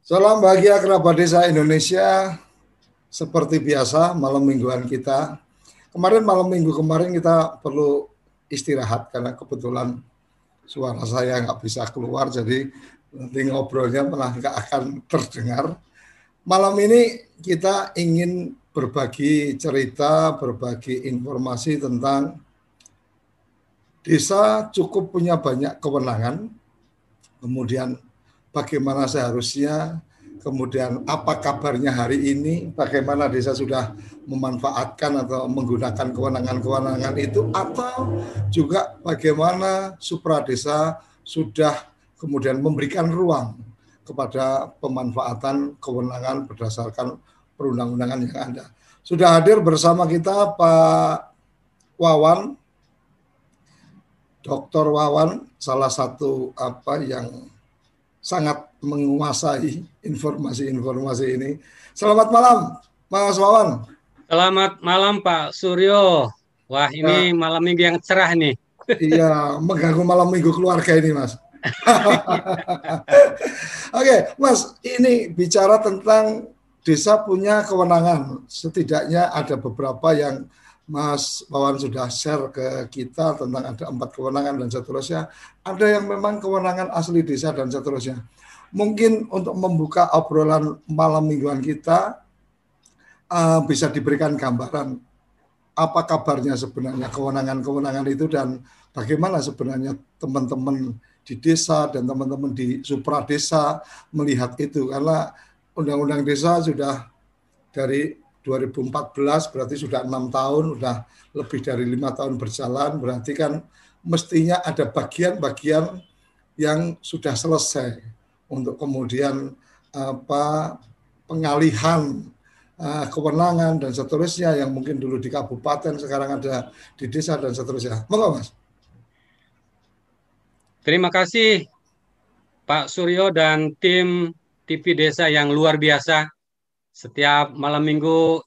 Salam bahagia kerabat desa Indonesia. Seperti biasa malam mingguan kita. Malam minggu kemarin kita perlu istirahat karena kebetulan suara saya nggak bisa keluar, jadi nanti ngobrolnya malah nggak akan terdengar. Malam ini kita ingin berbagi cerita, berbagi informasi tentang desa cukup punya banyak kewenangan, kemudian bagaimana seharusnya, kemudian apa kabarnya hari ini, bagaimana desa sudah memanfaatkan atau menggunakan kewenangan-kewenangan itu, atau juga bagaimana supra desa sudah kemudian memberikan ruang kepada pemanfaatan kewenangan berdasarkan perundang-undangan yang ada. Sudah hadir bersama kita Pak Wawan, Dr. Wawan, salah satu yang sangat menguasai informasi-informasi ini. Selamat malam, Mas Wawan. Selamat malam Pak Suryo. Wah, ini Ya, malam minggu yang cerah nih. iya, mengganggu malam minggu keluarga ini, Mas. Oke, Mas, ini bicara tentang desa punya kewenangan. Setidaknya ada beberapa yang Mas Wawan sudah share ke kita tentang ada 4 kewenangan dan seterusnya. Ada yang memang kewenangan asli desa dan seterusnya. Mungkin untuk membuka obrolan malam mingguan kita, bisa diberikan gambaran apa kabarnya sebenarnya kewenangan-kewenangan itu dan bagaimana sebenarnya teman-teman di desa dan teman-teman di supra desa melihat itu, karena undang-undang desa sudah dari 2014, berarti sudah 6 tahun, sudah lebih dari 5 tahun berjalan, berarti kan mestinya ada bagian-bagian yang sudah selesai untuk kemudian pengalihan kewenangan dan seterusnya yang mungkin dulu di kabupaten sekarang ada di desa dan seterusnya. Monggo, Mas. Terima kasih Pak Suryo dan tim TV Desa yang luar biasa. Setiap malam minggu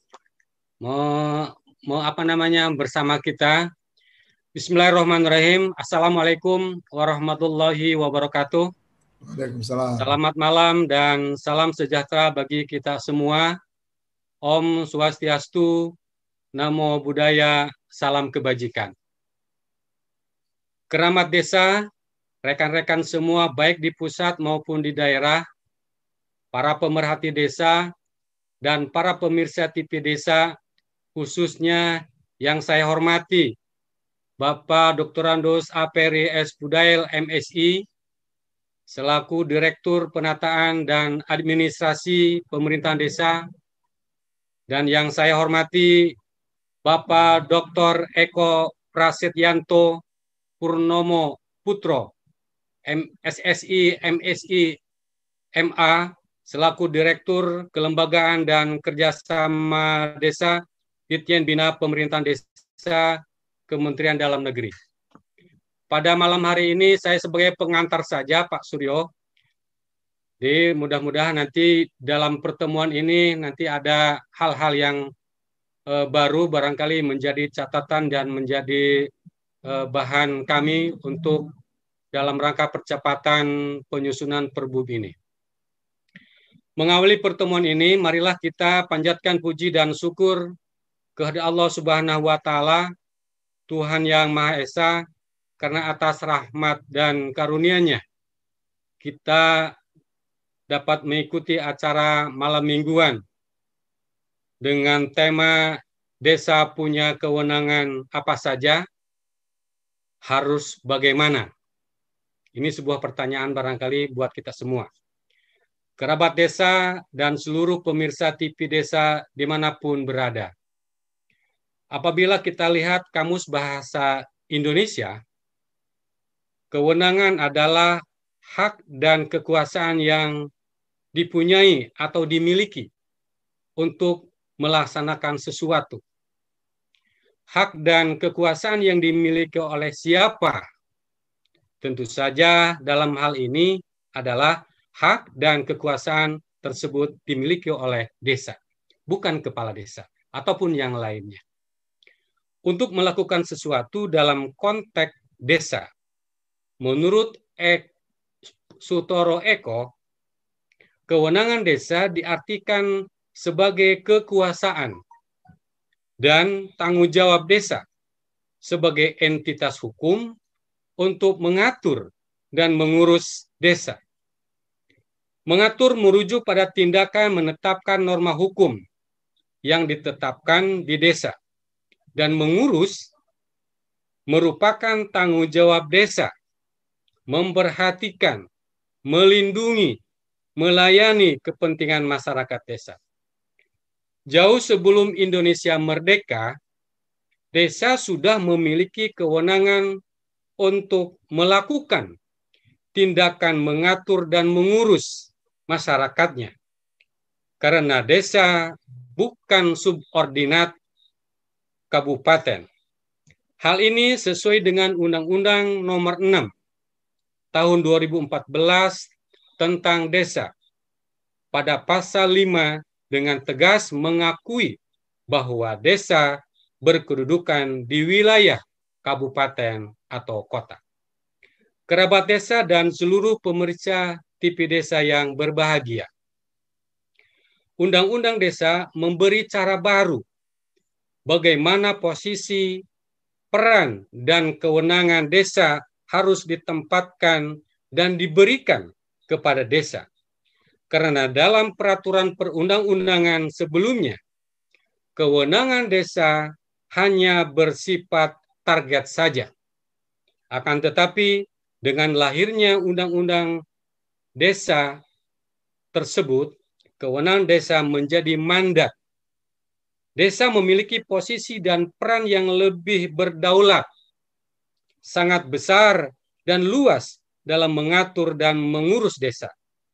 bersama kita. Bismillahirrahmanirrahim. Assalamualaikum warahmatullahi wabarakatuh. Waalaikumsalam. Selamat malam dan salam sejahtera bagi kita semua. Om Swastiastu, Namo Buddhaya, salam kebajikan. Keramat desa, rekan-rekan semua baik di pusat maupun di daerah, para pemerhati desa, dan para pemirsa TV Desa, khususnya yang saya hormati, Bapak Dr. Andos Aperi S. Budail, MSI, selaku Direktur Penataan dan Administrasi Pemerintahan Desa, dan yang saya hormati, Bapak Dr. Eko Prasetyanto Purnomo Putro, SSI, MSI, MA, selaku Direktur Kelembagaan dan Kerjasama Desa, Ditjen Bina Pemerintahan Desa, Kementerian Dalam Negeri. Pada malam hari ini saya sebagai pengantar saja Pak Suryo. Jadi mudah-mudahan nanti dalam pertemuan ini nanti ada hal-hal yang baru barangkali menjadi catatan dan menjadi bahan kami untuk dalam rangka percepatan penyusunan Perbub ini. Mengawali pertemuan ini, marilah kita panjatkan puji dan syukur kehadirat Allah Subhanahu wa Ta'ala, Tuhan yang Maha Esa, karena atas rahmat dan karunia-Nya kita dapat mengikuti acara malam mingguan dengan tema desa punya kewenangan apa saja, harus bagaimana. Ini sebuah pertanyaan barangkali buat kita semua. Kerabat desa dan seluruh pemirsa TV Desa dimanapun berada. Apabila kita lihat Kamus Bahasa Indonesia, kewenangan adalah hak dan kekuasaan yang dipunyai atau dimiliki untuk melaksanakan sesuatu. Hak dan kekuasaan yang dimiliki oleh siapa? Tentu saja dalam hal ini adalah hak dan kekuasaan tersebut dimiliki oleh desa, bukan kepala desa ataupun yang lainnya. Untuk melakukan sesuatu dalam konteks desa, menurut Sutoro Eko, kewenangan desa diartikan sebagai kekuasaan dan tanggung jawab desa sebagai entitas hukum untuk mengatur dan mengurus desa. Mengatur merujuk pada tindakan menetapkan norma hukum yang ditetapkan di desa, dan mengurus merupakan tanggung jawab desa memperhatikan, melindungi, melayani kepentingan masyarakat desa. Jauh sebelum Indonesia merdeka, desa sudah memiliki kewenangan untuk melakukan tindakan mengatur dan mengurus masyarakatnya. Karena desa bukan subordinat kabupaten. Hal ini sesuai dengan Undang-Undang Nomor 6 Tahun 2014 tentang desa. Pada pasal 5 dengan tegas mengakui bahwa desa berkedudukan di wilayah kabupaten atau kota. Kerabat desa dan seluruh pemeriksa TV desa yang berbahagia. Undang-Undang Desa memberi cara baru bagaimana posisi, peran, dan kewenangan desa harus ditempatkan dan diberikan kepada desa. Karena dalam peraturan perundang-undangan sebelumnya, kewenangan desa hanya bersifat target saja. Akan tetapi, dengan lahirnya undang-undang desa tersebut, kewenangan desa menjadi mandat. Desa memiliki posisi dan peran yang lebih berdaulat, sangat besar dan luas dalam mengatur dan mengurus desa.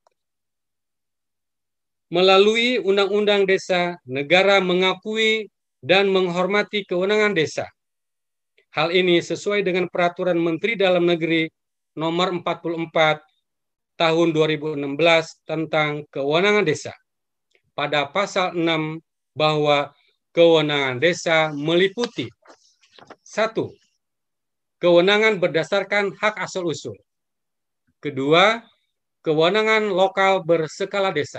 Melalui Undang-Undang Desa, negara mengakui dan menghormati kewenangan desa. Hal ini sesuai dengan Peraturan Menteri Dalam Negeri Nomor 44 Tahun 2016 tentang kewenangan desa. Pada pasal 6 bahwa kewenangan desa meliputi 1. Kewenangan berdasarkan hak asal-usul. 2. Kewenangan lokal berskala desa.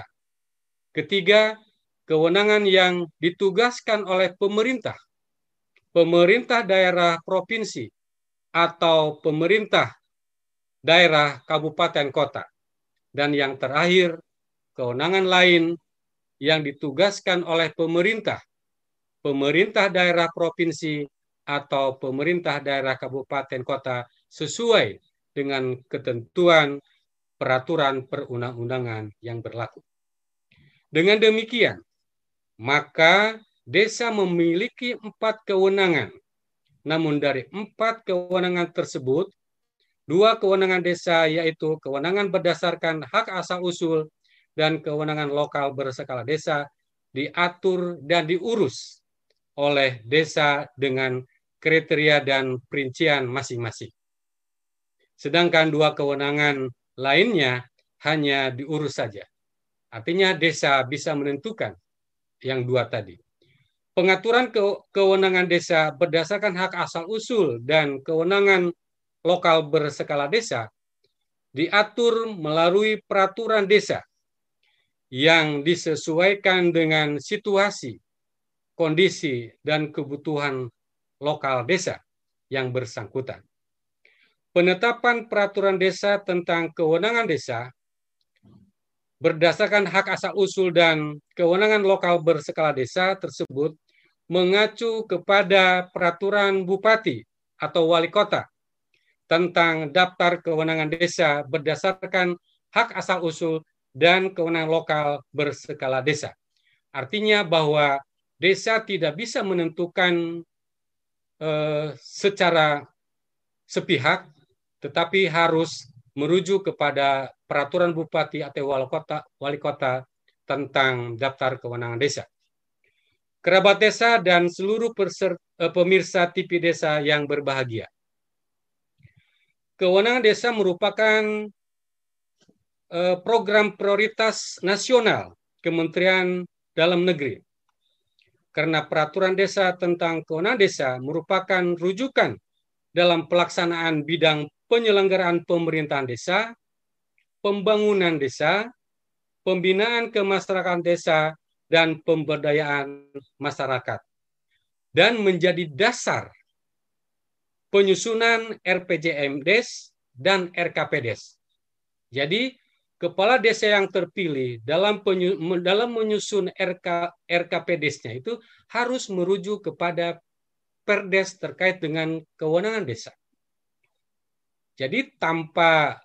3. Kewenangan yang ditugaskan oleh pemerintah, pemerintah daerah provinsi, atau pemerintah daerah kabupaten kota. Dan yang terakhir, kewenangan lain yang ditugaskan oleh pemerintah, pemerintah daerah provinsi, atau pemerintah daerah kabupaten kota sesuai dengan ketentuan peraturan perundang-undangan yang berlaku. Dengan demikian, maka desa memiliki 4 kewenangan. Namun dari 4 kewenangan tersebut, 2 kewenangan desa yaitu kewenangan berdasarkan hak asal-usul dan kewenangan lokal berskala desa diatur dan diurus oleh desa dengan kriteria dan perincian masing-masing. Sedangkan 2 kewenangan lainnya hanya diurus saja. Artinya desa bisa menentukan yang 2 tadi. Pengaturan kewenangan desa berdasarkan hak asal-usul dan kewenangan lokal berskala desa diatur melalui peraturan desa yang disesuaikan dengan situasi, kondisi, dan kebutuhan lokal desa yang bersangkutan. Penetapan peraturan desa tentang kewenangan desa berdasarkan hak asal-usul dan kewenangan lokal berskala desa tersebut mengacu kepada peraturan bupati atau wali kota tentang daftar kewenangan desa berdasarkan hak asal-usul dan kewenangan lokal berskala desa. Artinya bahwa desa tidak bisa menentukan secara sepihak, tetapi harus merujuk kepada peraturan bupati atau wali kota tentang daftar kewenangan desa. Kerabat desa dan seluruh pemirsa TV desa yang berbahagia. Kewenangan desa merupakan program prioritas nasional Kementerian Dalam Negeri. Karena peraturan desa tentang kewenangan desa merupakan rujukan dalam pelaksanaan bidang penyelenggaraan pemerintahan desa, pembangunan desa, pembinaan kemasyarakatan desa, dan pemberdayaan masyarakat, dan menjadi dasar penyusunan RPJMDes dan RKPdes. Jadi kepala desa yang terpilih dalam menyusun RKPDesnya itu harus merujuk kepada Perdes terkait dengan kewenangan desa. Jadi tanpa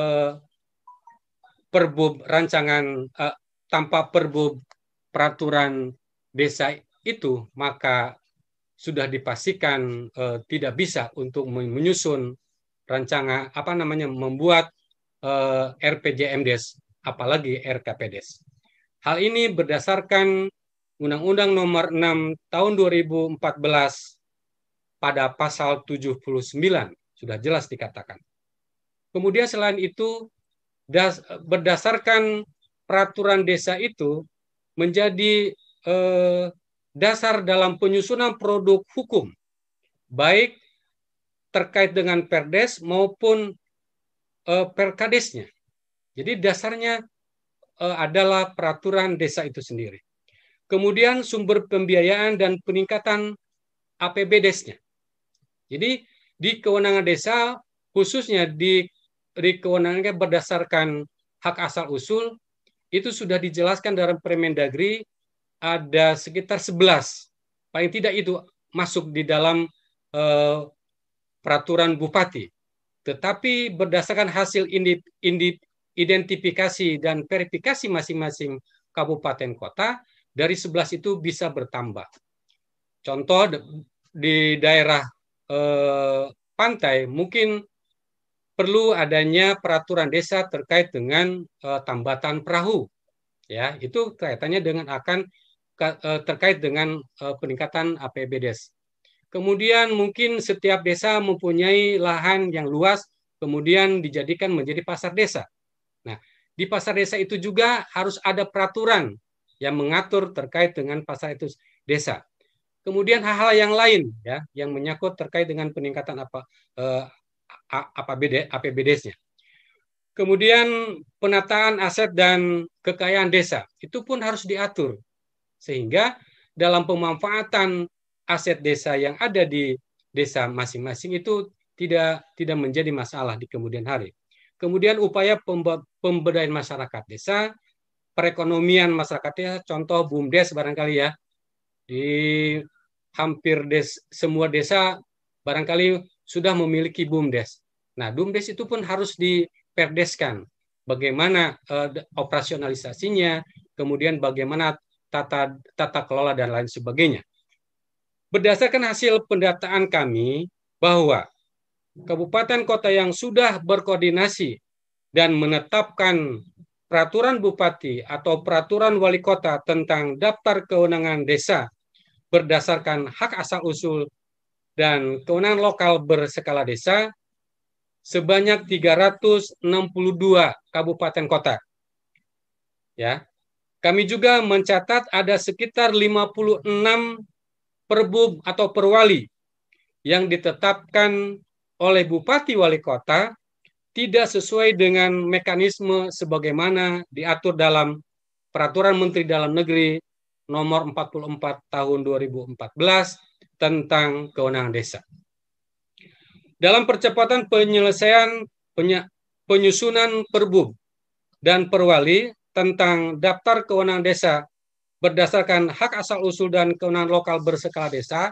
perbub rancangan, tanpa perbub peraturan desa itu, maka sudah dipastikan tidak bisa untuk menyusun rancangan membuat RPJMDes, apalagi RKPDes. Hal ini berdasarkan Undang-Undang Nomor 6 Tahun 2014 pada pasal 79, sudah jelas dikatakan. Kemudian selain itu, berdasarkan peraturan desa itu menjadi dasar dalam penyusunan produk hukum, baik terkait dengan Perdes maupun Perkadesnya. Jadi dasarnya adalah peraturan desa itu sendiri. Kemudian sumber pembiayaan dan peningkatan APBDes-nya. Jadi di kewenangan desa, khususnya di kewenangannya berdasarkan hak asal usul, itu sudah dijelaskan dalam Permendagri, ada sekitar 11. Paling tidak itu masuk di dalam peraturan bupati. Tetapi berdasarkan hasil identifikasi dan verifikasi masing-masing kabupaten kota, dari 11 itu bisa bertambah. Contoh di daerah pantai mungkin perlu adanya peraturan desa terkait dengan tambatan perahu. Ya, itu kaitannya dengan terkait dengan peningkatan APBDes. Kemudian mungkin setiap desa mempunyai lahan yang luas, kemudian dijadikan menjadi pasar desa. Nah, di pasar desa itu juga harus ada peraturan yang mengatur terkait dengan pasar itu desa. Kemudian hal-hal yang lain ya, yang menyangkut terkait dengan peningkatan APBDes-nya. Kemudian penataan aset dan kekayaan desa itu pun harus diatur, sehingga dalam pemanfaatan aset desa yang ada di desa masing-masing itu tidak menjadi masalah di kemudian hari. Kemudian upaya pemberdayaan masyarakat desa, perekonomian masyarakat desa, contoh BUMDes barangkali ya, di hampir semua desa barangkali sudah memiliki BUMDes. Nah, BUMDes itu pun harus diperdeskan. Bagaimana operasionalisasinya, kemudian bagaimana tata kelola dan lain sebagainya. Berdasarkan hasil pendataan kami bahwa kabupaten kota yang sudah berkoordinasi dan menetapkan peraturan bupati atau peraturan wali kota tentang daftar kewenangan desa berdasarkan hak asal usul dan kewenangan lokal berskala desa sebanyak 362 kabupaten kota. Ya. Kami juga mencatat ada sekitar 56 perbub atau perwali yang ditetapkan oleh bupati wali kota tidak sesuai dengan mekanisme sebagaimana diatur dalam Peraturan Menteri Dalam Negeri Nomor 44 Tahun 2014 tentang kewenangan desa. Dalam percepatan penyelesaian penyusunan perbub dan perwali tentang daftar kewenangan desa berdasarkan hak asal usul dan kewenangan lokal berskala desa,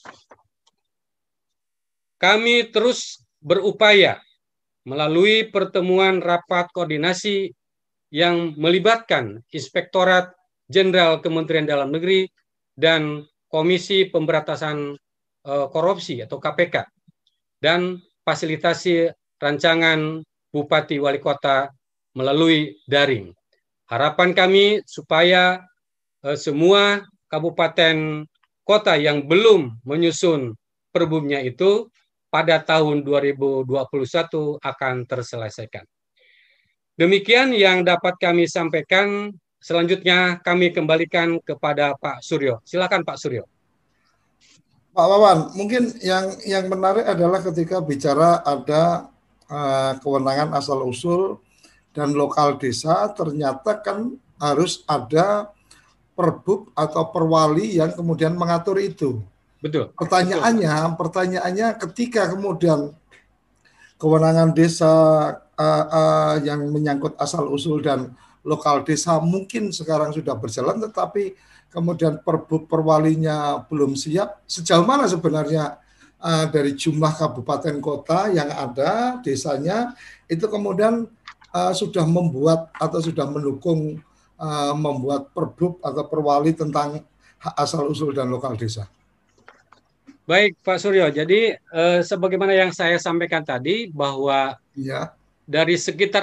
kami terus berupaya melalui pertemuan rapat koordinasi yang melibatkan Inspektorat Jenderal Kementerian Dalam Negeri dan Komisi Pemberantasan Korupsi atau KPK, dan fasilitasi rancangan Bupati Wali Kota melalui daring. Harapan kami supaya semua kabupaten kota yang belum menyusun perbubnya itu pada tahun 2021 akan terselesaikan. Demikian yang dapat kami sampaikan. Selanjutnya kami kembalikan kepada Pak Suryo. Silakan Pak Suryo. Pak Wawan, mungkin yang menarik adalah ketika bicara ada kewenangan asal usul dan lokal desa ternyata kan harus ada perbub atau perwali yang kemudian mengatur itu. Betul. Pertanyaannya ketika kemudian kewenangan desa yang menyangkut asal usul dan lokal desa mungkin sekarang sudah berjalan, tetapi kemudian perbub perwalinya belum siap. Sejauh mana sebenarnya dari jumlah kabupaten kota yang ada desanya itu kemudian sudah membuat atau sudah mendukung membuat perbub atau perwali tentang hak asal usul dan lokal desa? Baik, Pak Suryo. Jadi sebagaimana yang saya sampaikan tadi bahwa Ya. dari sekitar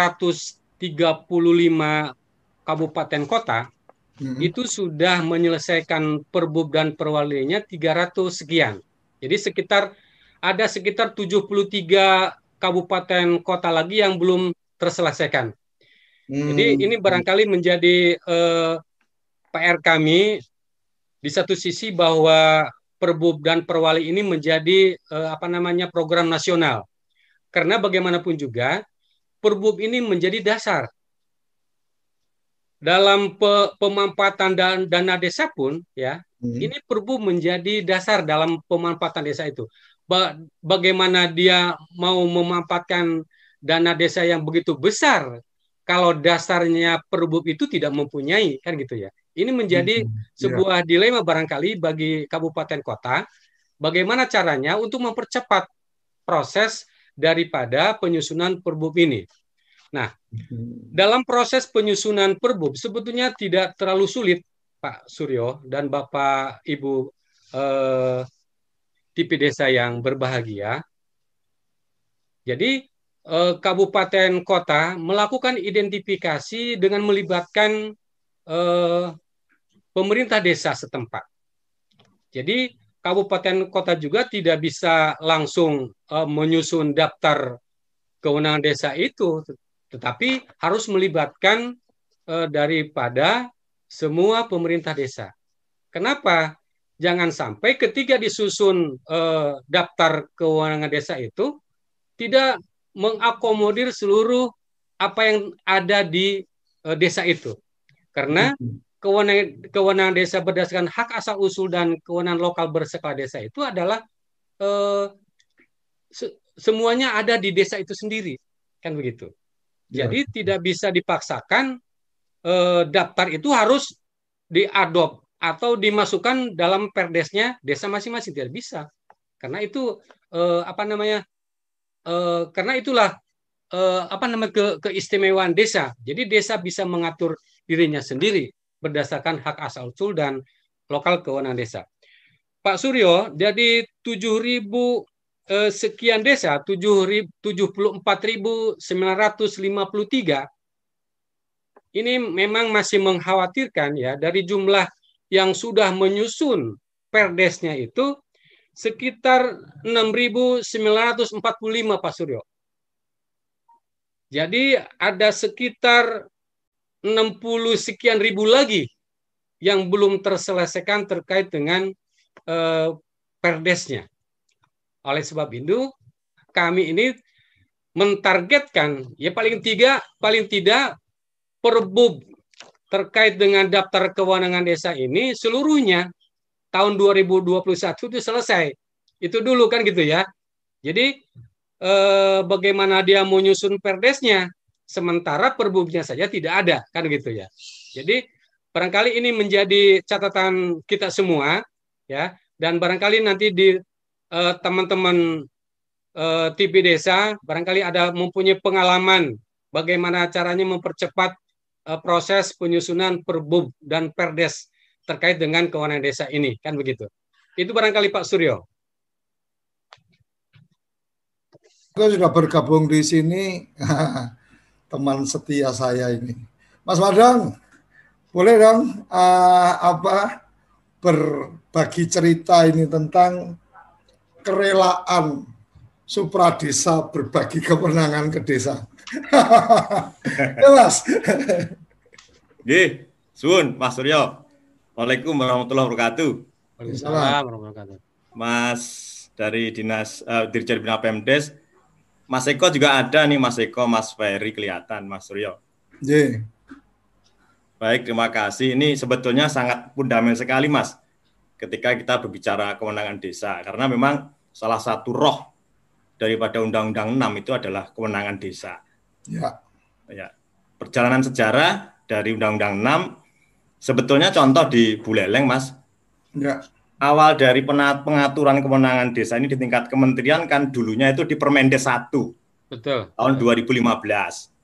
435 kabupaten kota itu sudah menyelesaikan perbub dan perwalinya 300 sekian. Jadi ada sekitar 73 kabupaten kota lagi yang belum terselesaikan. Jadi ini barangkali menjadi PR kami di satu sisi bahwa perbub dan perwali ini menjadi program nasional. Karena bagaimanapun juga perbub ini menjadi dasar dalam pemanfaatan dana desa pun, ya. Ini perbub menjadi dasar dalam pemanfaatan desa itu. Bagaimana dia mau memanfaatkan dana desa yang begitu besar kalau dasarnya perbub itu tidak mempunyai, kan gitu ya. Ini menjadi sebuah dilema barangkali bagi kabupaten kota, bagaimana caranya untuk mempercepat proses daripada penyusunan perbub ini. Nah, dalam proses penyusunan perbub sebetulnya tidak terlalu sulit, Pak Suryo dan Bapak Ibu TP Desa yang berbahagia. Jadi kabupaten kota melakukan identifikasi dengan melibatkan pemerintah desa setempat. Jadi kabupaten kota juga tidak bisa langsung menyusun daftar kewenangan desa itu, tetapi harus melibatkan daripada semua pemerintah desa. Kenapa? Jangan sampai ketika disusun daftar kewenangan desa itu tidak mengakomodir seluruh apa yang ada di desa itu. Karena kewenangan desa berdasarkan hak asal usul dan kewenangan lokal berskala desa itu adalah semuanya ada di desa itu sendiri, kan begitu. Jadi tidak bisa dipaksakan daftar itu harus diadop atau dimasukkan dalam perdesnya desa masing-masing, tidak bisa. Karena itu karena itulah keistimewaan desa. Jadi desa bisa mengatur dirinya sendiri berdasarkan hak asal usul dan lokal kewenangan desa. Pak Suryo, jadi 7.000 sekian desa, 74.953 ini memang masih mengkhawatirkan ya, dari jumlah yang sudah menyusun perdesnya itu sekitar 6.945 Pak Suryo. Jadi ada sekitar 60 sekian ribu lagi yang belum terselesaikan terkait dengan perdesnya. Oleh sebab itu, kami ini mentargetkan ya paling tidak perbub terkait dengan daftar kewenangan desa ini seluruhnya tahun 2021 itu selesai. Itu dulu kan gitu ya. Jadi bagaimana dia menyusun perdesnya sementara perbubnya saja tidak ada, kan gitu ya. Jadi barangkali ini menjadi catatan kita semua ya, dan barangkali nanti di teman-teman TP Desa barangkali ada mempunyai pengalaman bagaimana caranya mempercepat proses penyusunan perbub dan perdes terkait dengan kewenangan desa ini, kan begitu. Itu barangkali Pak Suryo. Saya sudah bergabung di sini, teman setia saya ini, Mas Madang, boleh dong berbagi cerita ini tentang kerelaan supradesa berbagi kewenangan ke desa. Ya Mas. Nggih, suwun Mas Suryo. Waalaikumsalam warahmatullahi wabarakatuh. Waalaikumsalam warahmatullahi wabarakatuh. Mas dari Dinas Dirjen Bina Pemdes, Mas Eko juga ada nih, Mas Eko, Mas Ferry kelihatan, Mas Suryo. Yeah. Baik, terima kasih. Ini sebetulnya sangat fundamental sekali, Mas, ketika kita berbicara kewenangan desa. Karena memang salah satu roh daripada Undang-Undang 6 itu adalah kewenangan desa. Ya. Ya. Perjalanan sejarah dari Undang-Undang 6, sebetulnya contoh di Buleleng, Mas. Ya. Awal dari pengaturan kewenangan desa ini di tingkat kementerian kan dulunya itu di Permendes 1. Betul. Tahun 2015.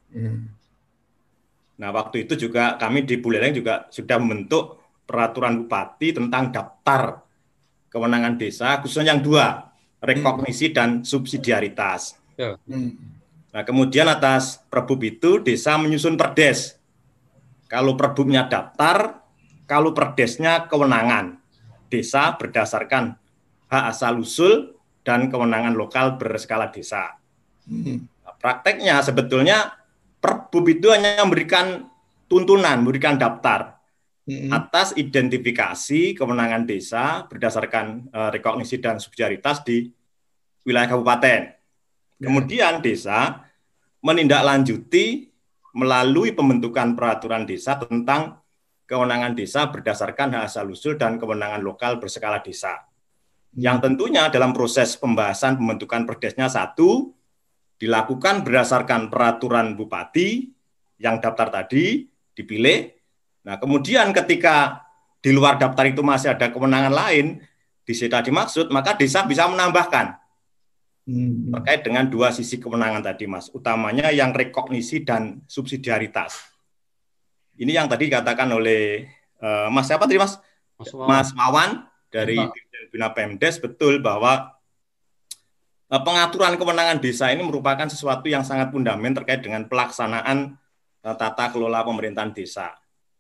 Nah, waktu itu juga kami di Buleleng juga sudah membentuk peraturan bupati tentang daftar kewenangan desa, khususnya yang 2, rekognisi dan subsidiaritas. Nah, kemudian atas Perbub itu desa menyusun perdes. Kalau perbubnya daftar, kalau perdesnya kewenangan. Desa berdasarkan hak asal-usul dan kewenangan lokal berskala desa. Nah, prakteknya sebetulnya Perbub itu hanya memberikan tuntunan, memberikan daftar atas identifikasi kewenangan desa berdasarkan rekognisi dan subsidiaritas di wilayah kabupaten. Kemudian desa menindaklanjuti melalui pembentukan peraturan desa tentang kewenangan desa berdasarkan hak asal-usul dan kewenangan lokal berskala desa. Yang tentunya dalam proses pembahasan pembentukan perdesnya 1, dilakukan berdasarkan peraturan bupati yang daftar tadi dipilih. Nah, kemudian ketika di luar daftar itu masih ada kewenangan lain tadi maksud, maka desa bisa menambahkan terkait dengan 2 sisi kewenangan tadi, Mas. Utamanya yang rekognisi dan subsidiaritas. Ini yang tadi dikatakan oleh Mas siapa tadi, Mas? Mas Wawan dari Bina Pemdes, betul bahwa pengaturan kewenangan desa ini merupakan sesuatu yang sangat fundamental terkait dengan pelaksanaan tata kelola pemerintahan desa.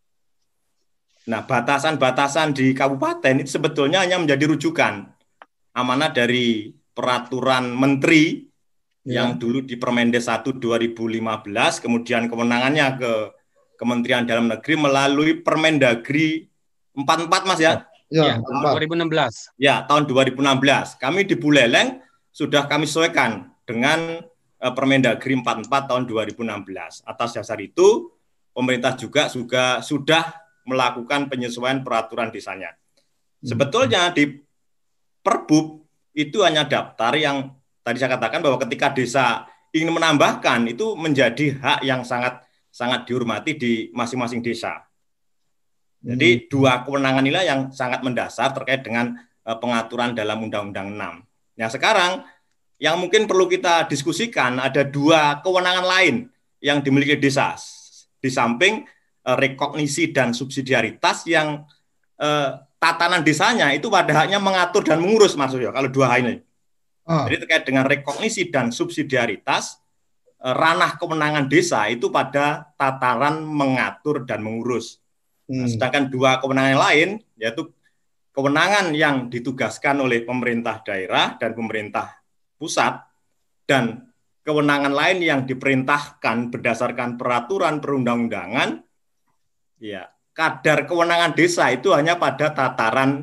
Nah, batasan-batasan di kabupaten itu sebetulnya hanya menjadi rujukan amanat dari peraturan menteri yang dulu di Permendes 1 2015, kemudian kewenangannya ke Kementerian Dalam Negeri melalui Permendagri 44, Mas ya? Ya, tahun 2016. Ya, tahun 2016. Kami di Buleleng sudah kami sesuaikan dengan Permendagri 44 tahun 2016. Atas dasar itu, pemerintah juga sudah melakukan penyesuaian peraturan desanya. Sebetulnya di Perbub itu hanya daftar yang tadi saya katakan bahwa ketika desa ingin menambahkan itu menjadi hak yang sangat dihormati di masing-masing desa. Jadi 2 kewenangan inilah yang sangat mendasar terkait dengan pengaturan dalam Undang-Undang 6. Nah, sekarang yang mungkin perlu kita diskusikan ada 2 kewenangan lain yang dimiliki desa. Di samping rekognisi dan subsidiaritas yang tatanan desanya itu pada haknya mengatur dan mengurus, Mas Suryo, kalau 2 hal ini. Jadi terkait dengan rekognisi dan subsidiaritas, ranah kewenangan desa itu pada tataran mengatur dan mengurus. Nah, sedangkan 2 kewenangan lain, yaitu kewenangan yang ditugaskan oleh pemerintah daerah dan pemerintah pusat, dan kewenangan lain yang diperintahkan berdasarkan peraturan perundang-undangan, ya, kadar kewenangan desa itu hanya pada tataran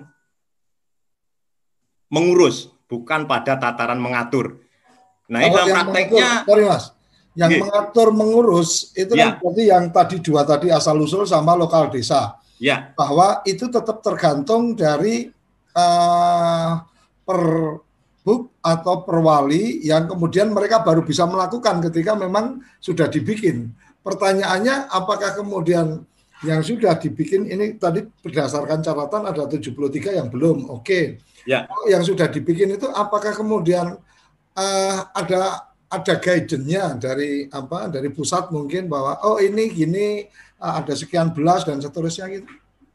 mengurus, bukan pada tataran mengatur. Nah, ini dalam prakteknya, yang mengatur mengurus itu kan berarti yang tadi 2 tadi asal-usul sama lokal desa. Ya. Bahwa itu tetap tergantung dari Perbub atau Perwali yang kemudian mereka baru bisa melakukan ketika memang sudah dibikin. Pertanyaannya apakah kemudian yang sudah dibikin ini tadi berdasarkan catatan ada 73 yang belum. Oke. Ya. Yang sudah dibikin itu apakah kemudian ada guidance-nya dari pusat mungkin bahwa oh ini gini ada sekian belas dan seterusnya gitu.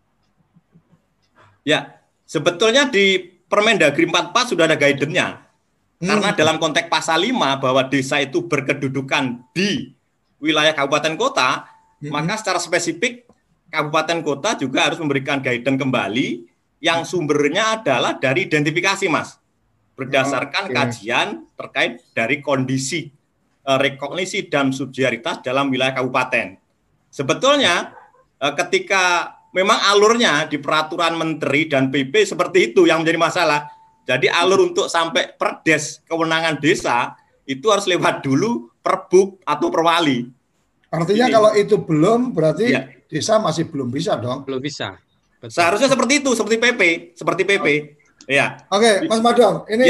Ya, sebetulnya di Permendagri 44 sudah ada guidance-nya. Karena dalam konteks pasal 5 bahwa desa itu berkedudukan di wilayah kabupaten kota, maka secara spesifik kabupaten kota juga harus memberikan guidance kembali yang sumbernya adalah dari identifikasi, Mas. Berdasarkan kajian terkait dari kondisi rekognisi dan subsidiaritas dalam wilayah kabupaten. Sebetulnya ketika memang alurnya di peraturan menteri dan PP seperti itu yang menjadi masalah. Jadi alur untuk sampai perdes kewenangan desa itu harus lewat dulu Perbuk atau Perwali. Artinya kalau itu belum, berarti ya, desa masih belum bisa dong? Belum bisa. Betul. Seharusnya seperti itu, seperti PP. Ya. Oke, Mas Madong, ini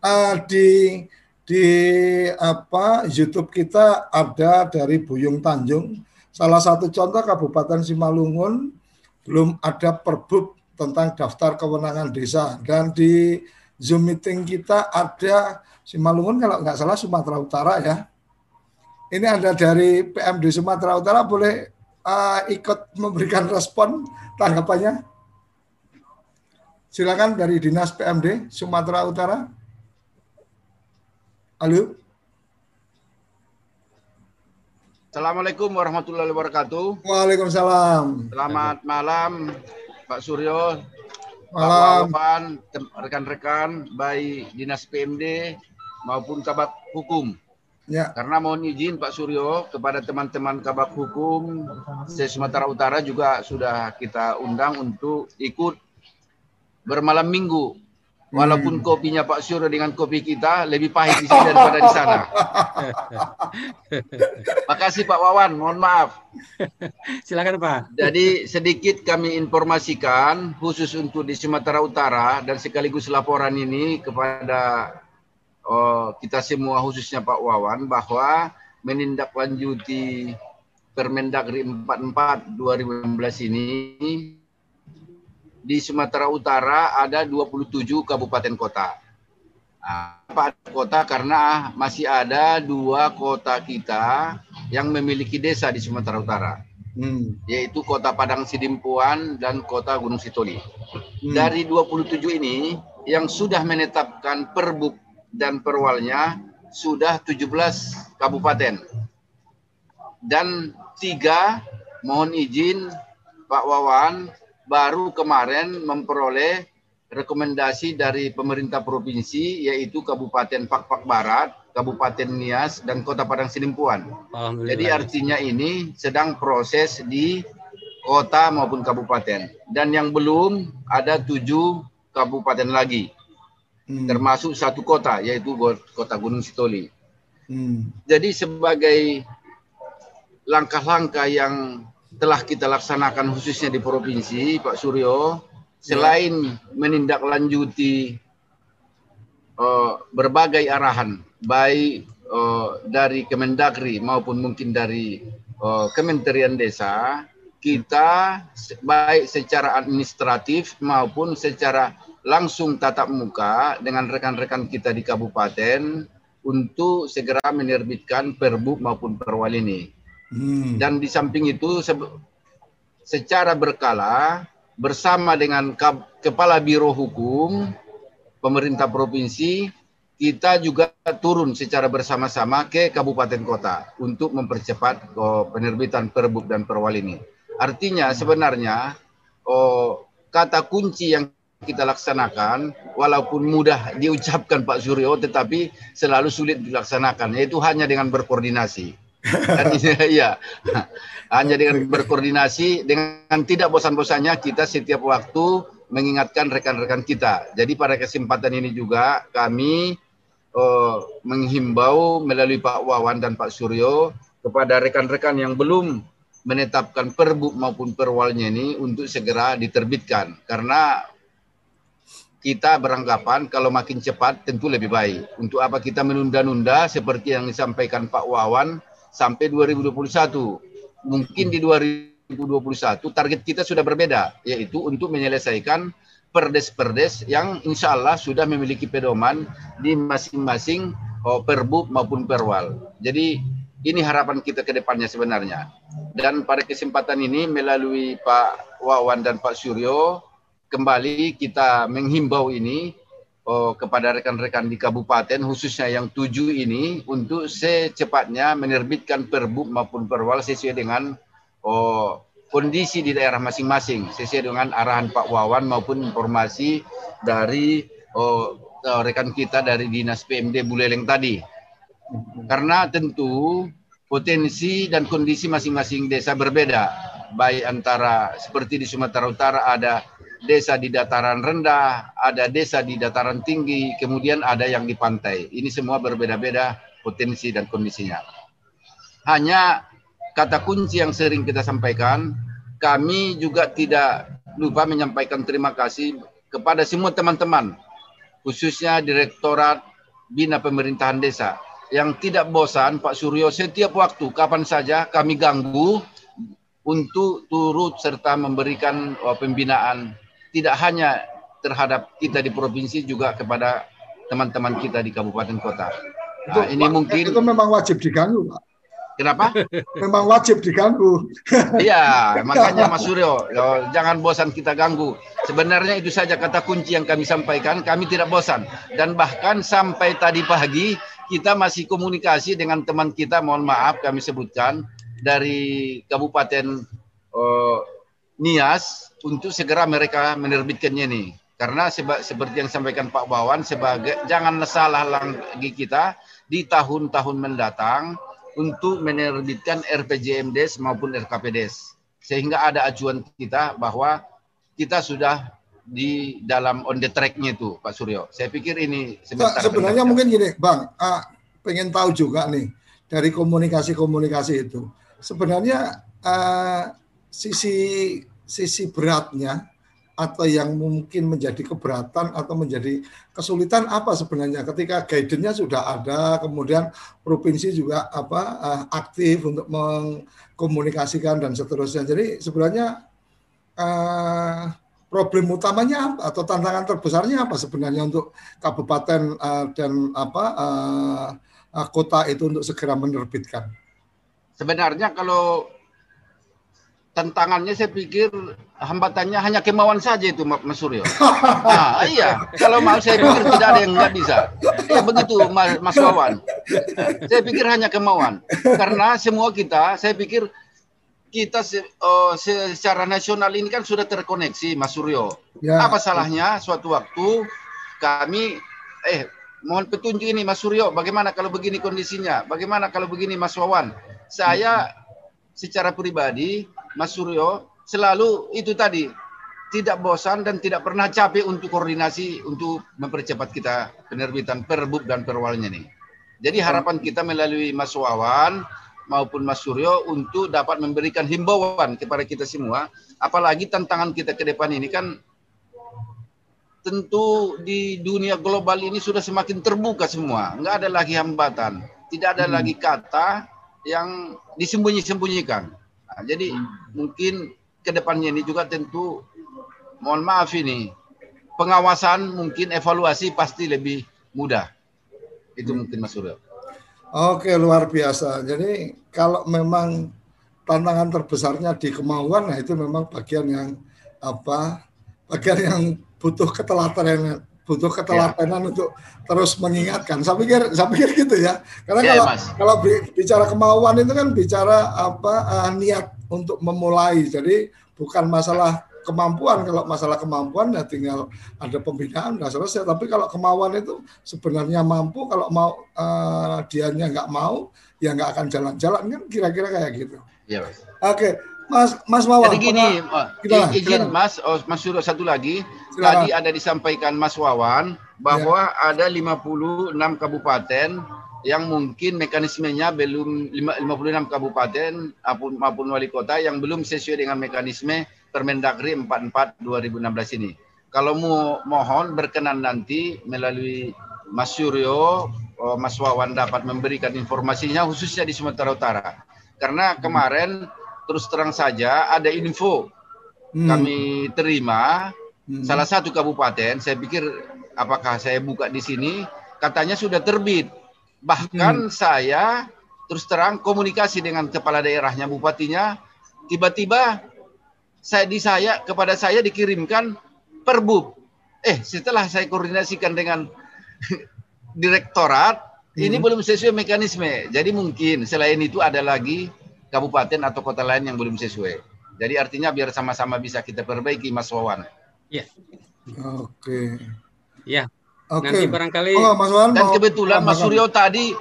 di YouTube kita ada dari Buyung Tanjung. Salah satu contoh Kabupaten Simalungun belum ada perbub tentang daftar kewenangan desa. Dan di Zoom meeting kita ada Simalungun, kalau nggak salah Sumatera Utara ya. Ini ada dari PMD Sumatera Utara, boleh ikut memberikan respon tanggapannya? Silakan dari Dinas PMD Sumatera Utara. Halo. Assalamualaikum warahmatullahi wabarakatuh. Waalaikumsalam. Selamat malam Pak Suryo, malam. Pak Wawan, rekan-rekan baik Dinas PMD maupun Kabak Hukum. Ya. Karena mohon izin Pak Suryo kepada teman-teman Kabak Hukum se-Sumatera Utara juga sudah kita undang untuk ikut bermalam minggu. Walaupun kopinya Pak Suryo dengan kopi kita lebih pahit di sini daripada di sana. Makasih Pak Wawan, mohon maaf. Silakan Pak. Jadi sedikit kami informasikan khusus untuk di Sumatera Utara dan sekaligus laporan ini kepada kita semua khususnya Pak Wawan bahwa menindaklanjuti Permendagri 44 2016 ini di Sumatera Utara ada 27 kabupaten kota. Kota karena masih ada 2 kota kita yang memiliki desa di Sumatera Utara. Yaitu Kota Padang Sidimpuan dan Kota Gunung Sitoli. Dari 27 ini yang sudah menetapkan perbuk dan perwalnya sudah 17 kabupaten. Dan 3 mohon izin Pak Wawan baru kemarin memperoleh rekomendasi dari pemerintah provinsi yaitu Kabupaten Pakpak Barat, Kabupaten Nias, dan Kota Padang Sidimpuan. Jadi artinya ini sedang proses di kota maupun kabupaten. Dan yang belum ada 7 kabupaten lagi, termasuk 1 kota yaitu Kota Gunung Sitoli. Jadi sebagai langkah-langkah yang telah kita laksanakan khususnya di provinsi, Pak Suryo, selain menindaklanjuti berbagai arahan, baik dari Kemendagri maupun mungkin dari Kementerian Desa, kita baik secara administratif maupun secara langsung tatap muka dengan rekan-rekan kita di kabupaten untuk segera menerbitkan perbuk maupun perwal ini. Dan di samping itu secara berkala bersama dengan Kepala Biro Hukum pemerintah provinsi, kita juga turun secara bersama-sama ke kabupaten kota untuk mempercepat penerbitan perbuk dan perwal ini. Artinya sebenarnya kata kunci yang kita laksanakan walaupun mudah diucapkan Pak Suryo tetapi selalu sulit dilaksanakan, yaitu hanya dengan berkoordinasi. Iya, hanya dengan berkoordinasi, dengan tidak bosan-bosannya kita setiap waktu mengingatkan rekan-rekan kita. Jadi pada kesempatan ini juga kami menghimbau melalui Pak Wawan dan Pak Suryo kepada rekan-rekan yang belum menetapkan perbuk maupun perwalnya ini untuk segera diterbitkan. Karena kita beranggapan kalau makin cepat tentu lebih baik. Untuk apa kita menunda-nunda seperti yang disampaikan Pak Wawan sampai 2021. Mungkin di 2021 target kita sudah berbeda, yaitu untuk menyelesaikan perdes-perdes yang insya Allah sudah memiliki pedoman di masing-masing perbuk maupun perwal. Jadi ini harapan kita ke depannya sebenarnya. Dan pada kesempatan ini melalui Pak Wawan dan Pak Suryo, kembali kita menghimbau ini kepada rekan-rekan di kabupaten khususnya yang 7 ini untuk secepatnya menerbitkan perbuk maupun perwal sesuai dengan kondisi di daerah masing-masing, sesuai dengan arahan Pak Wawan maupun informasi dari rekan kita dari Dinas PMD Buleleng tadi. Karena tentu potensi dan kondisi masing-masing desa berbeda, baik antara seperti di Sumatera Utara ada desa di dataran rendah, ada desa di dataran tinggi, kemudian ada yang di pantai. Ini semua berbeda-beda potensi dan kondisinya. Hanya kata kunci yang sering kita sampaikan, kami juga tidak lupa menyampaikan terima kasih kepada semua teman-teman, khususnya Direktorat Bina Pemerintahan Desa, yang tidak bosan Pak Suryo setiap waktu, kapan saja kami ganggu untuk turut serta memberikan pembinaan, tidak hanya terhadap kita di provinsi, juga kepada teman-teman kita di kabupaten kota. Nah, ini mungkin itu memang wajib diganggu, Pak. Kenapa? Memang wajib diganggu. Iya, makanya Mas Suryo, jangan bosan kita ganggu. Sebenarnya itu saja kata kunci yang kami sampaikan, kami tidak bosan. Dan bahkan sampai tadi pagi, kita masih komunikasi dengan teman kita, mohon maaf kami sebutkan, dari Kabupaten Nias, untuk segera mereka menerbitkannya nih. Karena seperti yang sampaikan Pak Wawan, jangan salah lagi kita di tahun-tahun mendatang untuk menerbitkan RPJMDes maupun RKPDes. Sehingga ada acuan kita bahwa kita sudah di dalam on the track-nya itu, Pak Suryo. Saya pikir ini sebenarnya mungkin gini, Bang, pengen tahu juga nih dari komunikasi-komunikasi itu. Sebenarnya sisi beratnya atau yang mungkin menjadi keberatan atau menjadi kesulitan apa sebenarnya ketika guidance-nya sudah ada, kemudian provinsi juga aktif untuk mengkomunikasikan dan seterusnya. Jadi sebenarnya problem utamanya apa atau tantangan terbesarnya apa sebenarnya untuk kabupaten dan kota itu untuk segera menerbitkan? Sebenarnya kalau tantangannya saya pikir hambatannya hanya kemauan saja itu, Mas Suryo. Nah, iya, kalau mau saya pikir tidak ada yang nggak bisa. Ya begitu, Mas Wawan. Saya pikir hanya kemauan. Karena semua kita, saya pikir kita secara nasional ini kan sudah terkoneksi, Mas Suryo. Ya. Apa salahnya suatu waktu kami, mohon petunjuk ini Mas Suryo, bagaimana kalau begini kondisinya? Bagaimana kalau begini Mas Wawan? Saya secara pribadi, Mas Suryo, selalu itu tadi, tidak bosan dan tidak pernah capek untuk koordinasi untuk mempercepat kita penerbitan Perbub dan Perwalnya nih. Jadi harapan kita melalui Mas Wawan maupun Mas Suryo untuk dapat memberikan himbauan kepada kita semua, apalagi tantangan kita ke depan ini kan tentu di dunia global ini sudah semakin terbuka semua, nggak ada lagi hambatan, tidak ada lagi kata yang disembunyi-sembunyikan. Nah, jadi mungkin ke depannya ini juga tentu, mohon maaf ini, pengawasan mungkin evaluasi pasti lebih mudah. Itu mungkin Mas Suryo. Oke, luar biasa. Jadi kalau memang tantangan terbesarnya di kemauan, nah itu memang bagian yang bagian yang butuh ketelatenan untuk terus mengingatkan. Saya pikir gitu ya. Karena kalau bicara kemauan itu kan bicara niat untuk memulai. Jadi bukan masalah kemampuan. Kalau masalah kemampuan ya tinggal ada pembinaan udah selesai. Tapi kalau kemauan itu sebenarnya mampu. Kalau mau dianya nggak mau, ya nggak akan jalan-jalan kan. Kira-kira kayak gitu. Iya, Mas. Oke. Mas Wawan. Jadi gini, izin Mas Suryo satu lagi. Silakan. Tadi ada disampaikan Mas Wawan bahwa ada 56 kabupaten yang mungkin mekanismenya belum 56 kabupaten maupun wali kota yang belum sesuai dengan mekanisme Permendagri 44 2016 ini. Kalau mohon berkenan nanti melalui Mas Suryo, Mas Wawan dapat memberikan informasinya khususnya di Sumatera Utara. Karena kemarin terus terang saja ada info kami terima salah satu kabupaten, saya pikir apakah saya buka di sini, katanya sudah terbit. Bahkan saya terus terang komunikasi dengan kepala daerahnya, bupatinya, tiba-tiba kepada saya dikirimkan Perbub. Setelah saya koordinasikan dengan direktorat, ini belum sesuai mekanisme. Jadi mungkin selain itu ada lagi kabupaten atau kota lain yang belum sesuai. Jadi artinya biar sama-sama bisa kita perbaiki, Mas Wawan. Ya. Oke. Ya. Nanti barangkali. Mas Wawan, dan kebetulan Mas Suryo tadi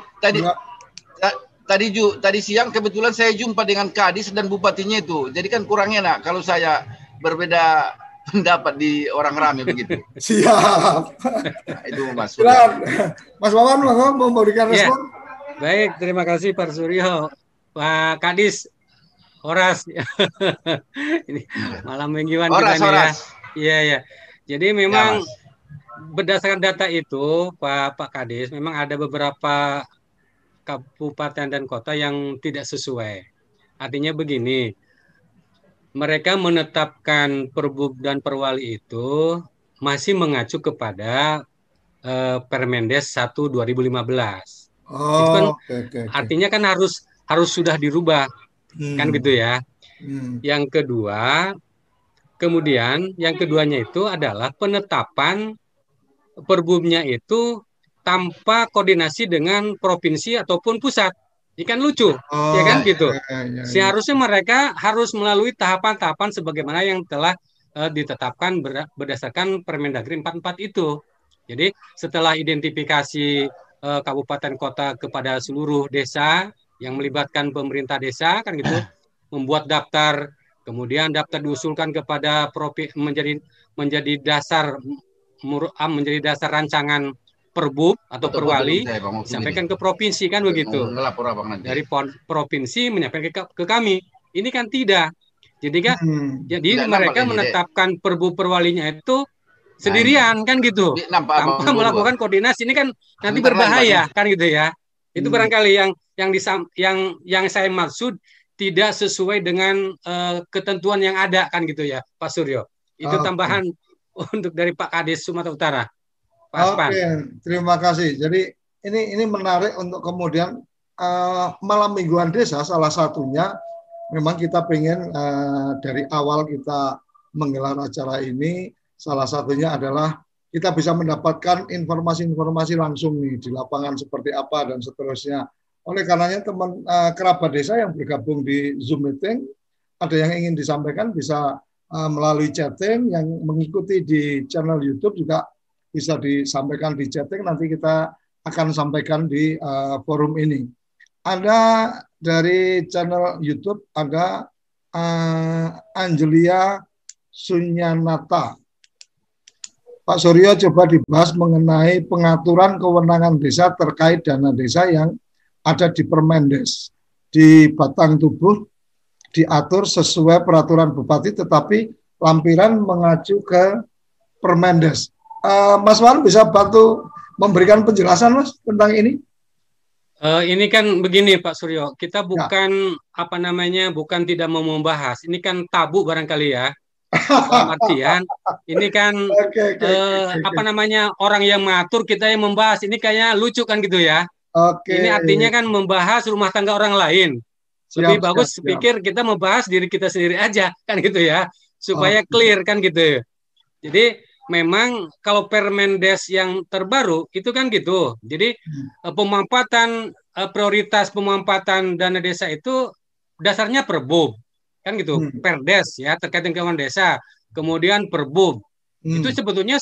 siang kebetulan saya jumpa dengan Kadis dan bupatinya itu. Jadi kan kurang enak kalau saya berbeda pendapat di orang ramai begitu. Siap. Nah, itu Mas Suryo. Mas Wawan mau memberikan respon? Baik, terima kasih Pak Suryo. Pak Kadis, Horas. Ini malam mingguan kita Horas, nih ya. horas. Iya, ya. Jadi Ya, memang Mas. berdasarkan data itu, Pak Kadis, memang ada beberapa kabupaten dan kota yang tidak sesuai. Artinya begini, mereka menetapkan Perbub dan Perwali itu masih mengacu kepada Permendes 1 2015. Itu kan Oh, oke, oke, oke. artinya kan harus harus sudah dirubah kan Hmm, gitu ya. hmm. Yang kedua, kemudian yang keduanya itu adalah penetapan perbumnya itu tanpa koordinasi dengan provinsi ataupun pusat. Ini kan lucu, ya Oh, kan Ya, ya. gitu. ya, ya, ya. Seharusnya mereka harus melalui tahapan-tahapan sebagaimana yang telah ditetapkan berdasarkan Permendagri 44 itu. Jadi setelah identifikasi kabupaten kota kepada seluruh desa yang melibatkan pemerintah desa kan gitu, membuat daftar, kemudian daftar diusulkan kepada menjadi menjadi dasar menjadi dasar rancangan Perbub atau Foto-foto dulu Perwali saya, Bang, waktu ini. disampaikan ke provinsi kan begitu. Mau ngelapor abang nanti. Dari provinsi menyampaikan ke kami. Ini kan tidak. Jadi Nggak nampak mereka ini, Dek. menetapkan Perbu Perwalinya itu Nah, sendirian kan gitu. ini nampak abang Tanpa dulu, Bang. melakukan koordinasi. Ini kan nanti Sebentar lagi, berbahaya Bang. kan gitu ya. Itu Hmm. barangkali yang saya maksud tidak sesuai dengan ketentuan yang ada kan gitu ya, Pak Suryo. Itu Oke. tambahan untuk dari Pak Kades Sumatera Utara. Pak Aspan. Oke, terima kasih. Jadi ini menarik untuk kemudian malam mingguan desa salah satunya memang kita pengen dari awal kita menggelar acara ini salah satunya adalah kita bisa mendapatkan informasi-informasi langsung nih di lapangan seperti apa dan seterusnya. Oleh karenanya teman kerabat desa yang bergabung di Zoom meeting ada yang ingin disampaikan bisa melalui chatting, yang mengikuti di channel YouTube juga bisa disampaikan di chatting, nanti kita akan sampaikan di forum ini. Ada dari channel YouTube, ada Angelia Sunyanata. Pak Suryo, coba dibahas mengenai pengaturan kewenangan desa terkait dana desa yang ada di Permendes. Di batang tubuh diatur sesuai peraturan bupati, tetapi lampiran mengacu ke Permendes. Mas Wan bisa bantu memberikan penjelasan Mas tentang ini? Ini kan begini Pak Suryo, kita bukan bukan tidak mau membahas. Ini kan tabu barangkali ya. Dalam artian ini kan orang yang mengatur, kita yang membahas. Ini kayaknya lucu kan gitu ya. Ini artinya kan membahas rumah tangga orang lain. Lebih bagus pikir kita membahas diri kita sendiri aja kan gitu ya, supaya clear kan gitu. Jadi memang kalau Permendes yang terbaru itu kan gitu. Jadi pemampatan prioritas pemampatan dana desa itu dasarnya Perbub kan gitu. Perdes ya terkait dengan keuangan desa. Kemudian Perbub. Itu sebetulnya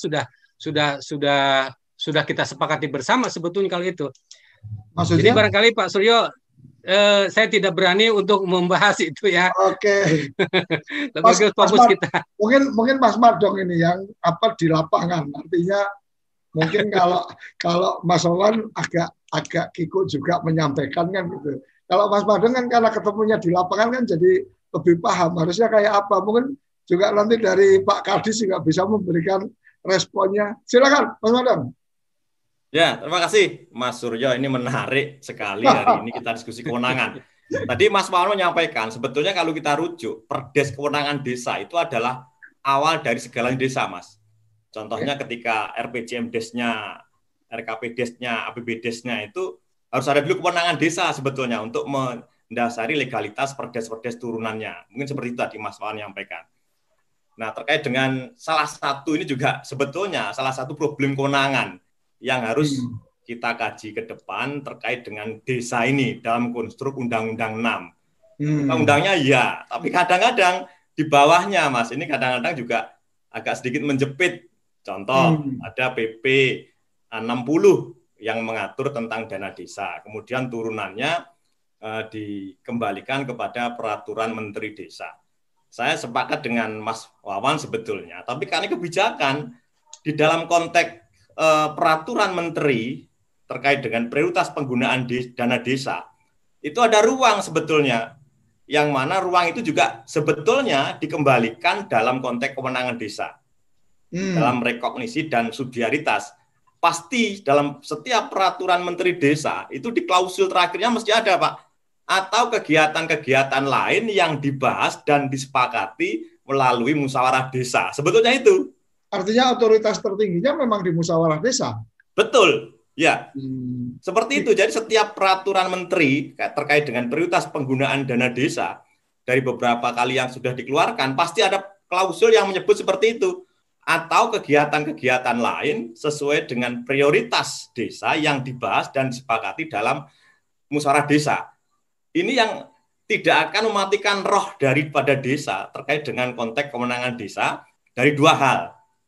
sudah kita sepakati bersama sebetulnya kalau itu. Maksudnya? Jadi barangkali Pak Suryo saya tidak berani untuk membahas itu ya. Oke. Lebih fokus kita. Mungkin Mas Madong ini yang di lapangan. Artinya mungkin kalau Mas Wawan agak kikuk juga menyampaikan kan gitu. Kalau Mas Madong kan karena ketemunya di lapangan kan jadi lebih paham harusnya kayak apa. Mungkin juga nanti dari Pak Kadis juga bisa memberikan responnya. Silakan Mas Madong. Ya, terima kasih Mas Suryo. Ini menarik sekali hari ini kita diskusi kewenangan. Tadi Mas Wawan menyampaikan, sebetulnya kalau kita rujuk, Perdes kewenangan desa itu adalah awal dari segalanya desa, Mas. Contohnya ketika RPJM Desnya, RKP Desnya, APB Desnya itu harus ada dulu kewenangan desa sebetulnya untuk mendasari legalitas Perdes-Perdes turunannya. Mungkin seperti itu tadi Mas Wawan menyampaikan. Nah, terkait dengan salah satu ini juga sebetulnya salah satu problem kewenangan yang harus kita kaji ke depan terkait dengan desa ini dalam konstruk Undang-Undang 6. Undang-undangnya ya, tapi kadang-kadang di bawahnya, Mas, ini kadang-kadang juga agak sedikit menjepit. Contoh, ada PP 60 yang mengatur tentang dana desa. Kemudian turunannya dikembalikan kepada peraturan Menteri Desa. Saya sepakat dengan Mas Wawan sebetulnya, tapi karena kebijakan di dalam konteks peraturan menteri terkait dengan prioritas penggunaan dana desa, itu ada ruang sebetulnya, yang mana ruang itu juga sebetulnya dikembalikan dalam konteks kewenangan desa, dalam rekognisi dan subsidiaritas. Pasti dalam setiap peraturan Menteri Desa itu di klausul terakhirnya mesti ada, Pak, atau kegiatan-kegiatan lain yang dibahas dan disepakati melalui musyawarah desa. Sebetulnya itu. Artinya otoritas tertingginya memang di musyawarah desa. Betul, ya. Seperti itu. Jadi setiap peraturan menteri terkait dengan prioritas penggunaan dana desa dari beberapa kali yang sudah dikeluarkan, pasti ada klausul yang menyebut seperti itu. Atau kegiatan-kegiatan lain sesuai dengan prioritas desa yang dibahas dan disepakati dalam musyawarah desa. Ini yang tidak akan mematikan roh daripada desa terkait dengan konteks kewenangan desa dari dua hal.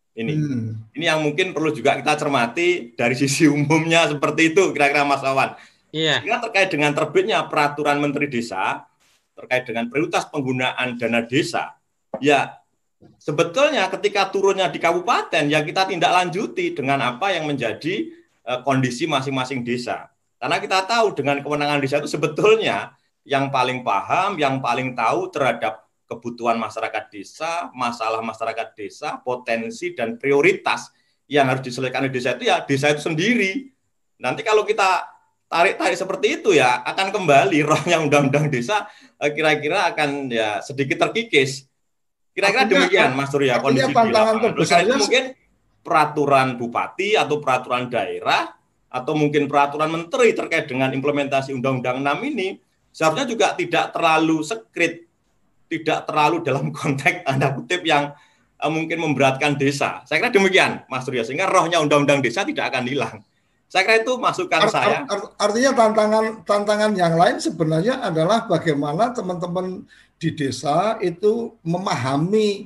Ini yang mungkin perlu juga kita cermati dari sisi umumnya seperti itu, kira-kira Mas Wawan. Sehingga terkait dengan terbitnya peraturan Menteri Desa terkait dengan prioritas penggunaan dana desa, ya sebetulnya ketika turunnya di kabupaten, ya kita tindak lanjuti dengan apa yang menjadi kondisi masing-masing desa. Karena kita tahu dengan kewenangan desa itu sebetulnya yang paling paham, yang paling tahu terhadap kebutuhan masyarakat desa, masalah masyarakat desa, potensi dan prioritas yang harus diselesaikan di desa itu ya desa itu sendiri. Nanti kalau kita tarik-tarik seperti itu ya akan kembali rohnya undang-undang desa kira-kira akan ya sedikit terkikis. Kira-kira demikian, Mas Surya, kondisi di lapangan. Itu mungkin peraturan bupati atau peraturan daerah atau mungkin peraturan menteri terkait dengan implementasi Undang-Undang 6 ini seharusnya juga tidak terlalu sekrit, tidak terlalu dalam konteks tanda kutip yang mungkin memberatkan desa. Saya kira demikian, Mas Surya, sehingga rohnya Undang-Undang desa tidak akan hilang. Saya kira itu masukan saya. Artinya tantangan yang lain sebenarnya adalah bagaimana teman-teman di desa itu memahami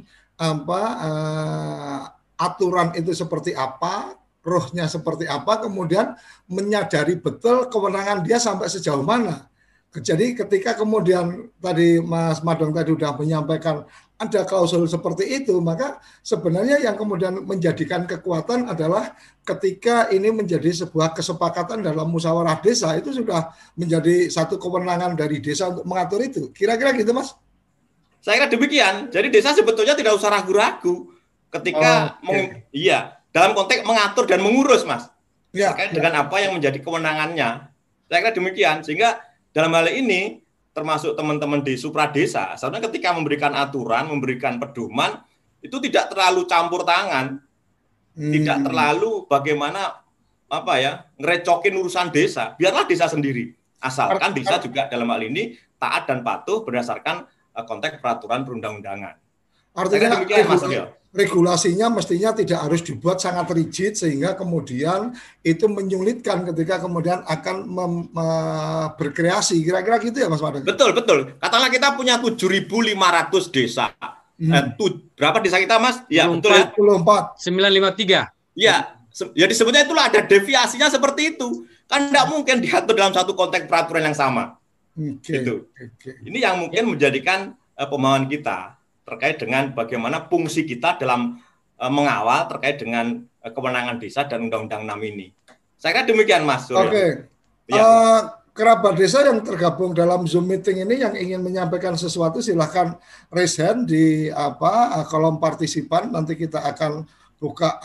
aturan itu seperti apa, rohnya seperti apa, kemudian menyadari betul kewenangan dia sampai sejauh mana. Jadi ketika kemudian tadi Mas Madong tadi sudah menyampaikan ada klausul seperti itu, maka sebenarnya yang kemudian menjadikan kekuatan adalah ketika ini menjadi sebuah kesepakatan dalam musyawarah desa, itu sudah menjadi satu kewenangan dari desa untuk mengatur itu. Kira-kira gitu, Mas? Saya kira demikian. Jadi desa sebetulnya tidak usah ragu-ragu ketika dalam konteks mengatur dan mengurus, Mas. Terkait dengan apa yang menjadi kewenangannya. Saya kira demikian. Sehingga dalam hal ini termasuk teman-teman di supradesa, sebenarnya ketika memberikan aturan, memberikan pedoman, itu tidak terlalu campur tangan, tidak terlalu bagaimana ngerecokin urusan desa. Biarlah desa sendiri, asalkan desa juga dalam hal ini taat dan patuh berdasarkan konteks peraturan perundang-undangan. Artinya regulasinya mestinya tidak harus dibuat sangat rigid sehingga kemudian itu menyulitkan ketika kemudian akan berkreasi. Kira-kira gitu ya Mas Madong? Betul. Katakanlah kita punya 7.500 desa. Berapa desa kita, Mas? Ya, betul ya. 953. Ya, jadi sebetulnya itulah ada deviasinya seperti itu. Kan tidak mungkin diatur dalam satu konteks peraturan yang sama. Ini yang mungkin menjadikan pemahaman kita terkait dengan bagaimana fungsi kita dalam mengawal terkait dengan kewenangan desa dan Undang-Undang 6 ini. Saya kira demikian, Mas Surya. Kerabat desa yang tergabung dalam Zoom meeting ini yang ingin menyampaikan sesuatu silahkan raise hand di kolom partisipan. Nanti kita akan buka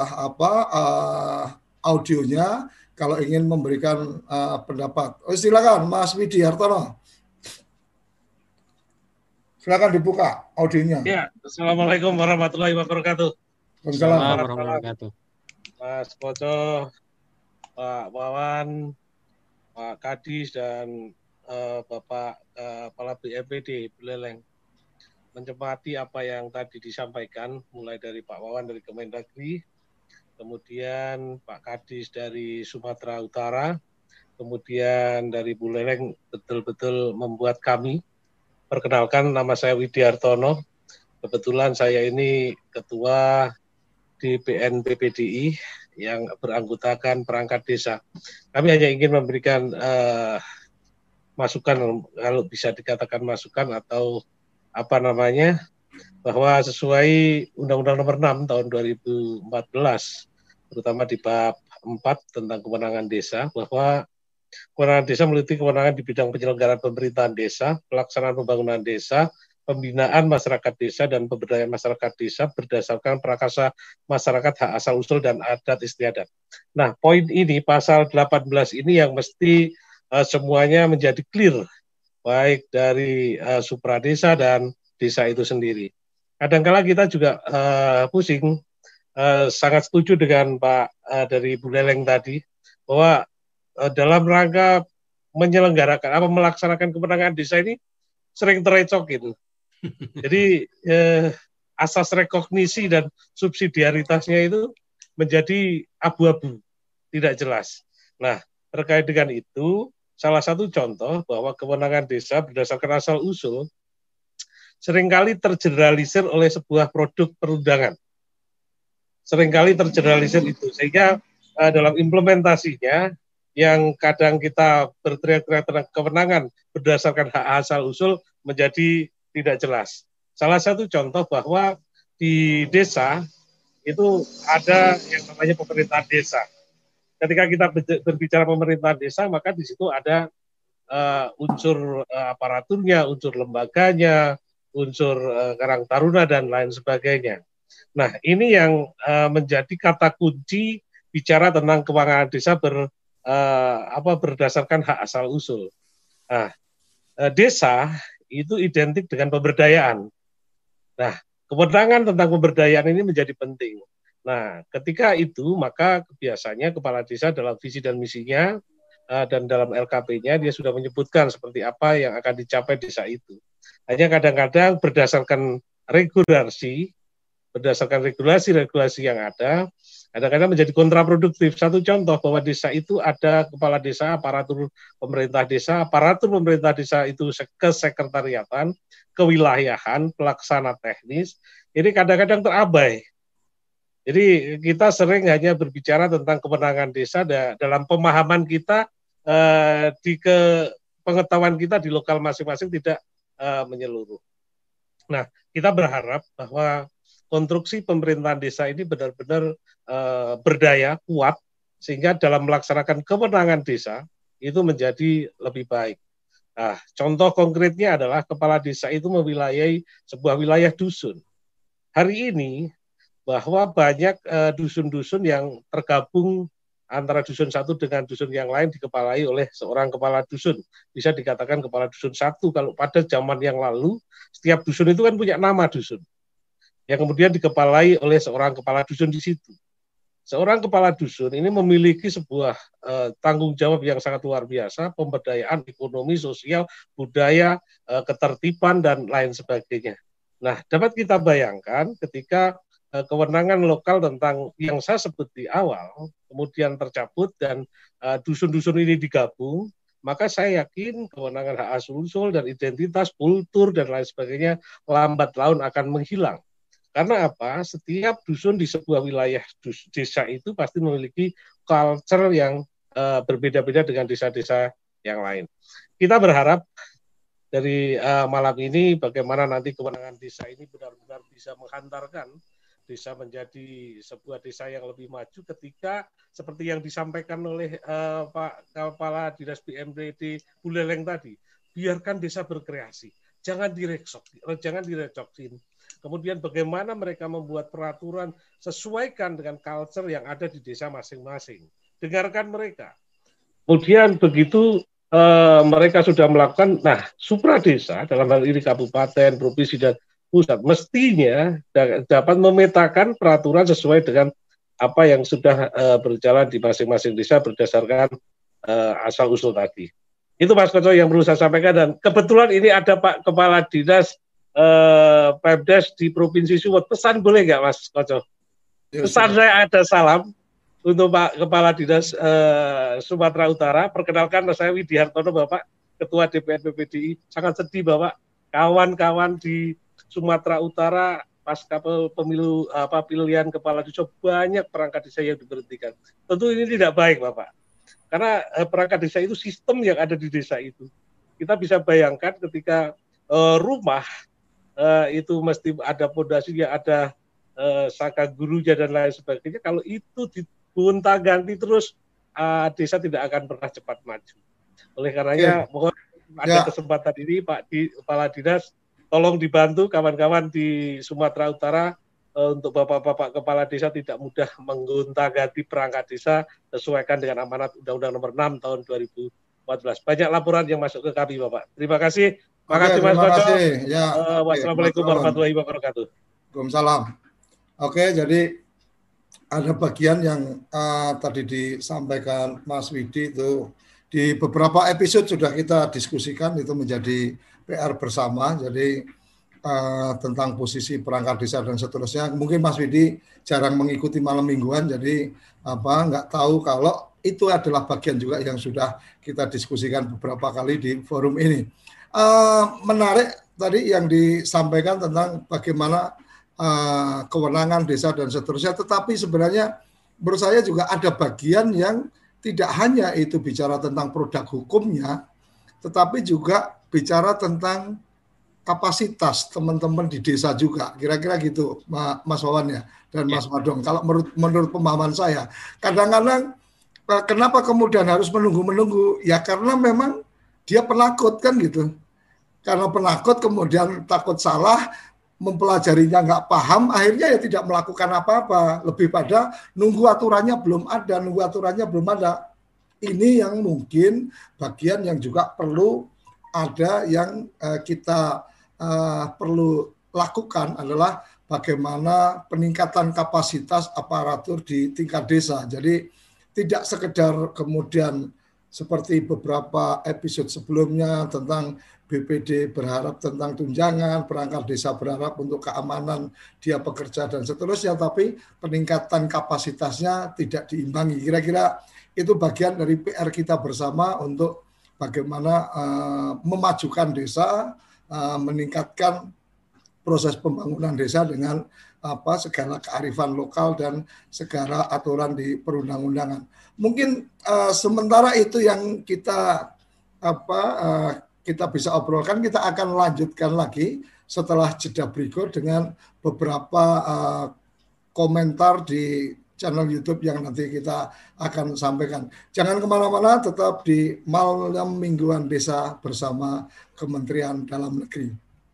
audionya kalau ingin memberikan pendapat. Silakan Mas Widi Hartono. Silakan dibuka audionya. Ya, Assalamualaikum warahmatullahi wabarakatuh. Waalaikumsalam warahmatullahi wabarakatuh. Mas Koco, Pak Wawan, Pak Kadis dan Bapak Kepala BNPD Buleleng mencermati apa yang tadi disampaikan, mulai dari Pak Wawan dari Kemendagri, kemudian Pak Kadis dari Sumatera Utara, kemudian dari Buleleng betul-betul membuat kami. Perkenalkan, nama saya Widi Hartono. Kebetulan saya ini ketua di BNPPDI yang beranggotakan perangkat desa. Kami hanya ingin memberikan masukan, kalau bisa dikatakan masukan atau bahwa sesuai Undang-Undang Nomor 6 tahun 2014, terutama di bab 4 tentang kewenangan desa, bahwa kewenangan desa meliputi kewenangan di bidang penyelenggaraan pemerintahan desa, pelaksanaan pembangunan desa, pembinaan masyarakat desa, dan pemberdayaan masyarakat desa berdasarkan prakarsa masyarakat hak asal usul dan adat istiadat. Nah, poin ini, pasal 18 ini yang mesti semuanya menjadi clear, baik dari supradesa dan desa itu sendiri. Kadang-kala kita juga pusing, sangat setuju dengan Pak dari Bu Leleng tadi, bahwa dalam rangka menyelenggarakan melaksanakan kewenangan desa ini sering terecokin. Jadi asas rekognisi dan subsidiaritasnya itu menjadi abu-abu, tidak jelas. Nah, terkait dengan itu, salah satu contoh bahwa kewenangan desa berdasarkan asal usul seringkali tergeneralisir oleh sebuah produk perundangan. Seringkali tergeneralisir itu, sehingga dalam implementasinya yang kadang kita berteriak-teriak tentang kewenangan berdasarkan hak asal usul menjadi tidak jelas. Salah satu contoh bahwa di desa itu ada yang namanya pemerintahan desa. Ketika kita berbicara pemerintahan desa, maka di situ ada unsur aparaturnya, unsur lembaganya, unsur Karang Taruna dan lain sebagainya. Nah, ini yang menjadi kata kunci bicara tentang kewenangan desa berdasarkan hak asal usul. Nah, desa itu identik dengan pemberdayaan. Nah, kewenangan tentang pemberdayaan ini menjadi penting. Nah, ketika itu maka biasanya kepala desa dalam visi dan misinya dan dalam LKP-nya dia sudah menyebutkan seperti apa yang akan dicapai desa itu. Hanya kadang-kadang berdasarkan regulasi yang ada, kadang-kadang menjadi kontraproduktif. Satu contoh bahwa desa itu ada kepala desa, aparatur pemerintah desa itu kesekretariatan, kewilayahan, pelaksana teknis, ini kadang-kadang terabai. Jadi kita sering hanya berbicara tentang kewenangan desa dalam pemahaman kita, di pengetahuan kita di lokal masing-masing tidak menyeluruh. Nah, kita berharap bahwa konstruksi pemerintahan desa ini benar-benar berdaya, kuat, sehingga dalam melaksanakan kewenangan desa itu menjadi lebih baik. Nah, contoh konkretnya adalah kepala desa itu mewilayahi sebuah wilayah dusun. Hari ini bahwa banyak dusun-dusun yang tergabung antara dusun satu dengan dusun yang lain dikepalai oleh seorang kepala dusun. Bisa dikatakan kepala dusun satu, kalau pada zaman yang lalu setiap dusun itu kan punya nama dusun, yang kemudian dikepalai oleh seorang kepala dusun di situ. Seorang kepala dusun ini memiliki sebuah tanggung jawab yang sangat luar biasa, pemberdayaan ekonomi, sosial, budaya, ketertiban, dan lain sebagainya. Nah, dapat kita bayangkan ketika kewenangan lokal tentang yang saya sebut di awal, kemudian tercabut dan dusun-dusun ini digabung, maka saya yakin kewenangan hak asal usul dan identitas, kultur, dan lain sebagainya lambat laun akan menghilang. Karena apa? Setiap dusun di sebuah wilayah desa itu pasti memiliki culture yang berbeda-beda dengan desa-desa yang lain. Kita berharap dari malam ini bagaimana nanti kewenangan desa ini benar-benar bisa menghantarkan desa menjadi sebuah desa yang lebih maju ketika seperti yang disampaikan oleh Pak Kepala Dinas BMPD Bu Leleng tadi, biarkan desa berkreasi, jangan direcokin. Kemudian bagaimana mereka membuat peraturan sesuaikan dengan culture yang ada di desa masing-masing. Dengarkan mereka. Kemudian begitu mereka sudah melakukan, nah supradesa dalam hal ini kabupaten, provinsi dan pusat mestinya dapat memetakan peraturan sesuai dengan apa yang sudah berjalan di masing-masing desa berdasarkan asal usul tadi. Itu Mas Koco yang perlu saya sampaikan, dan kebetulan ini ada Pak Kepala Dinas Pemdes di Provinsi Sumut. Pesan boleh nggak Mas Koco? Pesan saya ada salam untuk Pak Kepala Dinas Sumatera Utara. Perkenalkan saya Widi Hartono, Bapak Ketua DPR PPDI. Sangat sedih Bapak, kawan-kawan di Sumatera Utara pasca pemilu pilihan kepala desa banyak perangkat desa yang diberhentikan. Tentu ini tidak baik Bapak. Karena perangkat desa itu sistem yang ada di desa itu. Kita bisa bayangkan ketika rumah itu mesti ada pondasinya, ada saka gurunya dan lain sebagainya. Kalau itu gonta-ganti terus, desa tidak akan pernah cepat maju. Oleh karenanya, mohon ada kesempatan ini Pak Kepala Dinas, tolong dibantu kawan-kawan di Sumatera Utara untuk Bapak-Bapak Kepala Desa tidak mudah menggonta-ganti perangkat desa, sesuaikan dengan amanat Undang-Undang Nomor 6 tahun 2014. Banyak laporan yang masuk ke kami, Bapak. Terima kasih. Makasih Mas Koco. Wassalamualaikum warahmatullahi wabarakatuh. Waalaikumsalam. Oke, jadi ada bagian yang tadi disampaikan Mas Widi itu di beberapa episode sudah kita diskusikan, itu menjadi PR bersama. Jadi tentang posisi perangkat desa dan seterusnya. Mungkin Mas Widi jarang mengikuti malam mingguan, jadi nggak tahu kalau itu adalah bagian juga yang sudah kita diskusikan beberapa kali di forum ini. Menarik tadi yang disampaikan tentang bagaimana kewenangan desa dan seterusnya, tetapi sebenarnya menurut saya juga ada bagian yang tidak hanya itu bicara tentang produk hukumnya, tetapi juga bicara tentang kapasitas teman-teman di desa juga, kira-kira gitu Mas Wawan ya dan Mas Madong. Kalau menurut pemahaman saya, kadang-kadang kenapa kemudian harus menunggu-menunggu? Ya karena memang dia penakut kan gitu. Karena penakut kemudian takut salah, mempelajarinya nggak paham, akhirnya ya tidak melakukan apa-apa. Lebih pada nunggu aturannya belum ada. Ini yang mungkin bagian yang juga perlu ada yang kita perlu lakukan adalah bagaimana peningkatan kapasitas aparatur di tingkat desa. Jadi tidak sekedar kemudian seperti beberapa episode sebelumnya tentang BPD berharap tentang tunjangan, perangkat desa berharap untuk keamanan dia pekerja dan seterusnya, tapi peningkatan kapasitasnya tidak diimbangi. Kira-kira itu bagian dari PR kita bersama untuk bagaimana memajukan desa, meningkatkan proses pembangunan desa dengan segala kearifan lokal dan segala aturan di perundang-undangan. Mungkin sementara itu yang kita bisa obrolkan. Kita akan lanjutkan lagi setelah jeda berikut dengan beberapa komentar di channel YouTube yang nanti kita akan sampaikan. Jangan kemana-mana, tetap di Malam Mingguan Desa bersama Kementerian Dalam Negeri.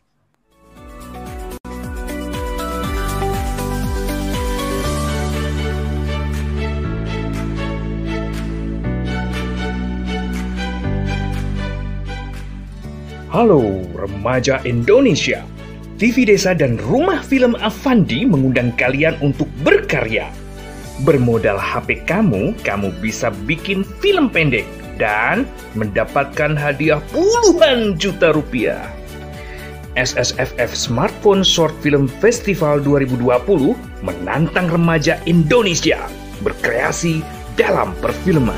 Halo remaja Indonesia, TV Desa dan Rumah Film Avandi mengundang kalian untuk berkarya. Bermodal HP kamu bisa bikin film pendek dan mendapatkan hadiah puluhan juta rupiah. SSFF Smartphone Short Film Festival 2020 menantang remaja Indonesia berkreasi dalam perfilman.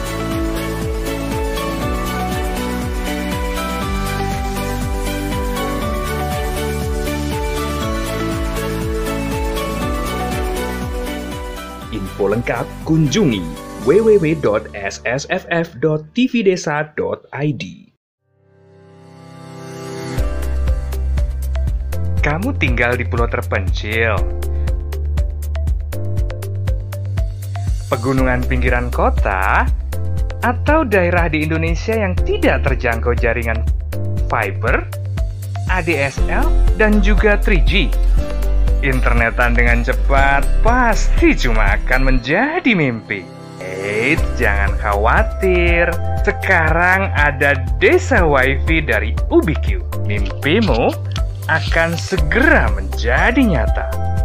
Info lengkap kunjungi www.ssff.tvdesa.id. Kamu tinggal di pulau terpencil, pegunungan pinggiran kota, atau daerah di Indonesia yang tidak terjangkau jaringan fiber, ADSL, dan juga 3G. Internetan dengan cepat pasti cuma akan menjadi mimpi. Jangan khawatir. Sekarang ada Desa WiFi dari Ubique. Mimpimu akan segera menjadi nyata.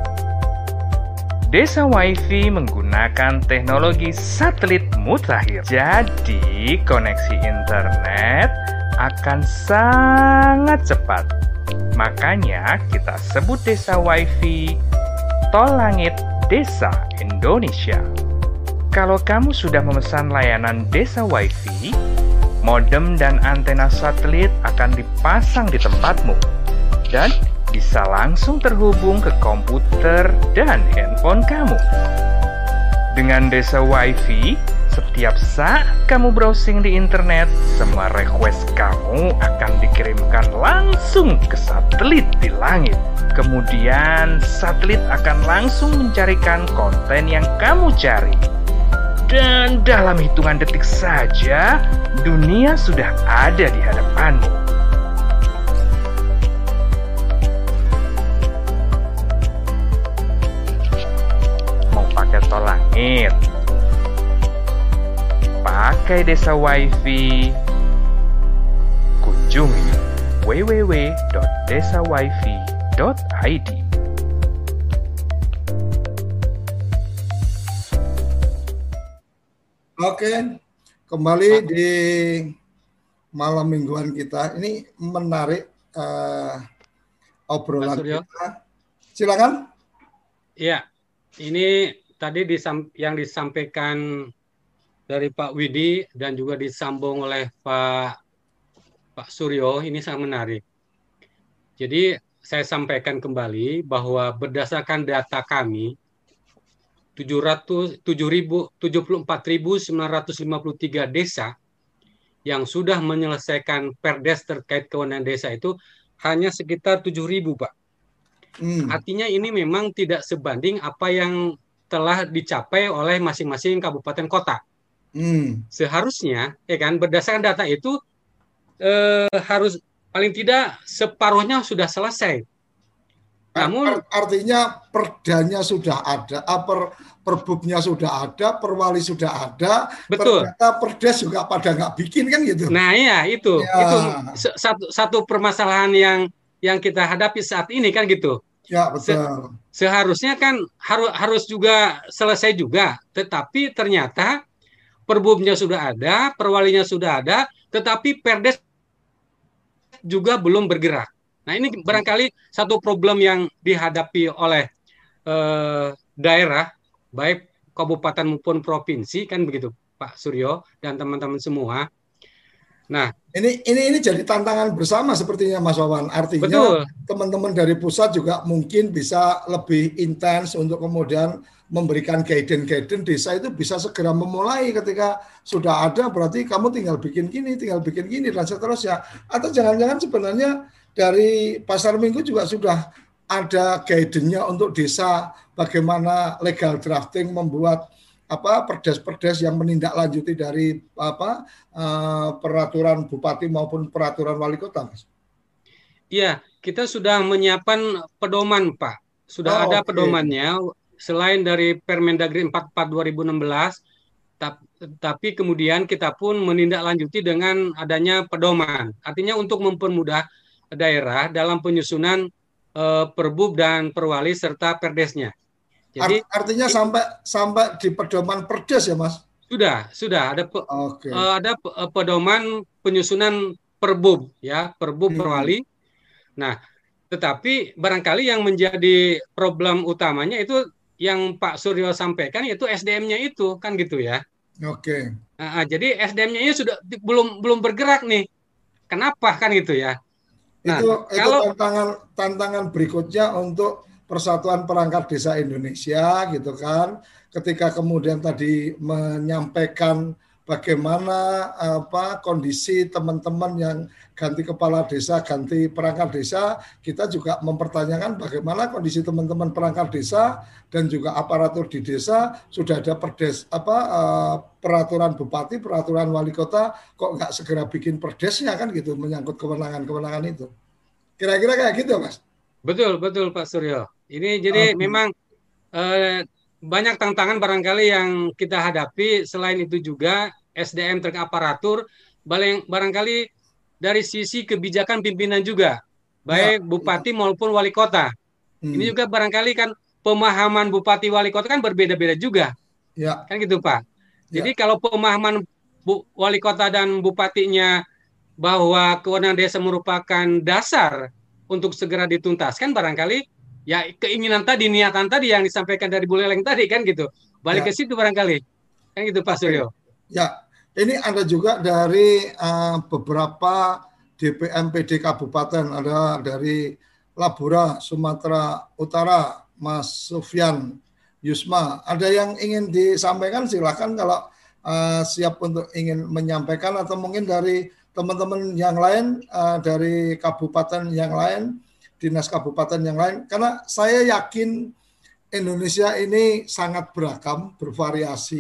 Desa WiFi menggunakan teknologi satelit mutakhir. Jadi koneksi internet akan sangat cepat. Makanya kita sebut Desa WiFi Tol Langit Desa Indonesia. Kalau kamu sudah memesan layanan Desa WiFi, modem dan antena satelit akan dipasang di tempatmu dan bisa langsung terhubung ke komputer dan handphone kamu. Dengan Desa WiFi, setiap saat kamu browsing di internet, semua request kamu akan dikirimkan langsung ke satelit di langit. Kemudian, satelit akan langsung mencarikan konten yang kamu cari. Dan dalam hitungan detik saja, dunia sudah ada di hadapanmu. Mau pakai tol langit, pakai desa wifi, kunjungi www.desawifi.id. Oke, kembali di malam mingguan kita. Ini menarik obrolan kita. Silakan. Iya, ini tadi yang disampaikan dari Pak Widi dan juga disambung oleh Pak Suryo, ini sangat menarik. Jadi saya sampaikan kembali bahwa berdasarkan data kami, 74.953 desa yang sudah menyelesaikan perdes terkait kewenangan desa itu hanya sekitar 7.000, Pak. Artinya ini memang tidak sebanding apa yang telah dicapai oleh masing-masing kabupaten kota. Seharusnya, ya kan, berdasarkan data itu harus paling tidak separuhnya sudah selesai. Namun artinya perdanya sudah ada, perbubnya sudah ada, perwali sudah ada, betul. Ternyata perdes juga pada nggak bikin kan gitu. Nah ya itu satu permasalahan yang kita hadapi saat ini kan gitu. Ya betul. Seharusnya kan harus juga selesai juga, tetapi ternyata perbubnya sudah ada, perwalinya sudah ada, tetapi perdes juga belum bergerak. Nah ini barangkali satu problem yang dihadapi oleh daerah, baik kabupaten maupun provinsi, kan begitu Pak Suryo dan teman-teman semua. Nah ini jadi tantangan bersama sepertinya Mas Wawan. Artinya teman-teman dari pusat juga mungkin bisa lebih intens untuk kemudian memberikan guidance desa itu bisa segera memulai ketika sudah ada, berarti kamu tinggal bikin gini dan seterusnya. Atau jangan-jangan sebenarnya dari Pasar Minggu juga sudah ada guidance-nya untuk desa bagaimana legal drafting membuat perdes-perdes yang menindaklanjuti dari peraturan bupati maupun peraturan wali kota, Mas. Iya, kita sudah menyiapkan pedoman, Pak. Sudah ada pedomannya selain dari Permendagri 44 2016, tapi kemudian kita pun menindaklanjuti dengan adanya pedoman. Artinya untuk mempermudah daerah dalam penyusunan perbub dan perwali serta perdesnya. Jadi artinya sampai di pedoman perdes ya, Mas? Sudah ada ada pedoman penyusunan perbub ya, perbub perwali. Nah, tetapi barangkali yang menjadi problem utamanya itu yang Pak Suryo sampaikan, yaitu SDM-nya itu kan gitu ya. Oke. Nah, jadi SDM-nya sudah belum bergerak nih. Kenapa kan gitu ya? Nah, itu tantangan berikutnya untuk Persatuan Perangkat Desa Indonesia gitu kan. Ketika kemudian tadi menyampaikan bagaimana kondisi teman-teman yang ganti kepala desa, ganti perangkat desa, kita juga mempertanyakan bagaimana kondisi teman-teman perangkat desa dan juga aparatur di desa. Sudah ada peraturan bupati, peraturan wali kota, kok nggak segera bikin perdesnya kan gitu, menyangkut kewenangan-kewenangan itu. Kira-kira kayak gitu, Mas? Betul Pak Suryo. Ini jadi memang banyak tantangan barangkali yang kita hadapi. Selain itu juga SDM terkait aparatur, barangkali dari sisi kebijakan pimpinan juga, baik bupati maupun wali kota. Ini juga barangkali kan pemahaman bupati wali kota kan berbeda-beda juga, kan gitu Pak. Jadi kalau pemahaman wali kota dan bupatinya bahwa kewenangan desa merupakan dasar untuk segera dituntaskan, barangkali ya keinginan tadi, niatan tadi yang disampaikan dari Bu Leleng tadi kan gitu. Balik ke situ barangkali. Kan gitu Pak Suryo. Ya, ini ada juga dari beberapa DPM PD Kabupaten, ada dari Labura, Sumatera Utara, Mas Sufyan Yusma. Ada yang ingin disampaikan, silakan kalau siap untuk ingin menyampaikan, atau mungkin dari teman-teman yang lain, dari kabupaten yang lain, dinas kabupaten yang lain, karena saya yakin Indonesia ini sangat beragam, bervariasi,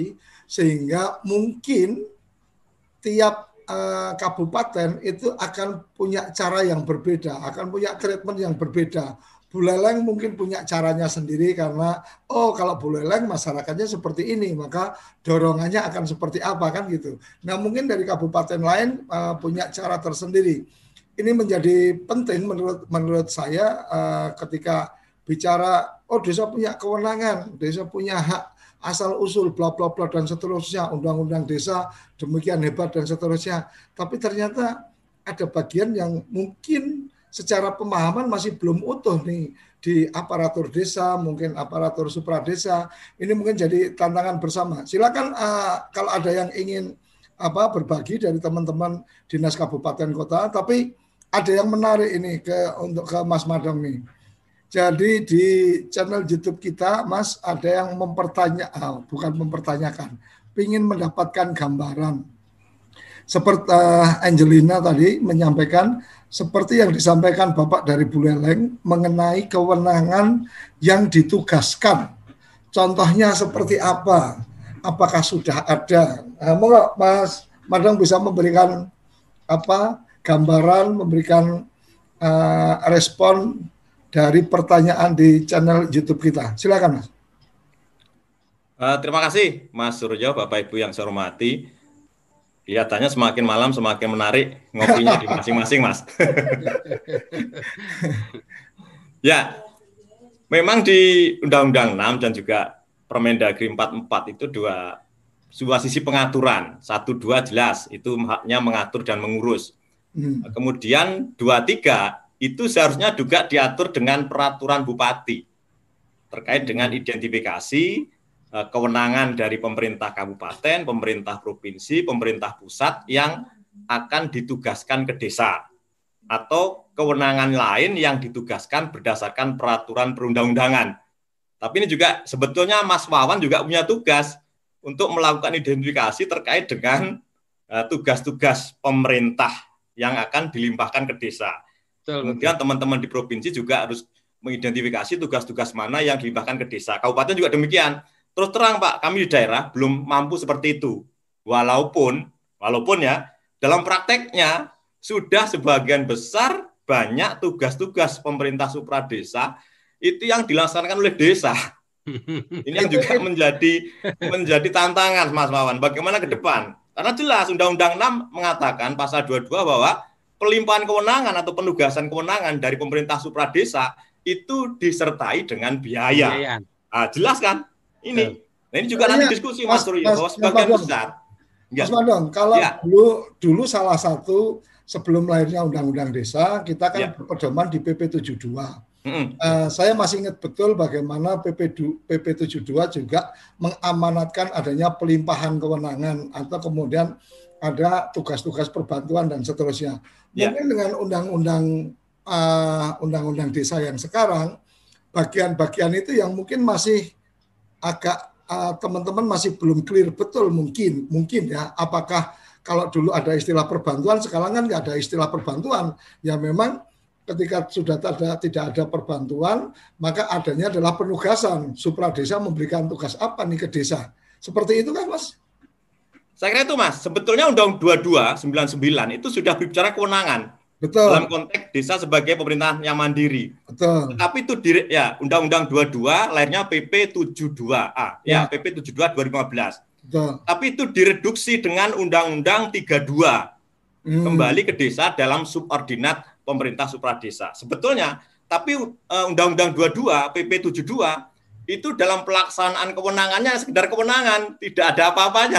Sehingga mungkin tiap kabupaten itu akan punya cara yang berbeda, akan punya treatment yang berbeda. Buleleng mungkin punya caranya sendiri karena kalau Buleleng masyarakatnya seperti ini, maka dorongannya akan seperti apa kan gitu. Nah mungkin dari kabupaten lain punya cara tersendiri. Ini menjadi penting menurut saya ketika bicara desa punya kewenangan, desa punya hak asal usul bla bla bla dan seterusnya, undang-undang desa demikian hebat dan seterusnya. Tapi ternyata ada bagian yang mungkin secara pemahaman masih belum utuh nih di aparatur desa, mungkin aparatur supradesa. Ini mungkin jadi tantangan bersama. Silakan kalau ada yang ingin berbagi dari teman-teman dinas kabupaten kota, tapi ada yang menarik ini untuk ke Mas Madang nih. Jadi di channel YouTube kita, Mas, ada yang bukan mempertanyakan, ingin mendapatkan gambaran. Seperti Angelina tadi menyampaikan, seperti yang disampaikan Bapak dari Buleleng mengenai kewenangan yang ditugaskan. Contohnya seperti apa? Apakah sudah ada? Monggo Mas Madang bisa memberikan gambaran, memberikan respon dari pertanyaan di channel YouTube kita. Silakan, Mas. Terima kasih, Mas Suryo, Bapak Ibu yang saya hormati. Kelihatannya semakin malam semakin menarik ngopinya di masing-masing, Mas. Ya, memang di Undang-Undang 6 dan juga Permendagri 44 itu dua sisi pengaturan. 1-2 jelas, itu haknya mengatur dan mengurus. Kemudian 2-3 itu seharusnya juga diatur dengan peraturan bupati terkait dengan identifikasi kewenangan dari pemerintah kabupaten, pemerintah provinsi, pemerintah pusat yang akan ditugaskan ke desa atau kewenangan lain yang ditugaskan berdasarkan peraturan perundang-undangan. Tapi ini juga sebetulnya Mas Wawan juga punya tugas untuk melakukan identifikasi terkait dengan tugas-tugas pemerintah yang akan dilimpahkan ke desa. Kemudian teman-teman di provinsi juga harus mengidentifikasi tugas-tugas mana yang dilimpahkan ke desa. Kabupaten juga demikian. Terus terang Pak, kami di daerah belum mampu seperti itu. Walaupun ya, dalam prakteknya sudah sebagian besar banyak tugas-tugas pemerintah supradesa itu yang dilaksanakan oleh desa. Ini yang juga menjadi tantangan Mas Wawan. Bagaimana ke depan? Karena jelas Undang-Undang 6 mengatakan pasal 22 bahwa pelimpahan kewenangan atau penugasan kewenangan dari pemerintah supradesa itu disertai dengan biaya. Jelas kan? Ini. Nah, ini juga nanti diskusi Mas Suryo bahwa sebagian besar. Mas Madang, kalau dulu salah satu sebelum lahirnya Undang-Undang Desa, kita kan berpedoman di PP 72. Saya masih ingat betul bagaimana PP 72 juga mengamanatkan adanya pelimpahan kewenangan atau kemudian ada tugas-tugas perbantuan dan seterusnya. Mungkin dengan undang-undang desa yang sekarang, bagian-bagian itu yang mungkin masih agak teman-teman masih belum clear betul mungkin ya. Apakah kalau dulu ada istilah perbantuan, sekarang kan nggak ada istilah perbantuan. Ya memang ketika sudah tidak ada perbantuan, maka adanya adalah penugasan. Supradesa memberikan tugas apa nih ke desa. Seperti itu kan, Mas? Saya kira itu Mas, sebetulnya Undang-Undang 2299 itu sudah berbicara kewenangan. Betul. Dalam konteks desa sebagai pemerintahan yang mandiri. Betul. Tetapi itu Undang-Undang 22 lahirnya PP 72A, PP 72 2015. Betul. Tapi itu direduksi dengan Undang-Undang 32. Kembali ke desa dalam subordinat pemerintah supradesa. Sebetulnya, tapi Undang-Undang 22 PP 72 itu dalam pelaksanaan kewenangannya sekedar kewenangan, tidak ada apa-apanya.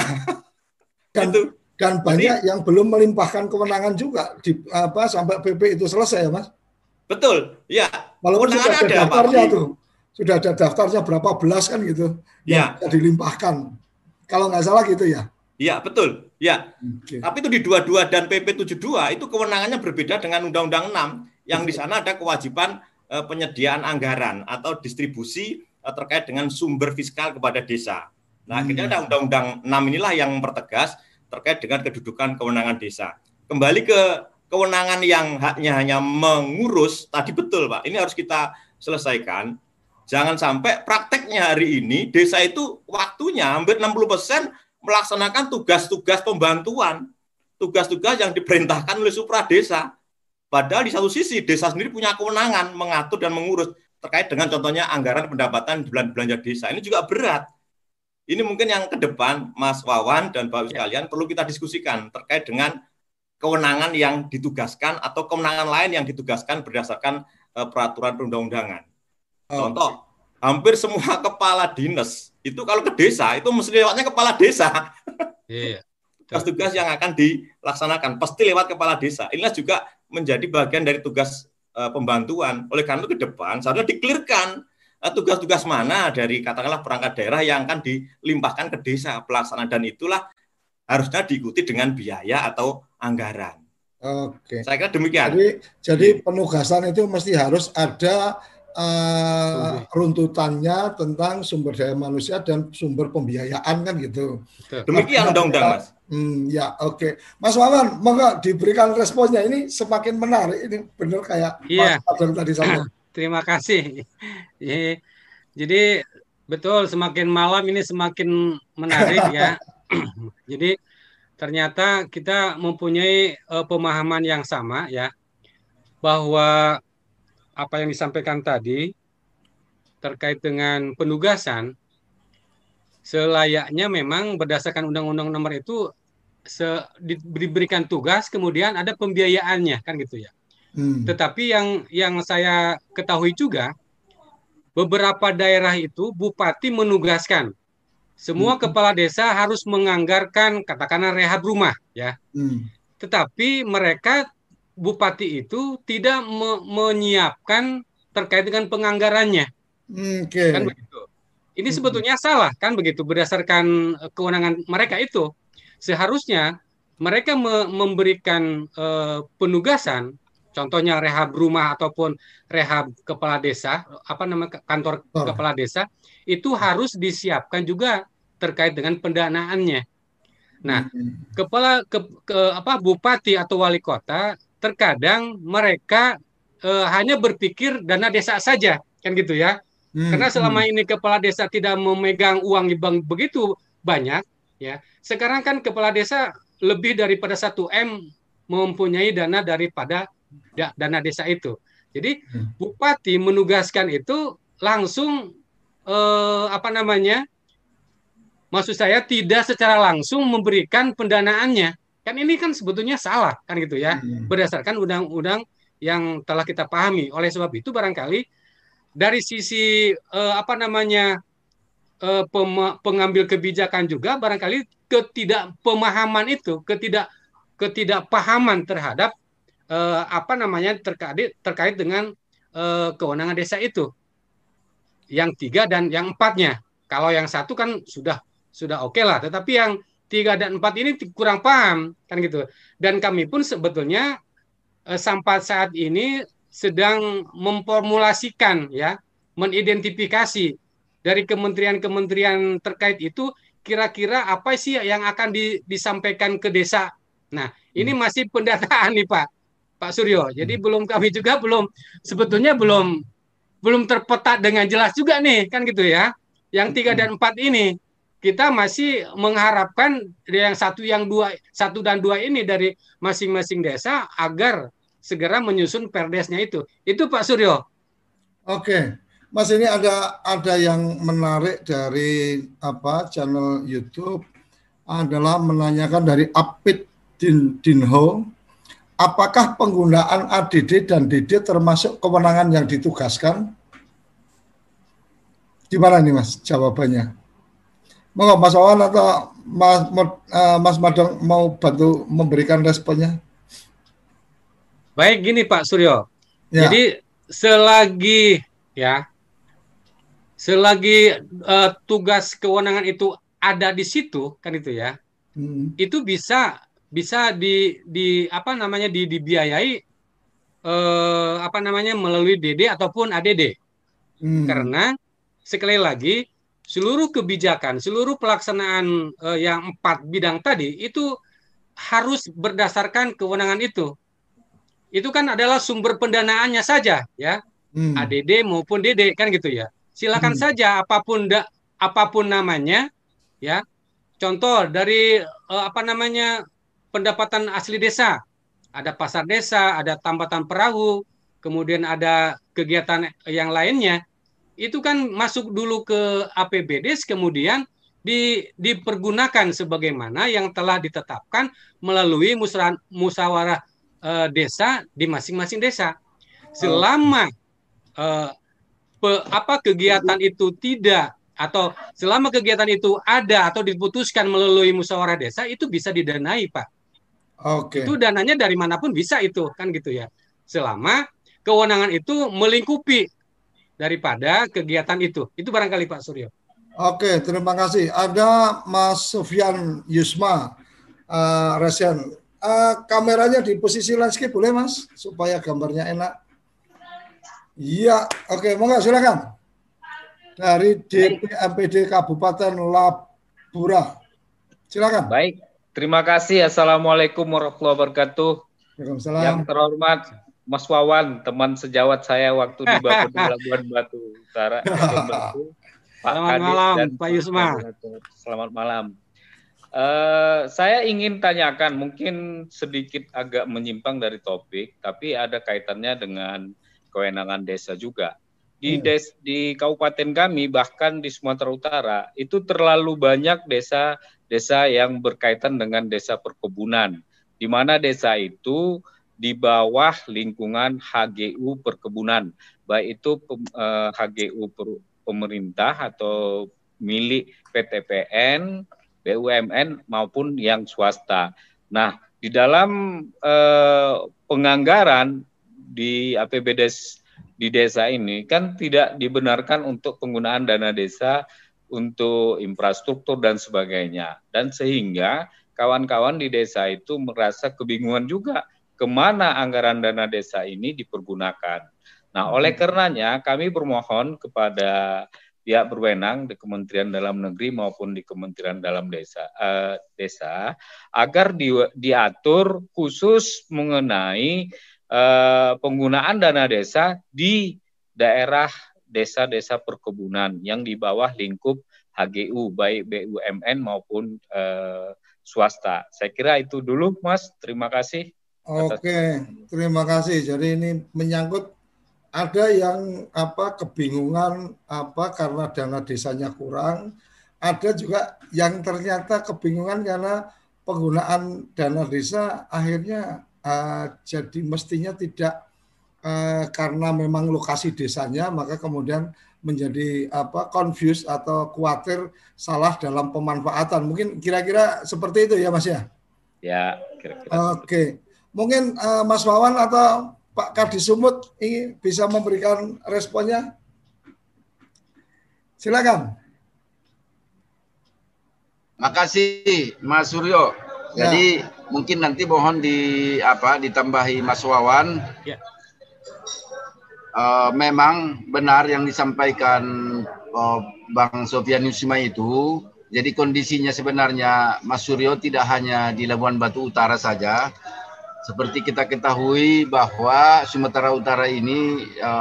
Dan banyak yang belum melimpahkan kewenangan juga sampai PP itu selesai ya Mas? Betul, ya. Walaupun sudah ada daftarnya sudah ada daftarnya berapa belas kan gitu, yang dilimpahkan. Kalau nggak salah gitu ya? Iya betul, ya. Tapi itu di 22 dan PP 72 itu kewenangannya berbeda dengan Undang-Undang 6 yang di sana ada kewajiban penyediaan anggaran atau distribusi terkait dengan sumber fiskal kepada desa. Nah, akhirnya ada Undang-Undang 6 inilah yang mempertegas terkait dengan kedudukan kewenangan desa. Kembali ke kewenangan yang haknya hanya mengurus, tadi betul Pak, ini harus kita selesaikan. Jangan sampai prakteknya hari ini desa itu waktunya hampir 60% melaksanakan tugas-tugas pembantuan, tugas-tugas yang diperintahkan oleh supradesa. Padahal di satu sisi desa sendiri punya kewenangan mengatur dan mengurus terkait dengan contohnya anggaran pendapatan bulan belanja desa. Ini juga berat. Ini mungkin yang ke depan Mas Wawan dan Bapak sekalian perlu kita diskusikan terkait dengan kewenangan yang ditugaskan atau kewenangan lain yang ditugaskan berdasarkan peraturan perundang-undangan. Contoh, hampir semua kepala dinas itu kalau ke desa itu mesti lewatnya kepala desa. Iya. Tugas-tugas yang akan dilaksanakan pasti lewat kepala desa. Inilah juga menjadi bagian dari tugas pembantuan. Oleh karena itu ke depan seharusnya dikelirkan tugas-tugas mana dari katakanlah perangkat daerah yang akan dilimpahkan ke desa pelaksanaan, dan itulah harusnya diikuti dengan biaya atau anggaran. Oke. Saya kira demikian. Jadi penugasan itu mesti harus ada runtutannya tentang sumber daya manusia dan sumber pembiayaan kan gitu. Demikian undang-undang, Mas. Ya, oke. Mas Wawan, monggo diberikan responnya. Ini semakin menarik. Ini benar kayak Mas Padang tadi sampaikan. Terima kasih. Jadi betul, semakin malam ini semakin menarik ya. Jadi ternyata kita mempunyai pemahaman yang sama ya, bahwa apa yang disampaikan tadi terkait dengan penugasan selayaknya memang berdasarkan Undang-Undang Nomor itu diberikan tugas kemudian ada pembiayaannya kan gitu ya. Tetapi yang saya ketahui juga beberapa daerah itu bupati menugaskan semua kepala desa harus menganggarkan katakanlah rehab rumah ya. Tetapi mereka bupati itu tidak menyiapkan terkait dengan penganggarannya. Kan begitu. Ini sebetulnya salah kan begitu berdasarkan kewenangan mereka itu. Seharusnya mereka memberikan penugasan, contohnya rehab rumah ataupun rehab kepala desa, kantor kepala desa, itu harus disiapkan juga terkait dengan pendanaannya. Nah, bupati atau wali kota terkadang mereka hanya berpikir dana desa saja, kan gitu ya. Karena selama ini kepala desa tidak memegang uang di bank begitu banyak, ya. Sekarang kan kepala desa lebih daripada 1M mempunyai dana daripada dana desa itu. Jadi bupati menugaskan itu langsung maksud saya tidak secara langsung memberikan pendanaannya. Kan ini kan sebetulnya salah kan gitu ya, berdasarkan undang-undang yang telah kita pahami. Oleh sebab itu barangkali dari sisi pengambil kebijakan juga barangkali ketidakpemahaman itu, ketidakpahaman terhadap terkait dengan kewenangan desa itu. Yang 3 dan yang 4-nya. Kalau yang 1 kan sudah oke lah, tetapi yang 3 dan 4 ini kurang paham kan gitu. Dan kami pun sebetulnya sampai saat ini sedang memformulasikan ya, mengidentifikasi dari kementerian-kementerian terkait itu kira-kira apa sih yang akan disampaikan ke desa. Nah, ini masih pendataan nih Pak Suryo. Jadi kami juga sebetulnya belum terpeta dengan jelas juga nih kan gitu ya. Yang 3 dan 4 ini kita masih mengharapkan yang 1 dan 2 ini dari masing-masing desa agar segera menyusun perdesnya itu. Itu Pak Suryo. Oke. Mas, ini ada yang menarik dari channel YouTube adalah menanyakan dari Apit Dinho, apakah penggunaan ADD dan DD termasuk kewenangan yang ditugaskan? Gimana nih Mas jawabannya? Mau Mas Wawan atau Mas Madang mau bantu memberikan responnya? Baik, gini Pak Suryo. Ya. Jadi selagi tugas kewenangan itu ada di situ kan itu ya, itu bisa dibiayai melalui DD ataupun ADD. Karena sekali lagi seluruh kebijakan, seluruh pelaksanaan yang 4 bidang tadi itu harus berdasarkan kewenangan itu. Itu kan adalah sumber pendanaannya saja ya, ADD maupun DD kan gitu ya. Silakan saja apapun namanya ya, contoh dari pendapatan asli desa, ada pasar desa, ada tambatan perahu, kemudian ada kegiatan yang lainnya, itu kan masuk dulu ke APBD, kemudian dipergunakan sebagaimana yang telah ditetapkan melalui musyawarah desa di masing-masing desa. Selama kegiatan itu tidak, atau selama kegiatan itu ada atau diputuskan melalui musyawarah desa, itu bisa didanai, Pak. Itu dananya dari manapun bisa itu, kan gitu ya. Selama kewenangan itu melingkupi daripada kegiatan itu. Itu barangkali Pak Suryo. Oke, terima kasih. Ada Mas Sofyan Yusma Resen. Kameranya di posisi landscape boleh Mas, supaya gambarnya enak. Iya, oke, monggo silakan. Dari DPMPD Kabupaten Labura. Silakan. Baik, terima kasih. Assalamualaikum warahmatullahi wabarakatuh. Waalaikumsalam. Yang terhormat Mas Wawan, teman sejawat saya waktu di Bapeda Labuan Batu Utara. Pak Selamat malam, Pak Yusma. Selamat malam. Saya ingin tanyakan, mungkin sedikit agak menyimpang dari topik, tapi ada kaitannya dengan kewenangan desa juga. Di kabupaten kami, bahkan di Sumatera Utara, itu terlalu banyak desa yang berkaitan dengan desa perkebunan, di mana desa itu di bawah lingkungan HGU perkebunan, baik itu HGU pemerintah atau milik PTPN, BUMN maupun yang swasta. Nah, di dalam penganggaran di APBD di desa ini kan tidak dibenarkan untuk penggunaan dana desa untuk infrastruktur dan sebagainya. Dan sehingga kawan-kawan di desa itu merasa kebingungan juga kemana anggaran dana desa ini dipergunakan. Nah, oleh karenanya kami bermohon kepada pihak berwenang di Kementerian Dalam Negeri maupun di Kementerian Dalam Desa agar diatur khusus mengenai penggunaan dana desa di daerah desa-desa perkebunan yang di bawah lingkup HGU, baik BUMN maupun swasta. Saya kira itu dulu, Mas. Terima kasih. Oke, terima kasih. Jadi ini menyangkut ada yang kebingungan karena dana desanya kurang, ada juga yang ternyata kebingungan karena penggunaan dana desa akhirnya jadi mestinya tidak karena memang lokasi desanya, maka kemudian menjadi confused atau khawatir salah dalam pemanfaatan. Mungkin kira-kira seperti itu ya Mas ya? Ya, kira-kira. Oke. Mungkin Mas Wawan atau Pak Kadis Sumut ini bisa memberikan responnya. Silakan. Makasih Mas Suryo. Jadi mungkin nanti mohon ditambahi Mas Wawan. Ya. Memang benar yang disampaikan Bang Sofyan Yusma itu. Jadi kondisinya sebenarnya Mas Suryo tidak hanya di Labuan Batu Utara saja. Seperti kita ketahui bahwa Sumatera Utara ini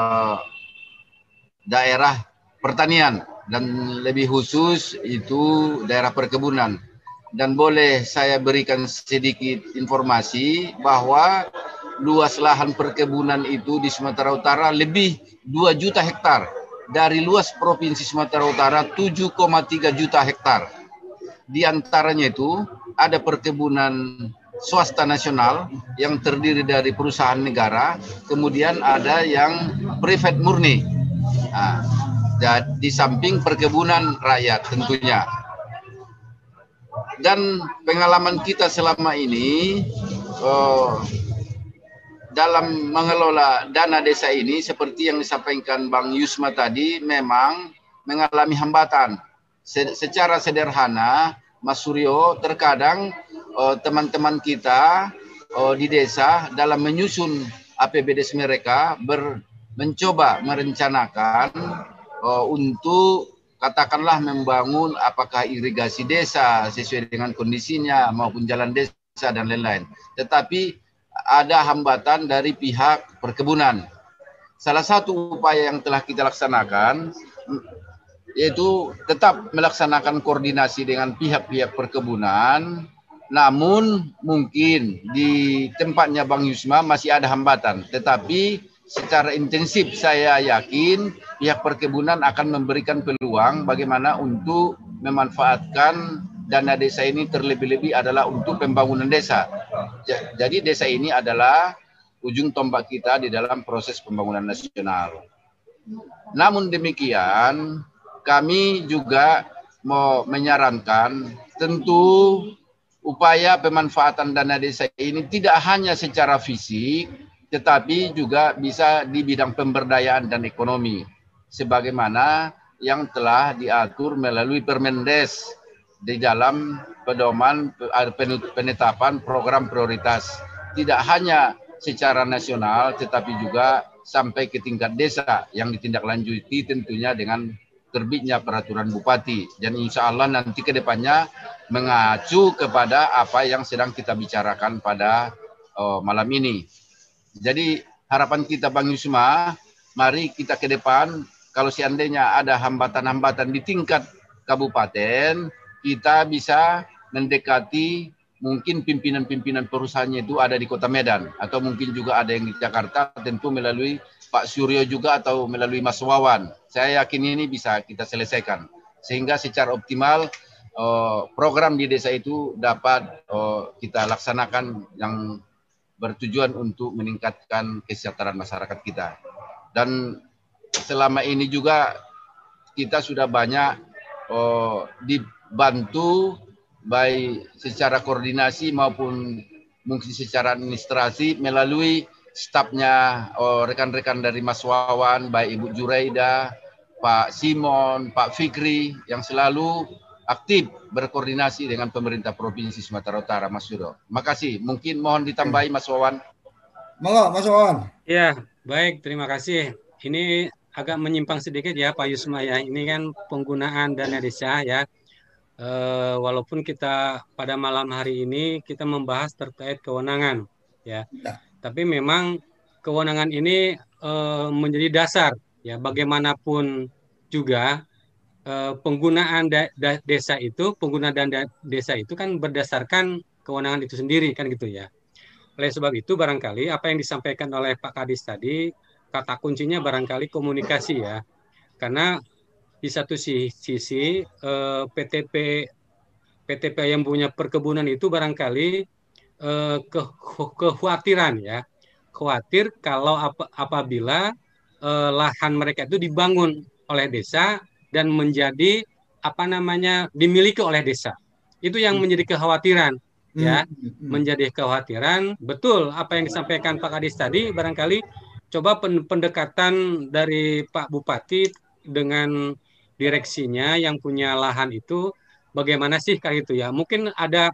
daerah pertanian dan lebih khusus itu daerah perkebunan. Dan boleh saya berikan sedikit informasi bahwa luas lahan perkebunan itu di Sumatera Utara lebih 2 juta hektar. Dari luas Provinsi Sumatera Utara 7,3 juta hektar. Di antaranya itu ada perkebunan swasta nasional yang terdiri dari perusahaan negara, kemudian ada yang private murni. Nah, di samping perkebunan rakyat tentunya. Dan pengalaman kita selama ini dalam mengelola dana desa ini seperti yang disampaikan Bang Yusma tadi memang mengalami hambatan. Secara sederhana, Mas Suryo, terkadang teman-teman kita di desa dalam menyusun APBD mereka mencoba merencanakan untuk katakanlah membangun apakah irigasi desa sesuai dengan kondisinya maupun jalan desa dan lain-lain. Tetapi ada hambatan dari pihak perkebunan. Salah satu upaya yang telah kita laksanakan yaitu tetap melaksanakan koordinasi dengan pihak-pihak perkebunan, namun mungkin di tempatnya Bang Yusma masih ada hambatan, tetapi secara intensif saya yakin pihak perkebunan akan memberikan peluang bagaimana untuk memanfaatkan dana desa ini, terlebih-lebih adalah untuk pembangunan desa. Jadi desa ini adalah ujung tombak kita di dalam proses pembangunan nasional. Namun demikian, kami juga mau menyarankan tentu upaya pemanfaatan dana desa ini tidak hanya secara fisik, tetapi juga bisa di bidang pemberdayaan dan ekonomi, sebagaimana yang telah diatur melalui Permendes di dalam pedoman penetapan program prioritas, tidak hanya secara nasional, tetapi juga sampai ke tingkat desa yang ditindaklanjuti tentunya dengan terbitnya peraturan bupati. Dan insya Allah nanti ke depannya mengacu kepada apa yang sedang kita bicarakan pada malam ini. Jadi harapan kita Bang Yusma, mari kita ke depan, kalau seandainya ada hambatan-hambatan di tingkat kabupaten, kita bisa mendekati mungkin pimpinan-pimpinan perusahaannya itu ada di Kota Medan, atau mungkin juga ada yang di Jakarta, tentu melalui Pak Suryo juga atau melalui Mas Wawan. Saya yakin ini bisa kita selesaikan, sehingga secara optimal program di desa itu dapat kita laksanakan yang bertujuan untuk meningkatkan kesejahteraan masyarakat kita. Dan selama ini juga kita sudah banyak dibantu baik secara koordinasi maupun mungkin secara administrasi melalui stafnya rekan-rekan dari Mas Wawan, baik Ibu Juraida, Pak Simon, Pak Fikri yang selalu aktif berkoordinasi dengan pemerintah Provinsi Sumatera Utara, Mas Yuro. Makasih. Mungkin mohon ditambahi Mas Wawan. Monggo, Mas Wawan. Ya, baik. Terima kasih. Ini agak menyimpang sedikit ya Pak Yusma ya. Ini kan penggunaan dana desa ya. Walaupun kita pada malam hari ini kita membahas terkait kewenangan ya. Tapi memang kewenangan ini menjadi dasar ya, bagaimanapun juga penggunaan desa itu, penggunaan dana desa itu kan berdasarkan kewenangan itu sendiri kan gitu ya. Oleh sebab itu barangkali apa yang disampaikan oleh Pak Kadis tadi, kata kuncinya barangkali komunikasi ya. Karena di satu sisi PTP yang punya perkebunan itu barangkali kekhawatiran ya, khawatir kalau apabila lahan mereka itu dibangun oleh desa dan menjadi dimiliki oleh desa, itu yang menjadi kekhawatiran ya, menjadi kekhawatiran. Betul apa yang disampaikan Pak Kadis tadi, barangkali coba pendekatan dari Pak Bupati dengan direksinya yang punya lahan itu bagaimana sih kayak gitu ya. Mungkin ada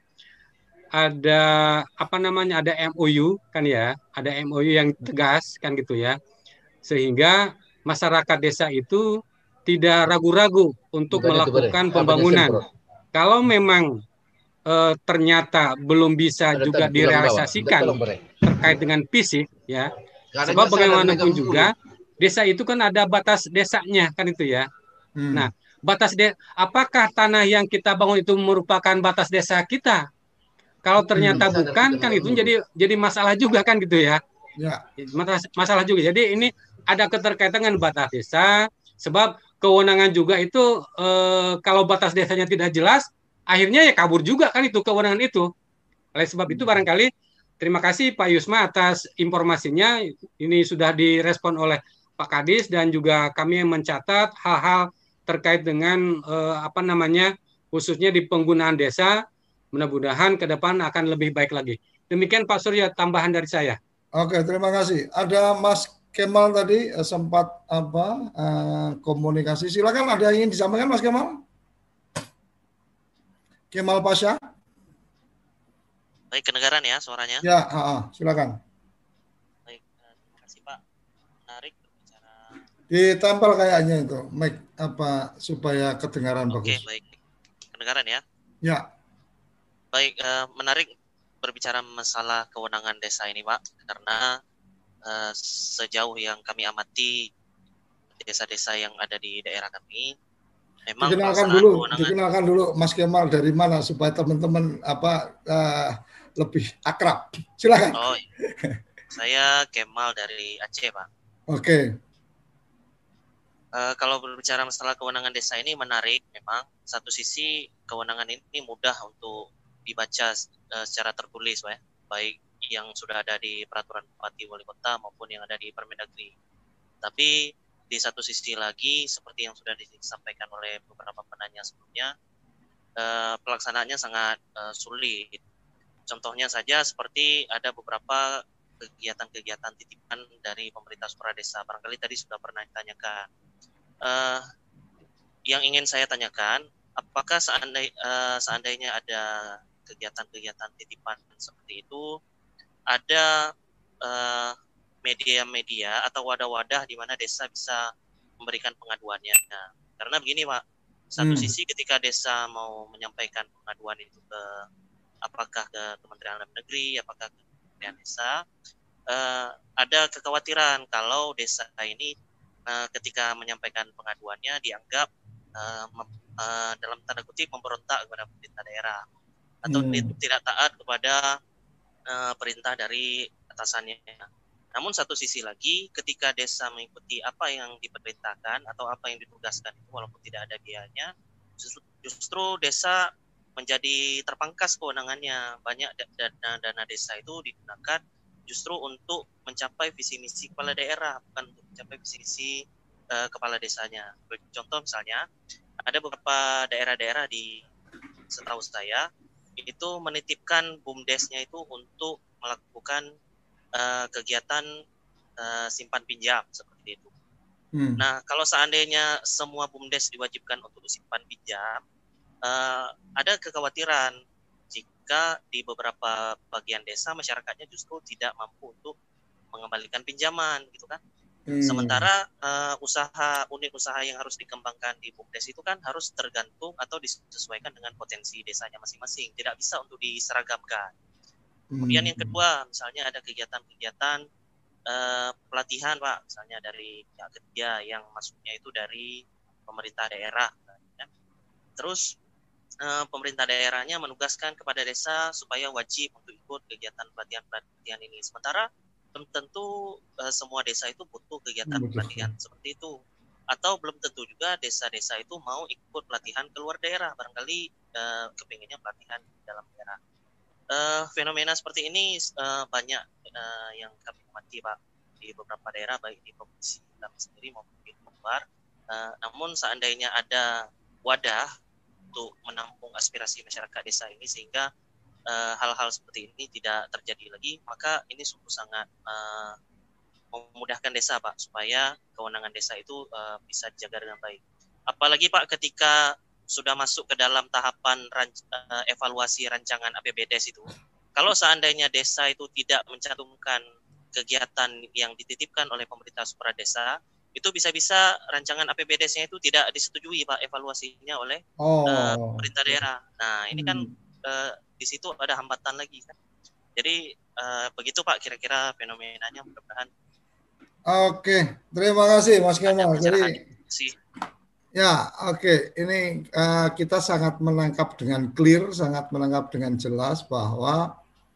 MOU kan ya, ada MOU yang tegas kan gitu ya, sehingga masyarakat desa itu tidak ragu-ragu untuk melakukan pembangunan. Kalau memang ternyata belum bisa juga direalisasikan terkait dengan fisik ya, sebab bagaimanapun juga desa itu kan ada batas desanya kan itu ya. Nah, apakah tanah yang kita bangun itu merupakan batas desa kita? Kalau ternyata bukan, kan itu jadi masalah juga kan gitu ya. Masalah juga. Jadi ini ada keterkaitan dengan batas desa, sebab kewenangan juga itu kalau batas desanya tidak jelas, akhirnya ya kabur juga kan itu kewenangan itu. Oleh sebab itu barangkali terima kasih Pak Yusma atas informasinya. Ini sudah direspon oleh Pak Kadis dan juga kami yang mencatat hal-hal terkait dengan khususnya di penggunaan desa. Mudah-mudahan ke depan akan lebih baik lagi. Demikian Pak Surya, tambahan dari saya. Oke, terima kasih. Ada Mas Kemal tadi sempat komunikasi. Silakan, ada yang ingin disampaikan Mas Kemal? Kemal Pasha. Baik, kedengaran ya suaranya? Ya, silakan. Baik, terima kasih Pak. Menarik berbicara. Ditempel kayaknya itu mic supaya kedengaran bagus. Oke, baik. Kedengaran ya? Ya. Baik, menarik berbicara masalah kewenangan desa ini Pak, karena sejauh yang kami amati desa-desa yang ada di daerah kami, memang dikenalkan dulu Mas Kemal dari mana supaya teman-teman lebih akrab. Silakan. Oh, saya Kemal dari Aceh, Pak. Oke. Kalau berbicara masalah kewenangan desa ini menarik, memang satu sisi kewenangan ini mudah untuk dibaca secara tertulis, Pak, baik yang sudah ada di peraturan Bupati Wali Kota maupun yang ada di Permendagri. Tapi di satu sisi lagi, seperti yang sudah disampaikan oleh beberapa penanya sebelumnya, pelaksanaannya sangat sulit. Contohnya saja seperti ada beberapa kegiatan-kegiatan titipan dari pemerintah Suradesa. Barangkali tadi sudah pernah ditanyakan. Yang ingin saya tanyakan, apakah seandainya ada kegiatan-kegiatan titipan seperti itu, ada media-media atau wadah-wadah di mana desa bisa memberikan pengaduannya. Nah, karena begini, Pak, satu sisi ketika desa mau menyampaikan pengaduan itu apakah ke Kementerian Dalam Negeri, apakah ke Kementerian Desa, ada kekhawatiran kalau desa ini ketika menyampaikan pengaduannya dianggap dalam tanda kutip memberontak kepada pemerintah daerah atau tidak taat kepada perintah dari atasannya. Namun satu sisi lagi, ketika desa mengikuti apa yang diperintahkan atau apa yang ditugaskan itu walaupun tidak ada biayanya, justru desa menjadi terpangkas kewenangannya. Banyak dana desa itu digunakan justru untuk mencapai visi misi kepala daerah, bukan untuk mencapai visi misi kepala desanya. Contoh misalnya, ada beberapa daerah-daerah di setahu saya itu menitipkan BUMDes-nya itu untuk melakukan kegiatan simpan pinjam seperti itu. Nah, kalau seandainya semua BUMDes diwajibkan untuk simpan pinjam, ada kekhawatiran jika di beberapa bagian desa masyarakatnya justru tidak mampu untuk mengembalikan pinjaman, gitu kan? Sementara unit usaha yang harus dikembangkan di BUMDes itu kan harus tergantung atau disesuaikan dengan potensi desanya masing-masing, tidak bisa untuk diseragamkan. Kemudian yang kedua, misalnya ada kegiatan-kegiatan pelatihan, Pak, misalnya dari pihak ketiga yang masuknya itu dari pemerintah daerah. Ya. Terus pemerintah daerahnya menugaskan kepada desa supaya wajib untuk ikut kegiatan pelatihan ini. Sementara belum tentu semua desa itu butuh kegiatan pelatihan seperti itu. Atau belum tentu juga desa-desa itu mau ikut pelatihan keluar daerah. Barangkali kepinginnya pelatihan di dalam daerah. Fenomena seperti ini banyak yang kami amati, Pak, di beberapa daerah baik di provinsi kami sendiri maupun di luar. Namun seandainya ada wadah untuk menampung aspirasi masyarakat desa ini sehingga hal-hal seperti ini tidak terjadi lagi, maka ini sungguh sangat memudahkan desa, Pak, supaya kewenangan desa itu bisa dijaga dengan baik. Apalagi, Pak, ketika sudah masuk ke dalam tahapan evaluasi rancangan APBDes itu. Kalau seandainya desa itu tidak mencantumkan kegiatan yang dititipkan oleh pemerintah supradesa, itu bisa-bisa rancangan APBDes-nya itu tidak disetujui, Pak, evaluasinya oleh pemerintah daerah. Nah, ini kan di situ ada hambatan lagi kan. Jadi begitu, Pak, kira-kira fenomenanya, mudah-mudahan. Oke, terima kasih Mas Kemal. Jadi ya, oke. Ini kita sangat menangkap dengan clear, sangat menangkap dengan jelas bahwa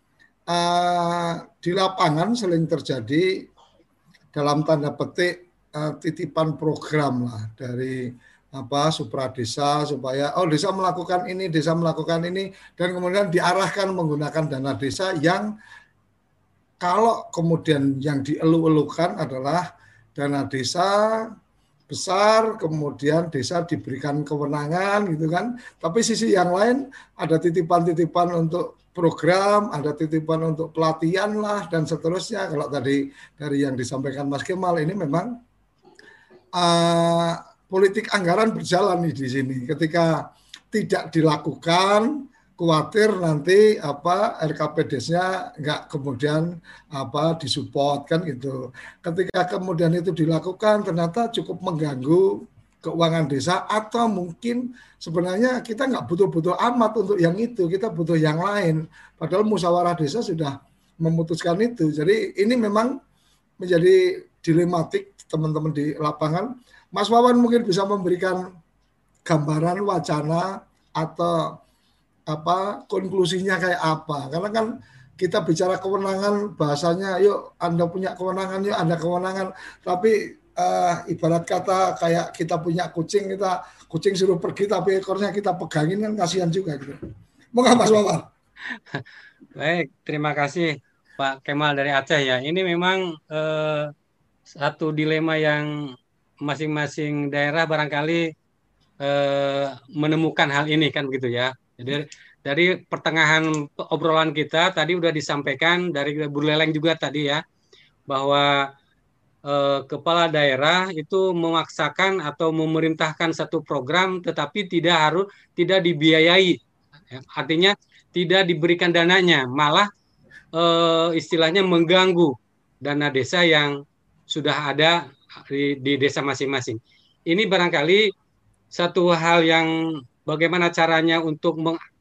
di lapangan sering terjadi dalam tanda petik titipan program lah dari supradesa supaya desa melakukan ini, desa melakukan ini, dan kemudian diarahkan menggunakan dana desa yang kalau kemudian yang dielu-elukan adalah dana desa besar, kemudian desa diberikan kewenangan gitu kan. Tapi sisi yang lain ada titipan-titipan untuk program, ada titipan untuk pelatihan lah dan seterusnya. Kalau tadi dari yang disampaikan Mas Kemal ini memang politik anggaran berjalan nih di sini. Ketika tidak dilakukan, khawatir nanti RKPDes-nya nggak kemudian disupport kan gitu. Ketika kemudian itu dilakukan ternyata cukup mengganggu keuangan desa atau mungkin sebenarnya kita nggak butuh-butuh amat untuk yang itu, kita butuh yang lain. Padahal musyawarah desa sudah memutuskan itu. Jadi ini memang menjadi dilematik teman-teman di lapangan. Mas Wawan mungkin bisa memberikan gambaran wacana atau konklusinya kayak apa. Karena kan kita bicara kewenangan, bahasanya yuk Anda punya kewenangan, yuk Anda kewenangan. Tapi ibarat kata kayak kita punya kucing, kucing suruh pergi tapi ekornya kita pegangin, kan kasihan juga gitu. Moga Mas Wawan. Baik, terima kasih Pak Kemal dari Aceh ya. Ini memang satu dilema yang masing-masing daerah barangkali menemukan hal ini kan begitu ya. Jadi dari pertengahan obrolan kita tadi udah disampaikan dari Bu Leleng juga tadi ya, bahwa kepala daerah itu memaksakan atau memerintahkan satu program tetapi tidak dibiayai. Artinya tidak diberikan dananya, malah istilahnya mengganggu dana desa yang sudah ada di desa masing-masing. Ini barangkali satu hal yang bagaimana caranya untuk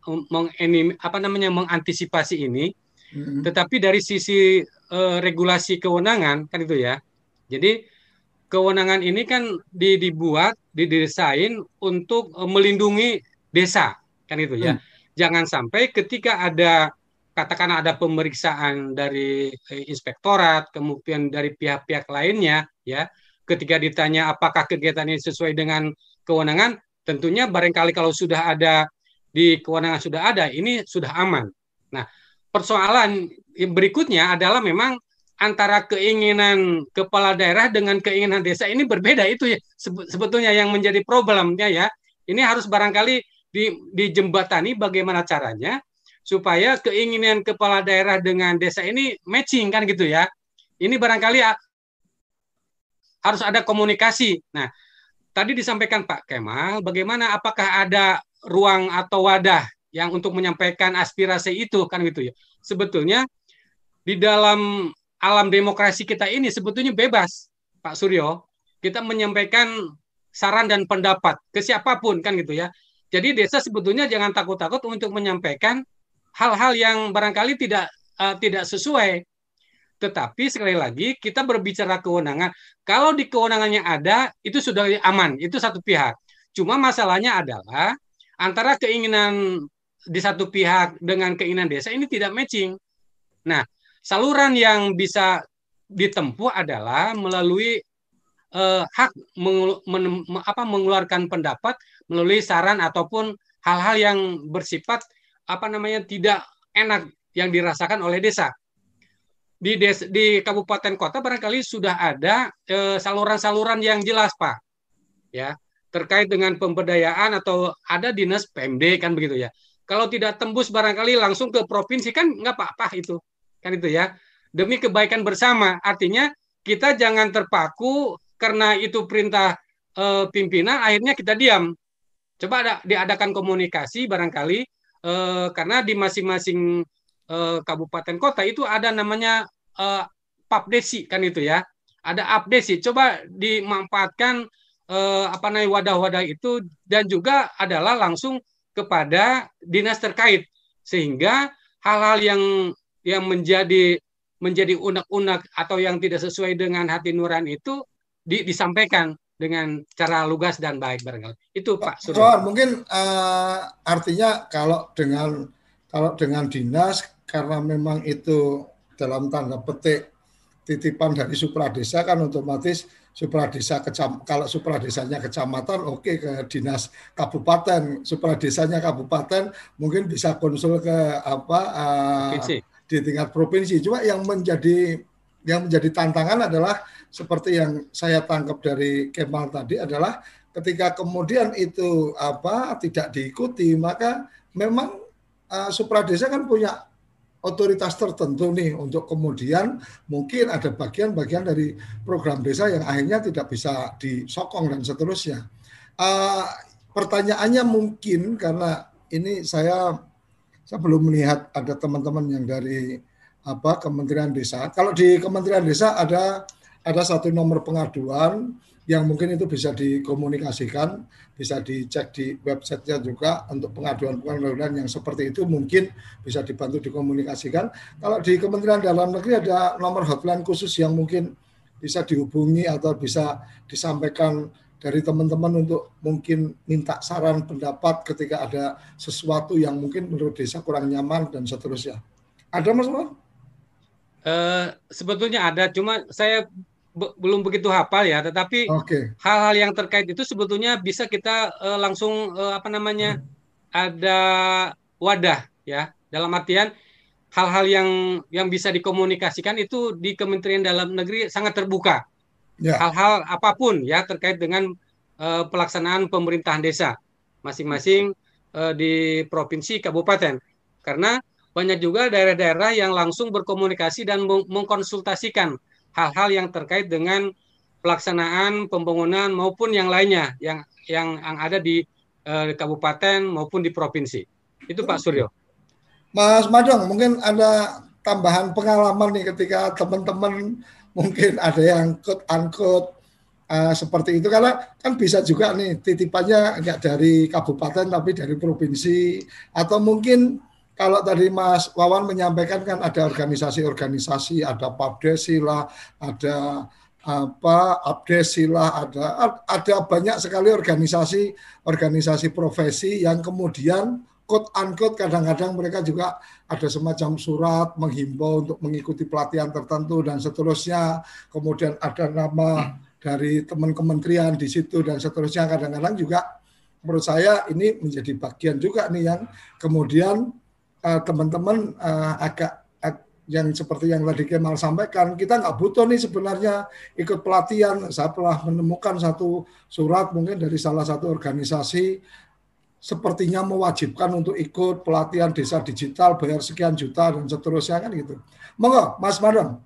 mengantisipasi ini. Tetapi dari sisi regulasi kewenangan kan itu ya. Jadi kewenangan ini kan didesain untuk melindungi desa kan itu ya. Jangan sampai ketika katakan ada pemeriksaan dari inspektorat, kemudian dari pihak-pihak lainnya, ya, ketika ditanya apakah kegiatan ini sesuai dengan kewenangan, tentunya barangkali kalau sudah ada di kewenangan sudah ada, ini sudah aman. Nah, persoalan berikutnya adalah memang antara keinginan kepala daerah dengan keinginan desa ini berbeda, itu ya sebetulnya yang menjadi problemnya ya. Ini harus barangkali dijembatani bagaimana caranya supaya keinginan kepala daerah dengan desa ini matching kan gitu ya. Ini barangkali harus ada komunikasi. Nah, tadi disampaikan Pak Kemal, bagaimana apakah ada ruang atau wadah yang untuk menyampaikan aspirasi itu kan gitu ya. Sebetulnya di dalam alam demokrasi kita ini sebetulnya bebas, Pak Suryo. Kita menyampaikan saran dan pendapat ke siapapun kan gitu ya. Jadi desa sebetulnya jangan takut-takut untuk menyampaikan hal-hal yang barangkali tidak sesuai. Tetapi sekali lagi kita berbicara kewenangan. Kalau di kewenangannya ada, itu sudah aman. Itu satu pihak. Cuma masalahnya adalah antara keinginan di satu pihak dengan keinginan desa ini tidak matching. Nah, saluran yang bisa ditempuh adalah melalui hak mengeluarkan pendapat melalui saran ataupun hal-hal yang bersifat tidak enak yang dirasakan oleh desa. Di kabupaten kota barangkali sudah ada saluran-saluran yang jelas, Pak. Ya, terkait dengan pemberdayaan atau ada dinas PMD kan begitu ya. Kalau tidak tembus barangkali langsung ke provinsi kan nggak apa-apa itu. Kan itu ya. Demi kebaikan bersama. Artinya kita jangan terpaku karena itu perintah pimpinan akhirnya kita diam. Coba diadakan komunikasi barangkali karena di masing-masing kabupaten kota itu ada namanya PAPDESI kan itu ya. Ada APDESI. Coba dimanfaatkan wadah-wadah itu dan juga adalah langsung kepada dinas terkait sehingga hal-hal yang menjadi unek-unek atau yang tidak sesuai dengan hati nurani itu disampaikan dengan cara lugas dan baik barangkali. Itu Pak Suryo. Mungkin artinya kalau dengan dinas karena memang itu dalam tanda petik titipan dari supradesa kan otomatis supradesa kalau supradesanya kecamatan ke dinas kabupaten, supradesanya kabupaten mungkin bisa konsul ke di tingkat provinsi. Cuma yang menjadi tantangan adalah seperti yang saya tangkap dari Kemal tadi adalah ketika kemudian itu tidak diikuti, maka memang supradesa kan punya otoritas tertentu nih untuk kemudian mungkin ada bagian-bagian dari program desa yang akhirnya tidak bisa disokong dan seterusnya. Pertanyaannya mungkin karena ini saya belum melihat ada teman-teman yang dari Kementerian Desa. Kalau di Kementerian Desa ada satu nomor pengaduan yang mungkin itu bisa dikomunikasikan, bisa dicek di websitenya juga untuk pengaduan-pengaduan yang seperti itu mungkin bisa dibantu dikomunikasikan. Kalau di Kementerian Dalam Negeri ada nomor hotline khusus yang mungkin bisa dihubungi atau bisa disampaikan dari teman-teman untuk mungkin minta saran pendapat ketika ada sesuatu yang mungkin menurut desa kurang nyaman dan seterusnya. Ada Mas Wawan? Sebetulnya ada, cuma saya belum begitu hafal ya, tetapi hal-hal yang terkait itu sebetulnya bisa kita langsung ada wadah ya, dalam artian hal-hal yang bisa dikomunikasikan itu di Kementerian Dalam Negeri sangat terbuka. Hal-hal apapun ya terkait dengan pelaksanaan pemerintahan desa masing-masing di provinsi kabupaten, karena banyak juga daerah-daerah yang langsung berkomunikasi dan mengkonsultasikan hal-hal yang terkait dengan pelaksanaan pembangunan maupun yang lainnya yang ada di kabupaten maupun di provinsi. Itu Pak Suryo. Mas Madong, mungkin ada tambahan pengalaman nih ketika teman-teman mungkin ada yang quote-unquote seperti itu, karena kan bisa juga nih titipannya nggak dari kabupaten tapi dari provinsi, atau mungkin kalau tadi Mas Wawan menyampaikan kan ada organisasi-organisasi, ada Papdesi lah, ada Abdesi lah, ada banyak sekali organisasi profesi yang kemudian quote unquote kadang-kadang mereka juga ada semacam surat menghimbau untuk mengikuti pelatihan tertentu dan seterusnya. Kemudian ada nama dari teman kementerian di situ dan seterusnya. Kadang-kadang juga menurut saya ini menjadi bagian juga nih yang kemudian teman-teman agak yang seperti yang tadi Kemal sampaikan, kita nggak butuh nih sebenarnya ikut pelatihan. Saya telah menemukan satu surat mungkin dari salah satu organisasi sepertinya mewajibkan untuk ikut pelatihan desa digital, bayar sekian juta dan seterusnya kan gitu. Monggo Mas Madong.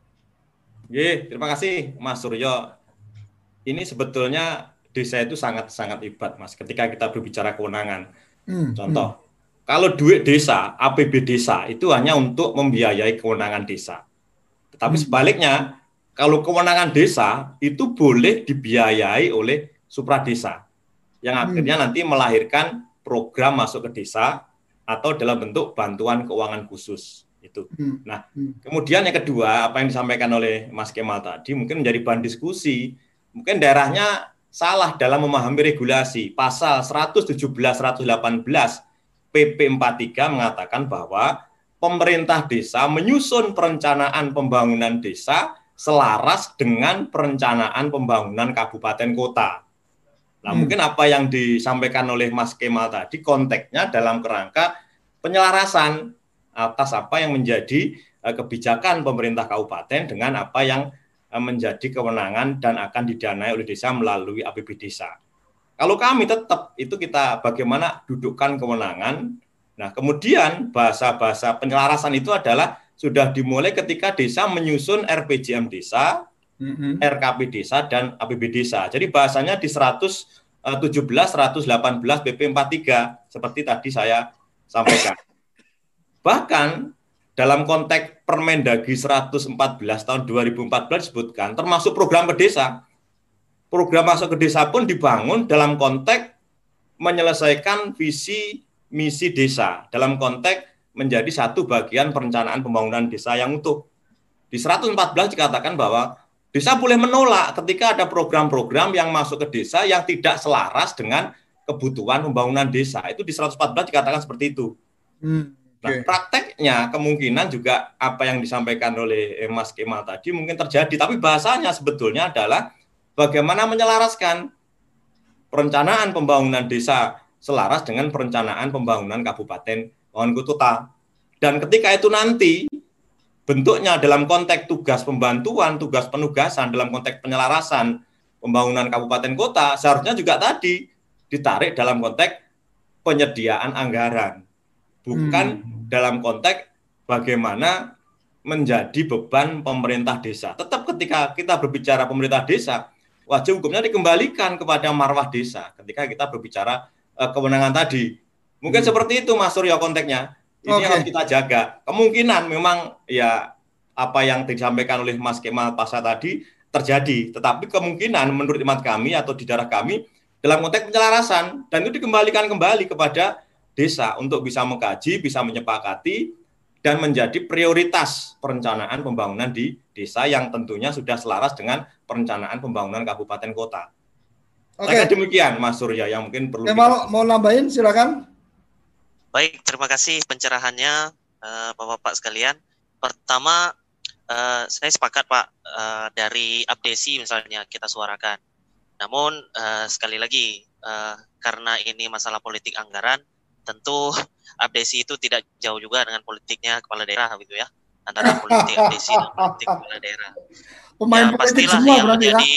Terima kasih Mas Suryo. Ini sebetulnya desa itu sangat-sangat hebat Mas ketika kita berbicara kewenangan. Contoh, kalau duit desa, APB desa itu hanya untuk membiayai kewenangan desa. Tetapi sebaliknya, kalau kewenangan desa itu boleh dibiayai oleh supradesa yang akhirnya nanti melahirkan program masuk ke desa atau dalam bentuk bantuan keuangan khusus itu. Nah, kemudian yang kedua, apa yang disampaikan oleh Mas Kemal tadi mungkin menjadi bahan diskusi. Mungkin daerahnya salah dalam memahami regulasi. Pasal 117, 118 PP 43 mengatakan bahwa pemerintah desa menyusun perencanaan pembangunan desa selaras dengan perencanaan pembangunan kabupaten kota. Nah, mungkin apa yang disampaikan oleh Mas Kemal tadi konteksnya dalam kerangka penyelarasan atas apa yang menjadi kebijakan pemerintah kabupaten dengan apa yang menjadi kewenangan dan akan didanai oleh desa melalui APB desa. Kalau kami tetap itu kita bagaimana dudukkan kewenangan. Nah, kemudian bahasa-bahasa penyelarasan itu adalah sudah dimulai ketika desa menyusun RPJM desa, RKP desa, dan APB desa. Jadi bahasanya di 117, 118 PP 43 seperti tadi saya sampaikan. Bahkan dalam konteks Permendagri 114 tahun 2014 disebutkan termasuk program ke desa. Program masuk ke desa pun dibangun dalam konteks menyelesaikan visi misi desa, dalam konteks menjadi satu bagian perencanaan pembangunan desa yang utuh. Di 114 dikatakan bahwa desa boleh menolak ketika ada program-program yang masuk ke desa yang tidak selaras dengan kebutuhan pembangunan desa. Itu di 114 dikatakan seperti itu. Nah, prakteknya kemungkinan juga apa yang disampaikan oleh Mas Kemal tadi mungkin terjadi, tapi bahasanya sebetulnya adalah bagaimana menyelaraskan perencanaan pembangunan desa selaras dengan perencanaan pembangunan kabupaten kota. Dan ketika itu nanti bentuknya dalam konteks tugas pembantuan, tugas penugasan, dalam konteks penyelarasan pembangunan kabupaten kota, seharusnya juga tadi ditarik dalam konteks penyediaan anggaran. Bukan dalam konteks bagaimana menjadi beban pemerintah desa. Tetap ketika kita berbicara pemerintah desa, wajib hukumnya dikembalikan kepada marwah desa ketika kita berbicara kewenangan tadi. Mungkin seperti itu Mas Suryo konteksnya. Ini harus kita jaga. Kemungkinan memang ya apa yang disampaikan oleh Mas Kemal Pasha tadi terjadi, tetapi kemungkinan menurut imat kami atau di daerah kami dalam konteks penyelarasan dan itu dikembalikan kembali kepada desa untuk bisa mengkaji, bisa menyepakati dan menjadi prioritas perencanaan pembangunan di desa yang tentunya sudah selaras dengan perencanaan pembangunan kabupaten kota. Saya demikian Mas Surya yang mungkin perlu. Mau nambahin silakan. Baik, terima kasih pencerahannya Bapak-bapak sekalian. Pertama, saya sepakat Pak, dari abdesi misalnya kita suarakan. Namun sekali lagi, karena ini masalah politik anggaran, tentu abdesi itu tidak jauh juga dengan politiknya kepala daerah gitu ya, antara politik abdesi dan politik kepala daerah. Pemain pastilah yang menjadi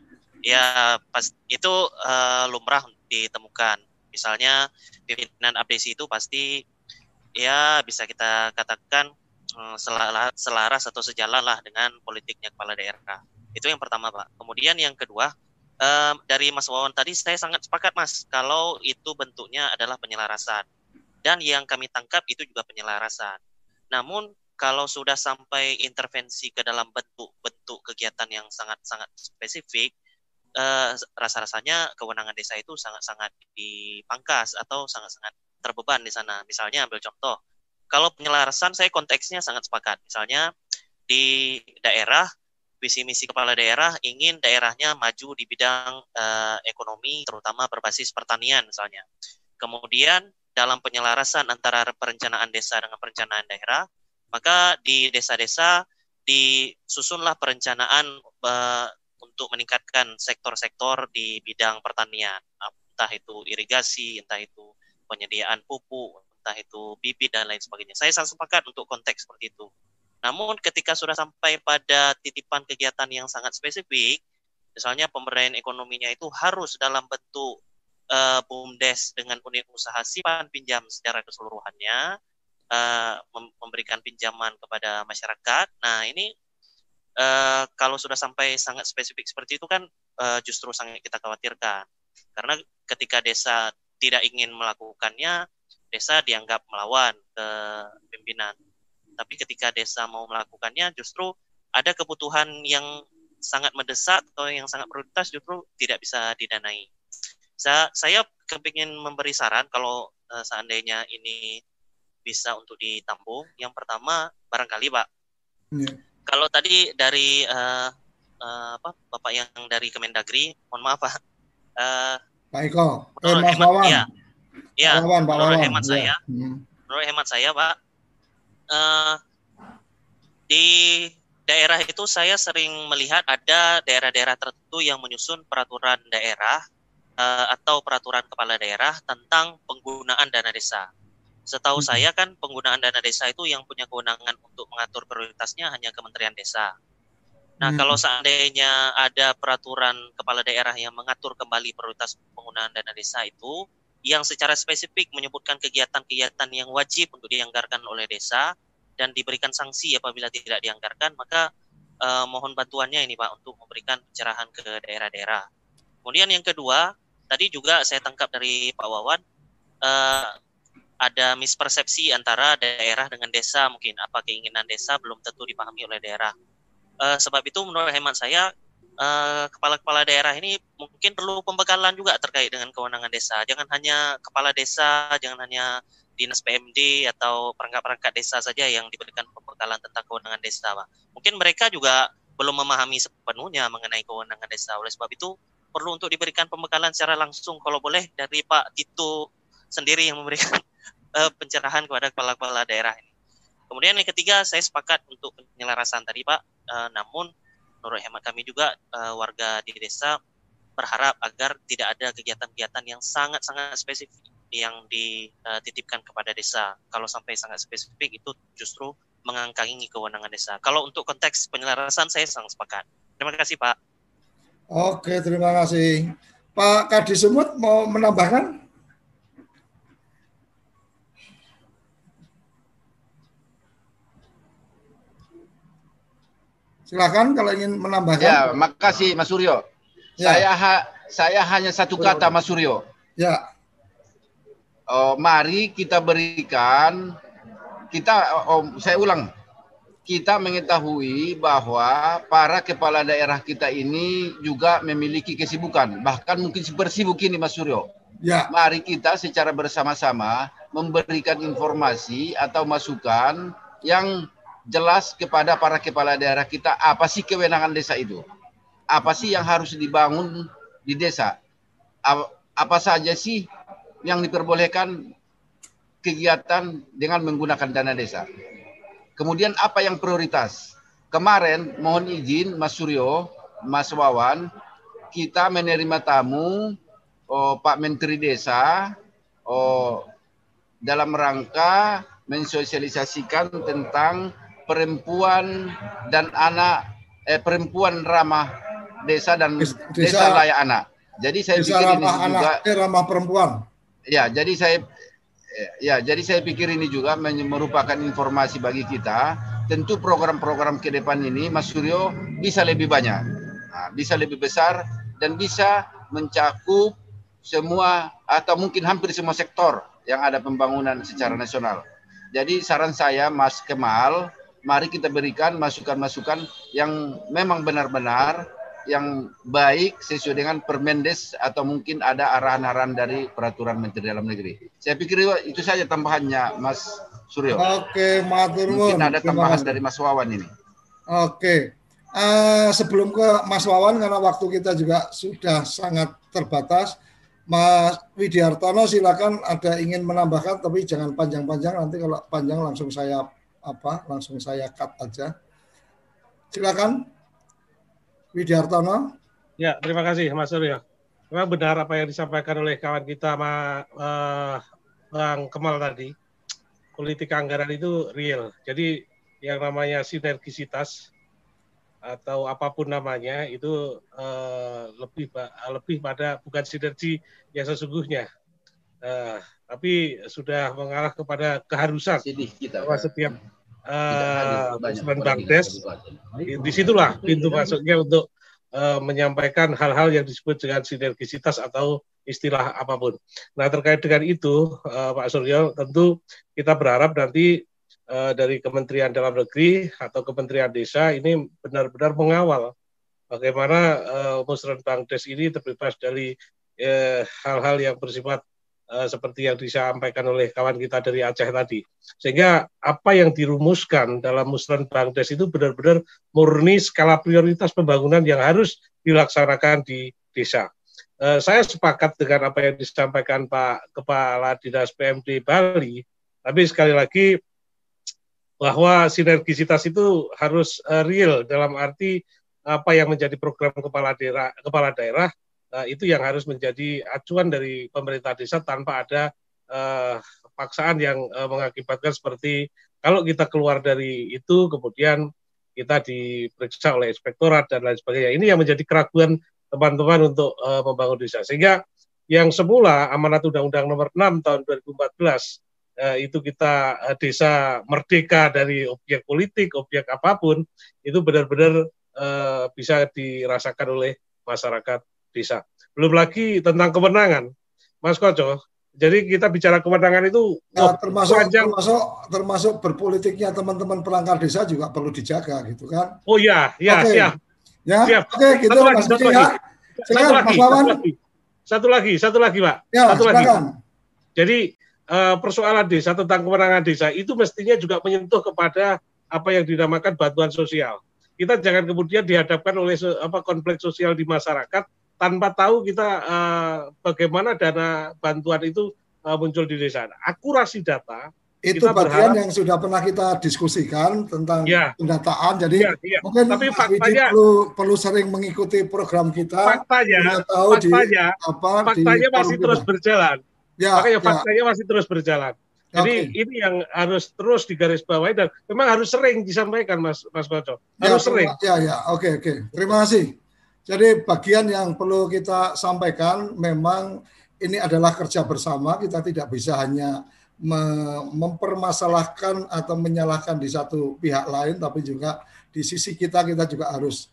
itu lumrah ditemukan. Misalnya pimpinan abdesi itu pasti ya bisa kita katakan selaras atau sejalan lah dengan politiknya kepala daerah. Itu yang pertama Pak. Kemudian yang kedua, dari Mas Wawan tadi saya sangat sepakat Mas, kalau itu bentuknya adalah penyelarasan. Dan yang kami tangkap itu juga penyelarasan. Namun kalau sudah sampai intervensi ke dalam bentuk kegiatan yang sangat-sangat spesifik, rasa-rasanya kewenangan desa itu sangat-sangat dipangkas atau sangat-sangat terbeban di sana. Misalnya ambil contoh, kalau penyelarasan saya konteksnya sangat sepakat. Misalnya di daerah, visi misi kepala daerah ingin daerahnya maju di bidang ekonomi, terutama berbasis pertanian misalnya. Kemudian dalam penyelarasan antara perencanaan desa dengan perencanaan daerah, maka di desa-desa disusunlah perencanaan untuk meningkatkan sektor-sektor di bidang pertanian, entah itu irigasi, entah itu penyediaan pupuk, entah itu bibit dan lain sebagainya. Saya sangat sepakat untuk konteks seperti itu. Namun ketika sudah sampai pada titipan kegiatan yang sangat spesifik, misalnya pemberdayaan ekonominya itu harus dalam bentuk BUMDes dengan unit usaha simpan pinjam secara keseluruhannya, memberikan pinjaman kepada masyarakat. Nah ini kalau sudah sampai sangat spesifik seperti itu kan justru sangat kita khawatirkan. Karena ketika desa tidak ingin melakukannya, desa dianggap melawan ke pimpinan. Tapi ketika desa mau melakukannya, justru ada kebutuhan yang sangat mendesak atau yang sangat prioritas justru tidak bisa didanai. Saya kepingin memberi saran kalau seandainya ini bisa untuk ditampung. Yang pertama, barangkali Pak, kalau tadi dari Bapak yang dari Kemendagri, mohon maaf Pak. Pak Eko, Mas Wawan. Menurut hemat saya Pak, di daerah itu saya sering melihat ada daerah-daerah tertentu yang menyusun peraturan daerah atau peraturan kepala daerah tentang penggunaan dana desa. Setahu saya kan penggunaan dana desa itu yang punya kewenangan untuk mengatur prioritasnya hanya Kementerian Desa. Nah, kalau seandainya ada peraturan kepala daerah yang mengatur kembali prioritas penggunaan dana desa itu, yang secara spesifik menyebutkan kegiatan-kegiatan yang wajib untuk dianggarkan oleh desa dan diberikan sanksi apabila tidak dianggarkan, maka mohon bantuannya ini Pak untuk memberikan pencerahan ke daerah-daerah. Kemudian yang kedua, tadi juga saya tangkap dari Pak Wawan, ada mispersepsi antara daerah dengan desa, mungkin apa keinginan desa belum tentu dipahami oleh daerah. Sebab itu menurut hemat saya, kepala-kepala daerah ini mungkin perlu pembekalan juga terkait dengan kewenangan desa. Jangan hanya kepala desa, jangan hanya dinas PMD atau perangkat-perangkat desa saja yang diberikan pembekalan tentang kewenangan desa, Pak. Mungkin mereka juga belum memahami sepenuhnya mengenai kewenangan desa. Oleh sebab itu perlu untuk diberikan pembekalan secara langsung, kalau boleh dari Pak Tito sendiri yang memberikan pencerahan kepada kepala-kepala daerah ini. Kemudian yang ketiga, saya sepakat untuk penyelarasan tadi Pak, namun menurut hemat kami juga warga di desa berharap agar tidak ada kegiatan-kegiatan yang sangat-sangat spesifik yang dititipkan kepada desa. Kalau sampai sangat spesifik itu justru mengangkangi kewenangan desa. Kalau untuk konteks penyelarasan saya sangat sepakat. Terima kasih Pak. Oke, terima kasih. Pak Kadis Sumut mau menambahkan? Silakan kalau ingin menambahkan. Ya, makasih Mas Suryo. Ya. Saya hanya satu kata Mas Suryo. Ya. Mari kita berikan, saya ulang, kita mengetahui bahwa para kepala daerah kita ini juga memiliki kesibukan, bahkan mungkin bersibuk ini Mas Suryo. Ya. Mari kita secara bersama-sama memberikan informasi atau masukan yang jelas kepada para kepala daerah kita, apa sih kewenangan desa itu? Apa sih yang harus dibangun di desa? apa saja sih yang diperbolehkan kegiatan dengan menggunakan dana desa. Kemudian apa yang prioritas? Kemarin mohon izin Mas Suryo, Mas Wawan, kita menerima tamu Pak Menteri Desa dalam rangka mensosialisasikan tentang perempuan dan anak, perempuan ramah desa dan desa layak anak. Jadi saya pikir ini juga ramah perempuan. Jadi saya pikir ini juga merupakan informasi bagi kita. Tentu program-program ke depan ini Mas Suryo bisa lebih banyak, bisa lebih besar dan bisa mencakup semua atau mungkin hampir semua sektor yang ada pembangunan secara nasional. Jadi saran saya Mas Kemal, mari kita berikan masukan-masukan yang memang benar-benar yang baik sesuai dengan Permendes atau mungkin ada arahan-arahan dari peraturan Menteri Dalam Negeri. Saya pikir itu saja tambahannya Mas Suryo. Oke, matur nuwun. Mungkin ada tambahan dari Mas Wawan ini. Oke. Sebelum ke Mas Wawan karena waktu kita juga sudah sangat terbatas, Mas Widiartono silakan ada ingin menambahkan tapi jangan panjang-panjang, nanti kalau panjang langsung saya cut aja. Silakan. Widiartono. Ya, terima kasih Mas Suryo. Memang benar apa yang disampaikan oleh kawan kita Bang Kemal tadi. Politik anggaran itu real. Jadi yang namanya sinergisitas atau apapun namanya itu lebih pada bukan sinergi yang sesungguhnya. Tapi sudah mengarah kepada keharusan bahwa setiap Bangdes, disitulah pintu masuknya untuk menyampaikan hal-hal yang disebut dengan sinergisitas atau istilah apapun. Nah terkait dengan itu Pak Suryo, tentu kita berharap nanti dari Kementerian Dalam Negeri atau Kementerian Desa ini benar-benar mengawal bagaimana Musren Bangdes ini terbebas dari hal-hal yang bersifat seperti yang disampaikan oleh kawan kita dari Aceh tadi. Sehingga apa yang dirumuskan dalam Musren Bangdes itu benar-benar murni skala prioritas pembangunan yang harus dilaksanakan di desa. Saya sepakat dengan apa yang disampaikan Pak Kepala Dinas PMD Bali, tapi sekali lagi bahwa sinergisitas itu harus real dalam arti apa yang menjadi program kepala daerah itu yang harus menjadi acuan dari pemerintah desa tanpa ada paksaan yang mengakibatkan seperti kalau kita keluar dari itu kemudian kita diperiksa oleh inspektorat dan lain sebagainya. Ini yang menjadi keraguan teman-teman untuk membangun desa. Sehingga yang semula amanat Undang-Undang Nomor 6 tahun 2014 itu kita desa merdeka dari objek politik, objek apapun, itu benar-benar bisa dirasakan oleh masyarakat desa. Belum lagi tentang kewenangan, Mas Koco. Jadi kita bicara kewenangan itu termasuk berpolitiknya teman-teman perangkat desa juga perlu dijaga gitu kan. Oh iya, siap. Ya, oke, gitu Mas Budi ya. Silakan Mas Wawan. Satu lagi Pak. Ya, satu silakan. lagi. Jadi persoalan desa tentang kewenangan desa itu mestinya juga menyentuh kepada apa yang dinamakan bantuan sosial. Kita jangan kemudian dihadapkan oleh konflik sosial di masyarakat tanpa tahu kita bagaimana dana bantuan itu muncul di desa. Akurasi data itu bagian yang sudah pernah kita diskusikan tentang pendataan. Jadi mungkin tapi Mas Widi perlu sering mengikuti program kita. Faktanya masih terus berjalan. Faktanya masih terus berjalan. Jadi ini yang harus terus digarisbawahi dan memang harus sering disampaikan Mas Koco. Harus sering. Oke. Terima kasih. Jadi bagian yang perlu kita sampaikan memang ini adalah kerja bersama. Kita tidak bisa hanya mempermasalahkan atau menyalahkan di satu pihak lain, tapi juga di sisi kita juga harus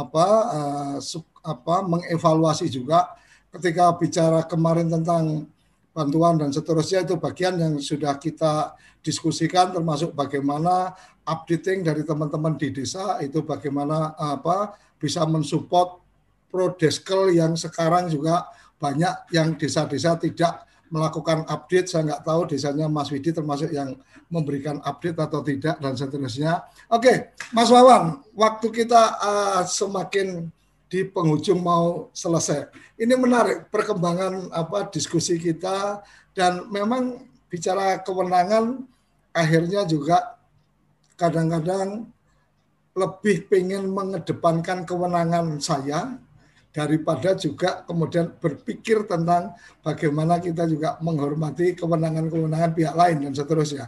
mengevaluasi juga. Ketika bicara kemarin tentang bantuan dan seterusnya, itu bagian yang sudah kita diskusikan, termasuk bagaimana updating dari teman-teman di desa itu bagaimana bisa mensupport Prodeskel yang sekarang juga banyak yang desa-desa tidak melakukan update. Saya nggak tahu desanya Mas Widi termasuk yang memberikan update atau tidak dan seterusnya. Oke, Mas Wawan, waktu kita semakin di penghujung mau selesai. Ini menarik perkembangan diskusi kita, dan memang bicara kewenangan akhirnya juga kadang-kadang lebih pengen mengedepankan kewenangan saya daripada juga kemudian berpikir tentang bagaimana kita juga menghormati kewenangan-kewenangan pihak lain dan seterusnya.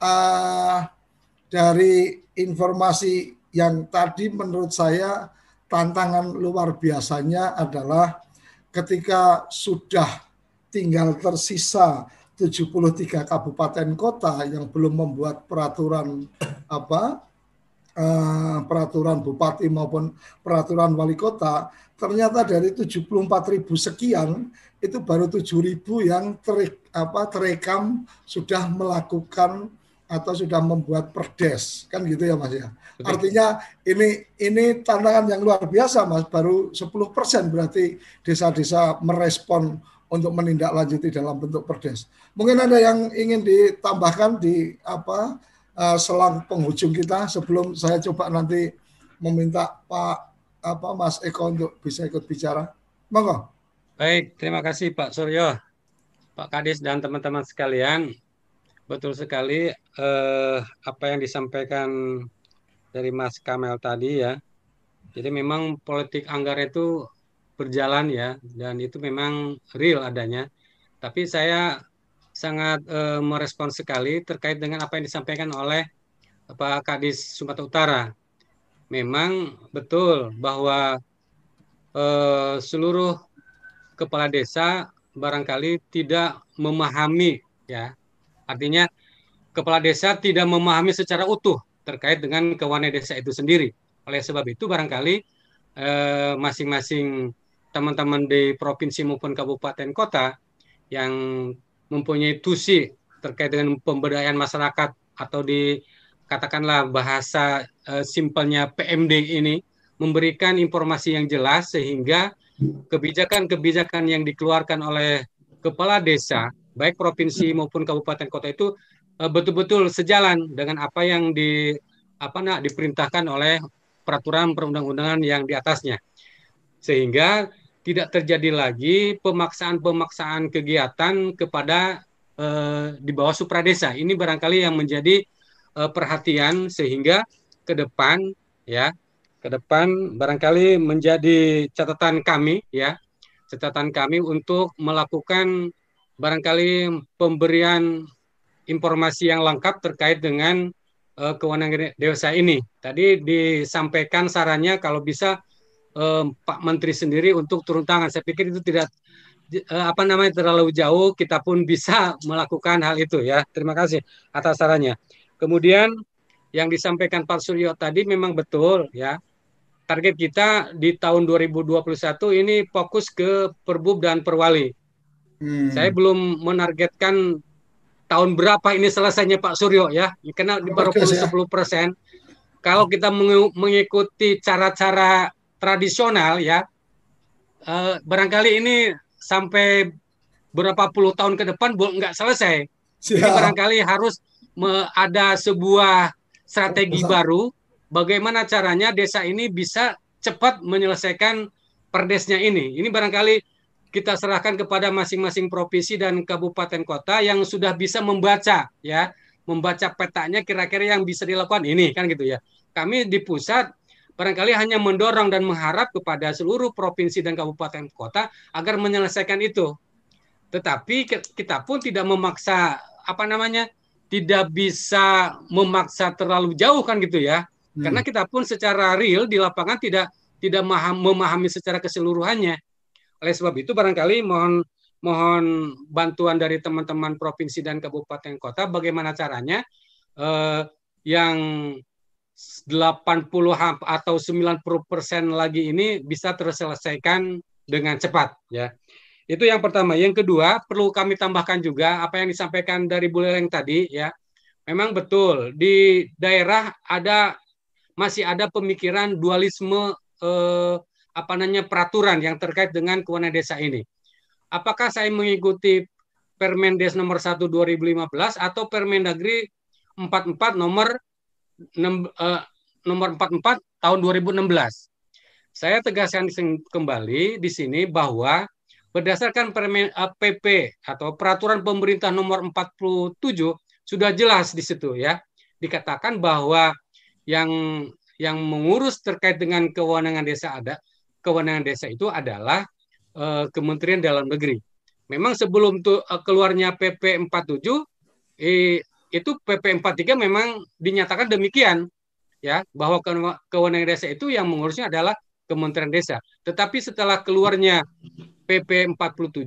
Dari informasi yang tadi menurut saya tantangan luar biasanya adalah ketika sudah tinggal tersisa 73 kabupaten kota yang belum membuat peraturan peraturan bupati maupun peraturan wali kota, ternyata dari 74.000 sekian itu baru 7.000 yang terekam sudah melakukan atau sudah membuat perdes, kan gitu ya Mas ya. Artinya ini tantangan yang luar biasa Mas, baru 10% berarti desa-desa merespon untuk menindaklanjuti dalam bentuk perdes. Mungkin ada yang ingin ditambahkan di selang penghujung kita sebelum saya coba nanti meminta Mas Eko untuk bisa ikut bicara. Monggo. Baik, terima kasih Pak Suryo, Pak Kadis dan teman-teman sekalian. Betul sekali apa yang disampaikan dari Mas Kamel tadi ya. Jadi memang politik anggaran itu berjalan ya, dan itu memang real adanya. Tapi saya sangat merespon sekali terkait dengan apa yang disampaikan oleh Pak Kadis Sumatera Utara. Memang betul bahwa seluruh kepala desa barangkali tidak memahami ya. Artinya kepala desa tidak memahami secara utuh terkait dengan kewenangan desa itu sendiri. Oleh sebab itu barangkali masing-masing teman-teman di provinsi maupun kabupaten kota yang mempunyai tusi terkait dengan pemberdayaan masyarakat atau katakanlah bahasa simpelnya PMD ini memberikan informasi yang jelas sehingga kebijakan-kebijakan yang dikeluarkan oleh kepala desa baik provinsi maupun kabupaten kota itu betul-betul sejalan dengan apa yang diperintahkan oleh peraturan perundang-undangan yang di atasnya, sehingga tidak terjadi lagi pemaksaan kegiatan kepada di bawah supradesa. Ini barangkali yang menjadi perhatian sehingga ke depan barangkali menjadi catatan kami untuk melakukan barangkali pemberian informasi yang lengkap terkait dengan kewenangan desa ini. Tadi disampaikan sarannya kalau bisa Pak Menteri sendiri untuk turun tangan. Saya pikir itu tidak terlalu jauh, kita pun bisa melakukan hal itu ya. Terima kasih atas sarannya. Kemudian yang disampaikan Pak Suryo tadi memang betul ya. Target kita di tahun 2021 ini fokus ke Perbub dan Perwali. Saya belum menargetkan tahun berapa ini selesainya Pak Suryo ya. Karena baru 10%. Kalau kita mengikuti cara-cara tradisional ya, barangkali ini sampai berapa puluh tahun ke depan nggak selesai. Jadi barangkali harus ada sebuah strategi baru bagaimana caranya desa ini bisa cepat menyelesaikan perdesnya ini. Ini barangkali kita serahkan kepada masing-masing provinsi dan kabupaten kota yang sudah bisa membaca petanya kira-kira yang bisa dilakukan ini kan gitu ya. Kami di pusat barangkali hanya mendorong dan mengharap kepada seluruh provinsi dan kabupaten kota agar menyelesaikan itu. Tetapi kita pun tidak memaksa tidak bisa memaksa terlalu jauh kan gitu ya. Karena kita pun secara real di lapangan tidak memahami secara keseluruhannya. Oleh sebab itu barangkali mohon bantuan dari teman-teman provinsi dan kabupaten kota bagaimana caranya yang 80 atau 90% lagi ini bisa terselesaikan dengan cepat ya. Itu yang pertama. Yang kedua, perlu kami tambahkan juga apa yang disampaikan dari Bu Leleng tadi ya. Memang betul di daerah masih ada pemikiran dualisme peraturan yang terkait dengan kewenangan desa ini. Apakah saya mengikuti Permendes nomor 1 2015 atau Permendagri 44 nomor 44 tahun 2016. saya tegaskan kembali di sini bahwa berdasarkan PP atau Peraturan Pemerintah Nomor 47 sudah jelas di situ ya, dikatakan bahwa yang mengurus terkait dengan kewenangan desa itu adalah Kementerian Dalam Negeri. Memang sebelum keluarnya PP 47 itu PP 43 memang dinyatakan demikian ya, bahwa kewenangan desa itu yang mengurusnya adalah Kementerian Desa. Tetapi setelah keluarnya PP 47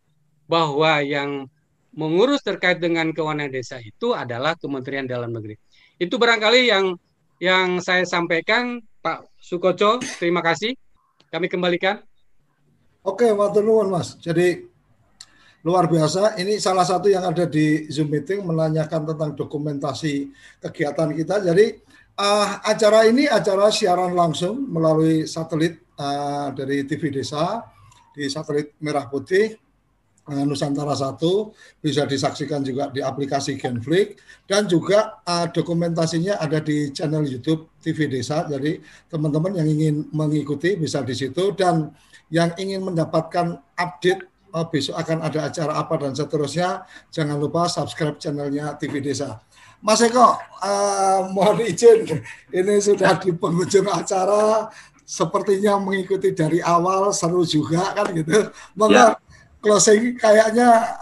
bahwa yang mengurus terkait dengan kewenangan desa itu adalah Kementerian Dalam Negeri. Itu barangkali yang saya sampaikan, Pak Sukoco. Terima kasih. Kami kembalikan. Oke, matur nuwun Mas. Jadi luar biasa. Ini salah satu yang ada di Zoom meeting menanyakan tentang dokumentasi kegiatan kita. Jadi acara ini acara siaran langsung melalui satelit dari TV Desa di satelit Merah Putih Nusantara 1, bisa disaksikan juga di aplikasi Genflix, dan juga dokumentasinya ada di channel YouTube TV Desa. Jadi teman-teman yang ingin mengikuti bisa di situ, dan yang ingin mendapatkan update besok akan ada acara apa dan seterusnya, jangan lupa subscribe channelnya TV Desa. Mas Eko, mohon izin, ini sudah di penghujung acara, sepertinya mengikuti dari awal, seru juga kan gitu. Maka closing kayaknya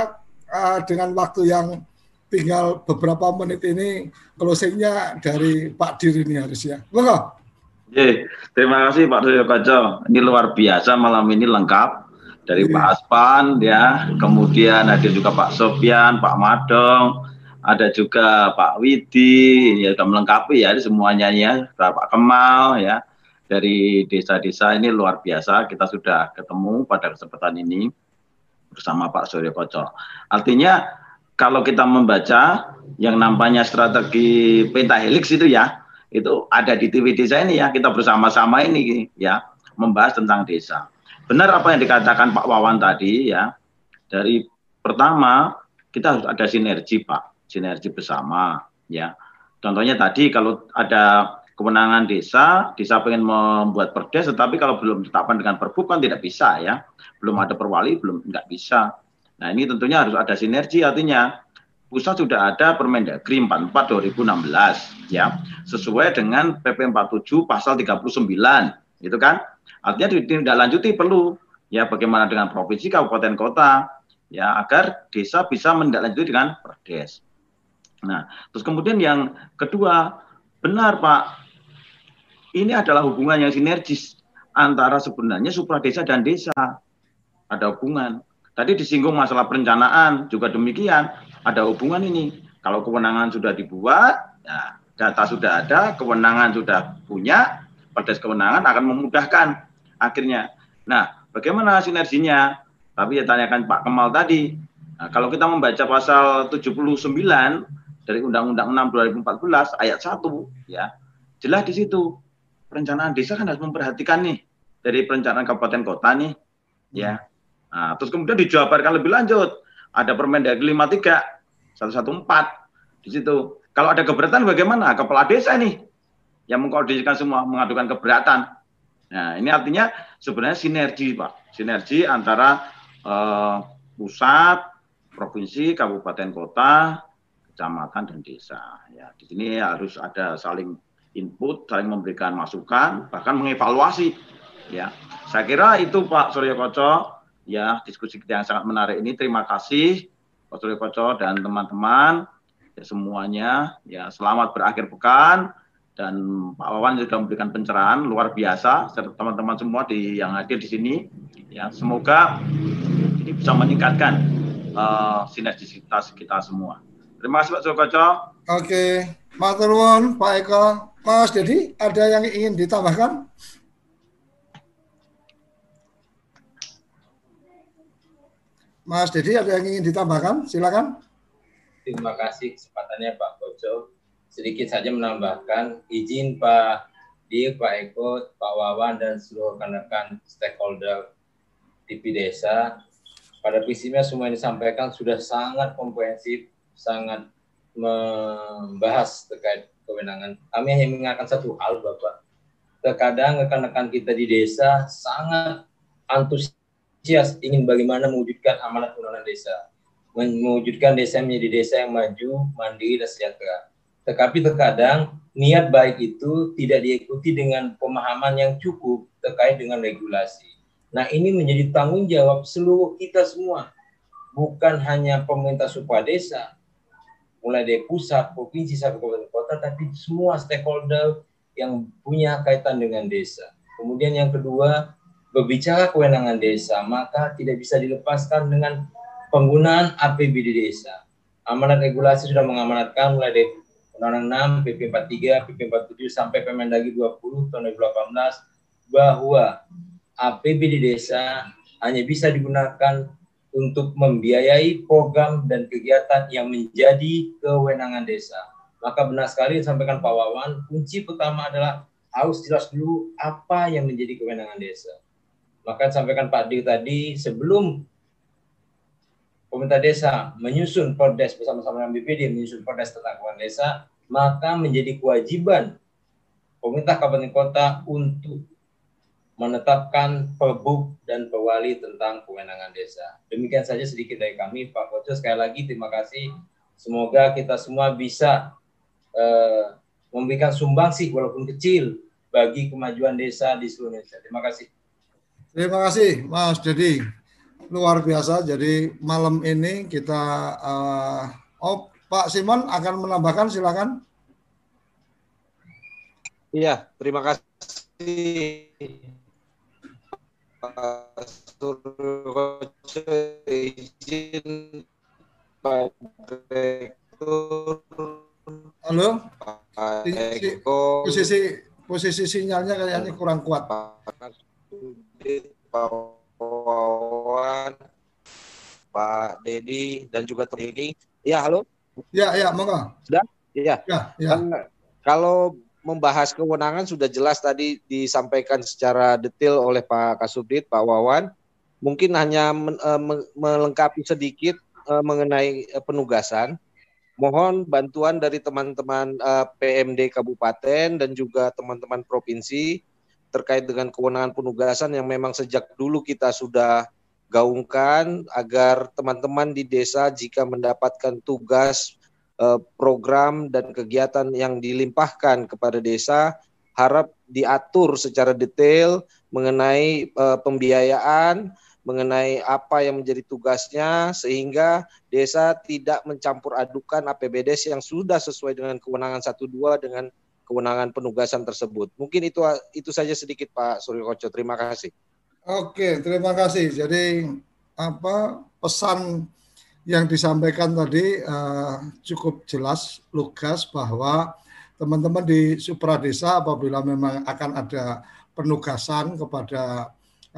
dengan waktu yang tinggal beberapa menit ini, closingnya dari Pak Dir ini harusnya. Maka. Terima kasih Pak Suryokoco. Ini luar biasa, malam ini lengkap dari Pak Aspan ya, kemudian ada juga Pak Sofyan, Pak Madong, ada juga Pak Widi, ya sudah melengkapi ya semuanya ya, Pak Kemal ya. Dari desa-desa ini luar biasa, kita sudah ketemu pada kesempatan ini bersama Pak Suryokoco. Artinya kalau kita membaca yang namanya strategi pentahelix itu ya, itu ada di TV Desa ini ya, kita bersama-sama ini ya, membahas tentang desa. Benar apa yang dikatakan Pak Wawan tadi ya, dari pertama kita harus ada sinergi Pak, sinergi bersama ya. Contohnya tadi kalau ada kewenangan desa pengen membuat perdes, tetapi kalau belum ditetapkan dengan perbu kan tidak bisa ya, belum ada perwali, nggak bisa. Nah ini tentunya harus ada sinergi, artinya pusat sudah ada Permendagri 44 2016 ya, sesuai dengan PP 47 pasal 39 gitu kan, artinya ditindaklanjuti perlu ya, bagaimana dengan provinsi, kabupaten, kota ya, agar desa bisa menindaklanjuti dengan perdes. Nah terus kemudian yang kedua, benar Pak, ini adalah hubungan yang sinergis antara sebenarnya supradesa dan desa. Ada hubungan. Tadi disinggung masalah perencanaan, juga demikian. Ada hubungan ini. Kalau kewenangan sudah dibuat, ya, data sudah ada, kewenangan sudah punya, perdes kewenangan akan memudahkan akhirnya. Nah, bagaimana sinerginya? Tapi ya tanyakan Pak Kemal tadi. Nah, kalau kita membaca pasal 79 dari Undang-Undang 6 2014 ayat 1, ya, jelas di situ. Perencanaan desa kan harus memperhatikan nih dari perencanaan kabupaten kota nih ya. Nah, terus kemudian dijabarkan lebih lanjut, ada Permendagri 53 114 di situ. Kalau ada keberatan bagaimana? Kepala desa nih yang mengkoordinasikan semua, mengadukan keberatan. Nah ini artinya sebenarnya sinergi Pak, sinergi antara pusat, provinsi, kabupaten kota, kecamatan dan desa ya. Di sini harus ada saling input, saling memberikan masukan, bahkan mengevaluasi ya. Saya kira itu Pak Suryokoco ya, diskusi kita yang sangat menarik ini. Terima kasih Pak Suryokoco dan teman-teman ya, semuanya ya, selamat berakhir pekan, dan Pak Wawan sudah memberikan pencerahan luar biasa serta teman-teman semua yang hadir di sini ya. Semoga ini bisa meningkatkan sinergisitas kita semua. Terima kasih Pak Suryokoco. Oke, matur nuwun Pak Eko. Mas Dedi, ada yang ingin ditambahkan? Mas Dedi, ada yang ingin ditambahkan? Silakan. Terima kasih kesempatannya Pak Koco. Sedikit saja menambahkan, izin Pak Dir, Pak Eko, Pak Wawan, dan seluruh rekan-rekan stakeholder TV Desa. Pada prinsipnya semua yang disampaikan sudah sangat komprehensif, sangat membahas terkait kewenangan. Kami hanya mengingatkan satu hal, Bapak, terkadang rekan-rekan kita di desa sangat antusias ingin bagaimana mewujudkan amanat undang-undang desa, mewujudkan desa menjadi desa yang maju, mandiri, dan sejahtera. Tetapi terkadang niat baik itu tidak diikuti dengan pemahaman yang cukup terkait dengan regulasi. Nah, ini menjadi tanggung jawab seluruh kita semua, bukan hanya pemerintah supradesa, mulai dari pusat, provinsi, sampai kabupaten kota, tapi semua stakeholder yang punya kaitan dengan desa. Kemudian yang kedua, berbicara kewenangan desa, maka tidak bisa dilepaskan dengan penggunaan APBD desa. Amanat regulasi sudah mengamanatkan mulai dari Undang-Undang 6, PP 43, PP 47, sampai Permendagri 20 tahun 2018, bahwa APBD desa hanya bisa digunakan untuk membiayai program dan kegiatan yang menjadi kewenangan desa. Maka benar sekali disampaikan Pak Wawan, kunci pertama adalah harus jelas dulu apa yang menjadi kewenangan desa. Maka disampaikan Pak Dir tadi, sebelum pemerintah desa menyusun Perdes bersama-sama dengan BPD, menyusun Perdes tentang kewenangan desa, maka menjadi kewajiban pemerintah kabupaten kota untuk menetapkan perbuk dan pewali tentang kewenangan desa. Demikian saja sedikit dari kami, Pak Koco. Sekali lagi terima kasih. Semoga kita semua bisa memberikan sumbangsih walaupun kecil bagi kemajuan desa di seluruh Indonesia. Terima kasih. Terima kasih, Mas Dedi. Luar biasa. Jadi malam ini kita, Pak Simon akan menambahkan, silakan. Iya, terima kasih. Pak izin Pak Direktur. Halo, posisi sinyalnya kayaknya kurang kuat. Pak Wawan, Pak Dedi, dan juga Tom Dedi. Ya, halo. Ya, monggo. Sudah? Ya. Ya. Kalau membahas kewenangan sudah jelas tadi disampaikan secara detail oleh Pak Kasubdit, Pak Wawan. Mungkin hanya melengkapi sedikit mengenai penugasan. Mohon bantuan dari teman-teman PMD Kabupaten dan juga teman-teman provinsi terkait dengan kewenangan penugasan yang memang sejak dulu kita sudah gaungkan agar teman-teman di desa jika mendapatkan tugas, program dan kegiatan yang dilimpahkan kepada desa harap diatur secara detail mengenai pembiayaan, mengenai apa yang menjadi tugasnya sehingga desa tidak mencampur adukan APBD yang sudah sesuai dengan kewenangan 1-2 dengan kewenangan penugasan tersebut. Mungkin itu saja sedikit Pak Suryo Koco. Terima kasih. Oke, terima kasih. Jadi pesan yang disampaikan tadi cukup jelas, lugas bahwa teman-teman di supradesa apabila memang akan ada penugasan kepada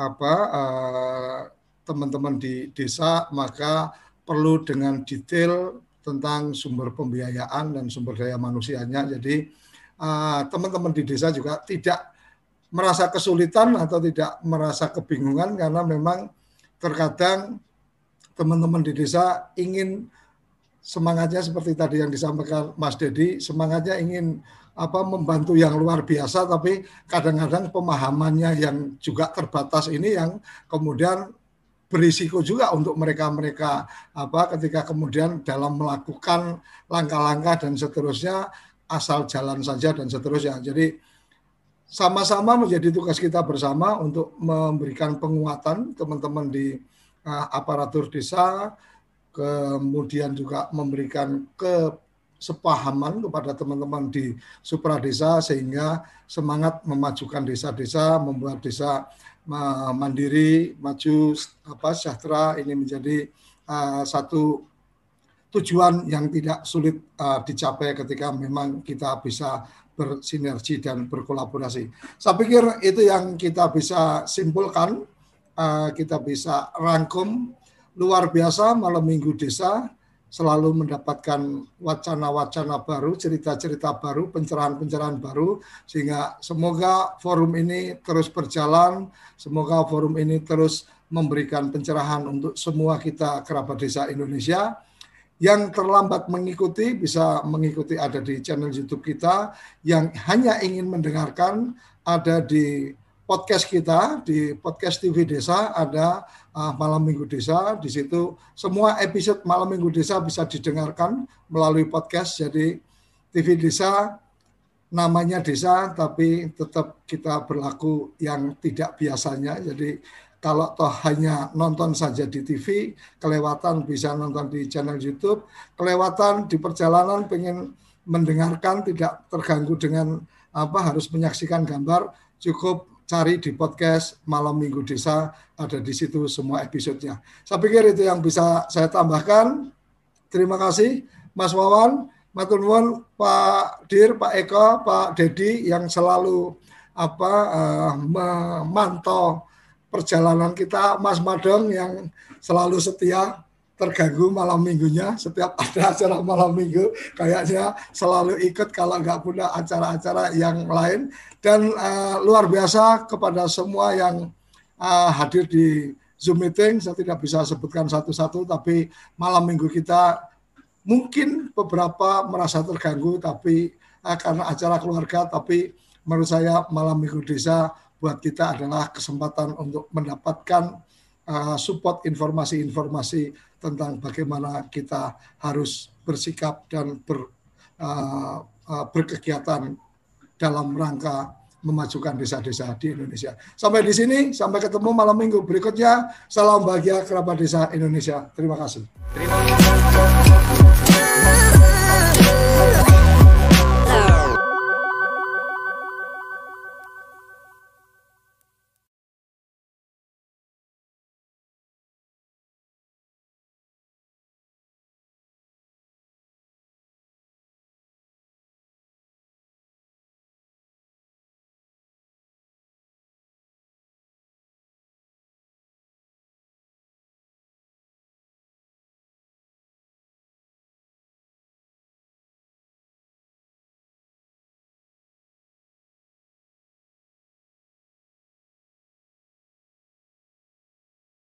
teman-teman di desa, maka perlu dengan detail tentang sumber pembiayaan dan sumber daya manusianya. Jadi teman-teman di desa juga tidak merasa kesulitan atau tidak merasa kebingungan karena memang terkadang teman-teman di desa ingin semangatnya seperti tadi yang disampaikan Mas Dedi, semangatnya ingin membantu yang luar biasa, tapi kadang-kadang pemahamannya yang juga terbatas ini yang kemudian berisiko juga untuk mereka-mereka ketika kemudian dalam melakukan langkah-langkah dan seterusnya asal jalan saja dan seterusnya. Jadi sama-sama menjadi tugas kita bersama untuk memberikan penguatan teman-teman di aparatur desa, kemudian juga memberikan kesepahaman kepada teman-teman di supradesa sehingga semangat memajukan desa-desa, membuat desa mandiri, maju, sejahtera ini menjadi satu tujuan yang tidak sulit dicapai ketika memang kita bisa bersinergi dan berkolaborasi. Saya pikir itu yang kita bisa simpulkan, kita bisa rangkum. Luar biasa malam minggu desa selalu mendapatkan wacana-wacana baru, cerita-cerita baru, pencerahan-pencerahan baru, sehingga semoga forum ini terus berjalan, semoga forum ini terus memberikan pencerahan untuk semua kita kerabat desa Indonesia. Yang terlambat mengikuti bisa mengikuti ada di channel YouTube kita, yang hanya ingin mendengarkan ada di podcast kita, di podcast TV Desa, ada Malam Minggu Desa. Di situ semua episode Malam Minggu Desa bisa didengarkan melalui podcast. Jadi TV Desa namanya desa, tapi tetap kita berlaku yang tidak biasanya. Jadi kalau toh hanya nonton saja di TV, kelewatan bisa nonton di channel YouTube, kelewatan di perjalanan pengen mendengarkan tidak terganggu dengan harus menyaksikan gambar, cukup cari di podcast Malam Minggu Desa, ada di situ semua episodenya. Saya pikir itu yang bisa saya tambahkan. Terima kasih Mas Wawan, matur nuwun Pak Dir, Pak Eko, Pak Dedi yang selalu memantau perjalanan kita, Mas Madong yang selalu setia, terganggu malam minggunya, setiap ada acara malam minggu kayaknya selalu ikut kalau nggak punya acara-acara yang lain. Dan luar biasa kepada semua yang hadir di Zoom meeting, saya tidak bisa sebutkan satu-satu, tapi malam minggu kita mungkin beberapa merasa terganggu, tapi karena acara keluarga, tapi menurut saya Malam Minggu Desa buat kita adalah kesempatan untuk mendapatkan support informasi-informasi tentang bagaimana kita harus bersikap dan berkegiatan dalam rangka memajukan desa-desa di Indonesia. Sampai di sini, sampai ketemu malam minggu berikutnya. Salam bahagia kerabat desa Indonesia. Terima kasih.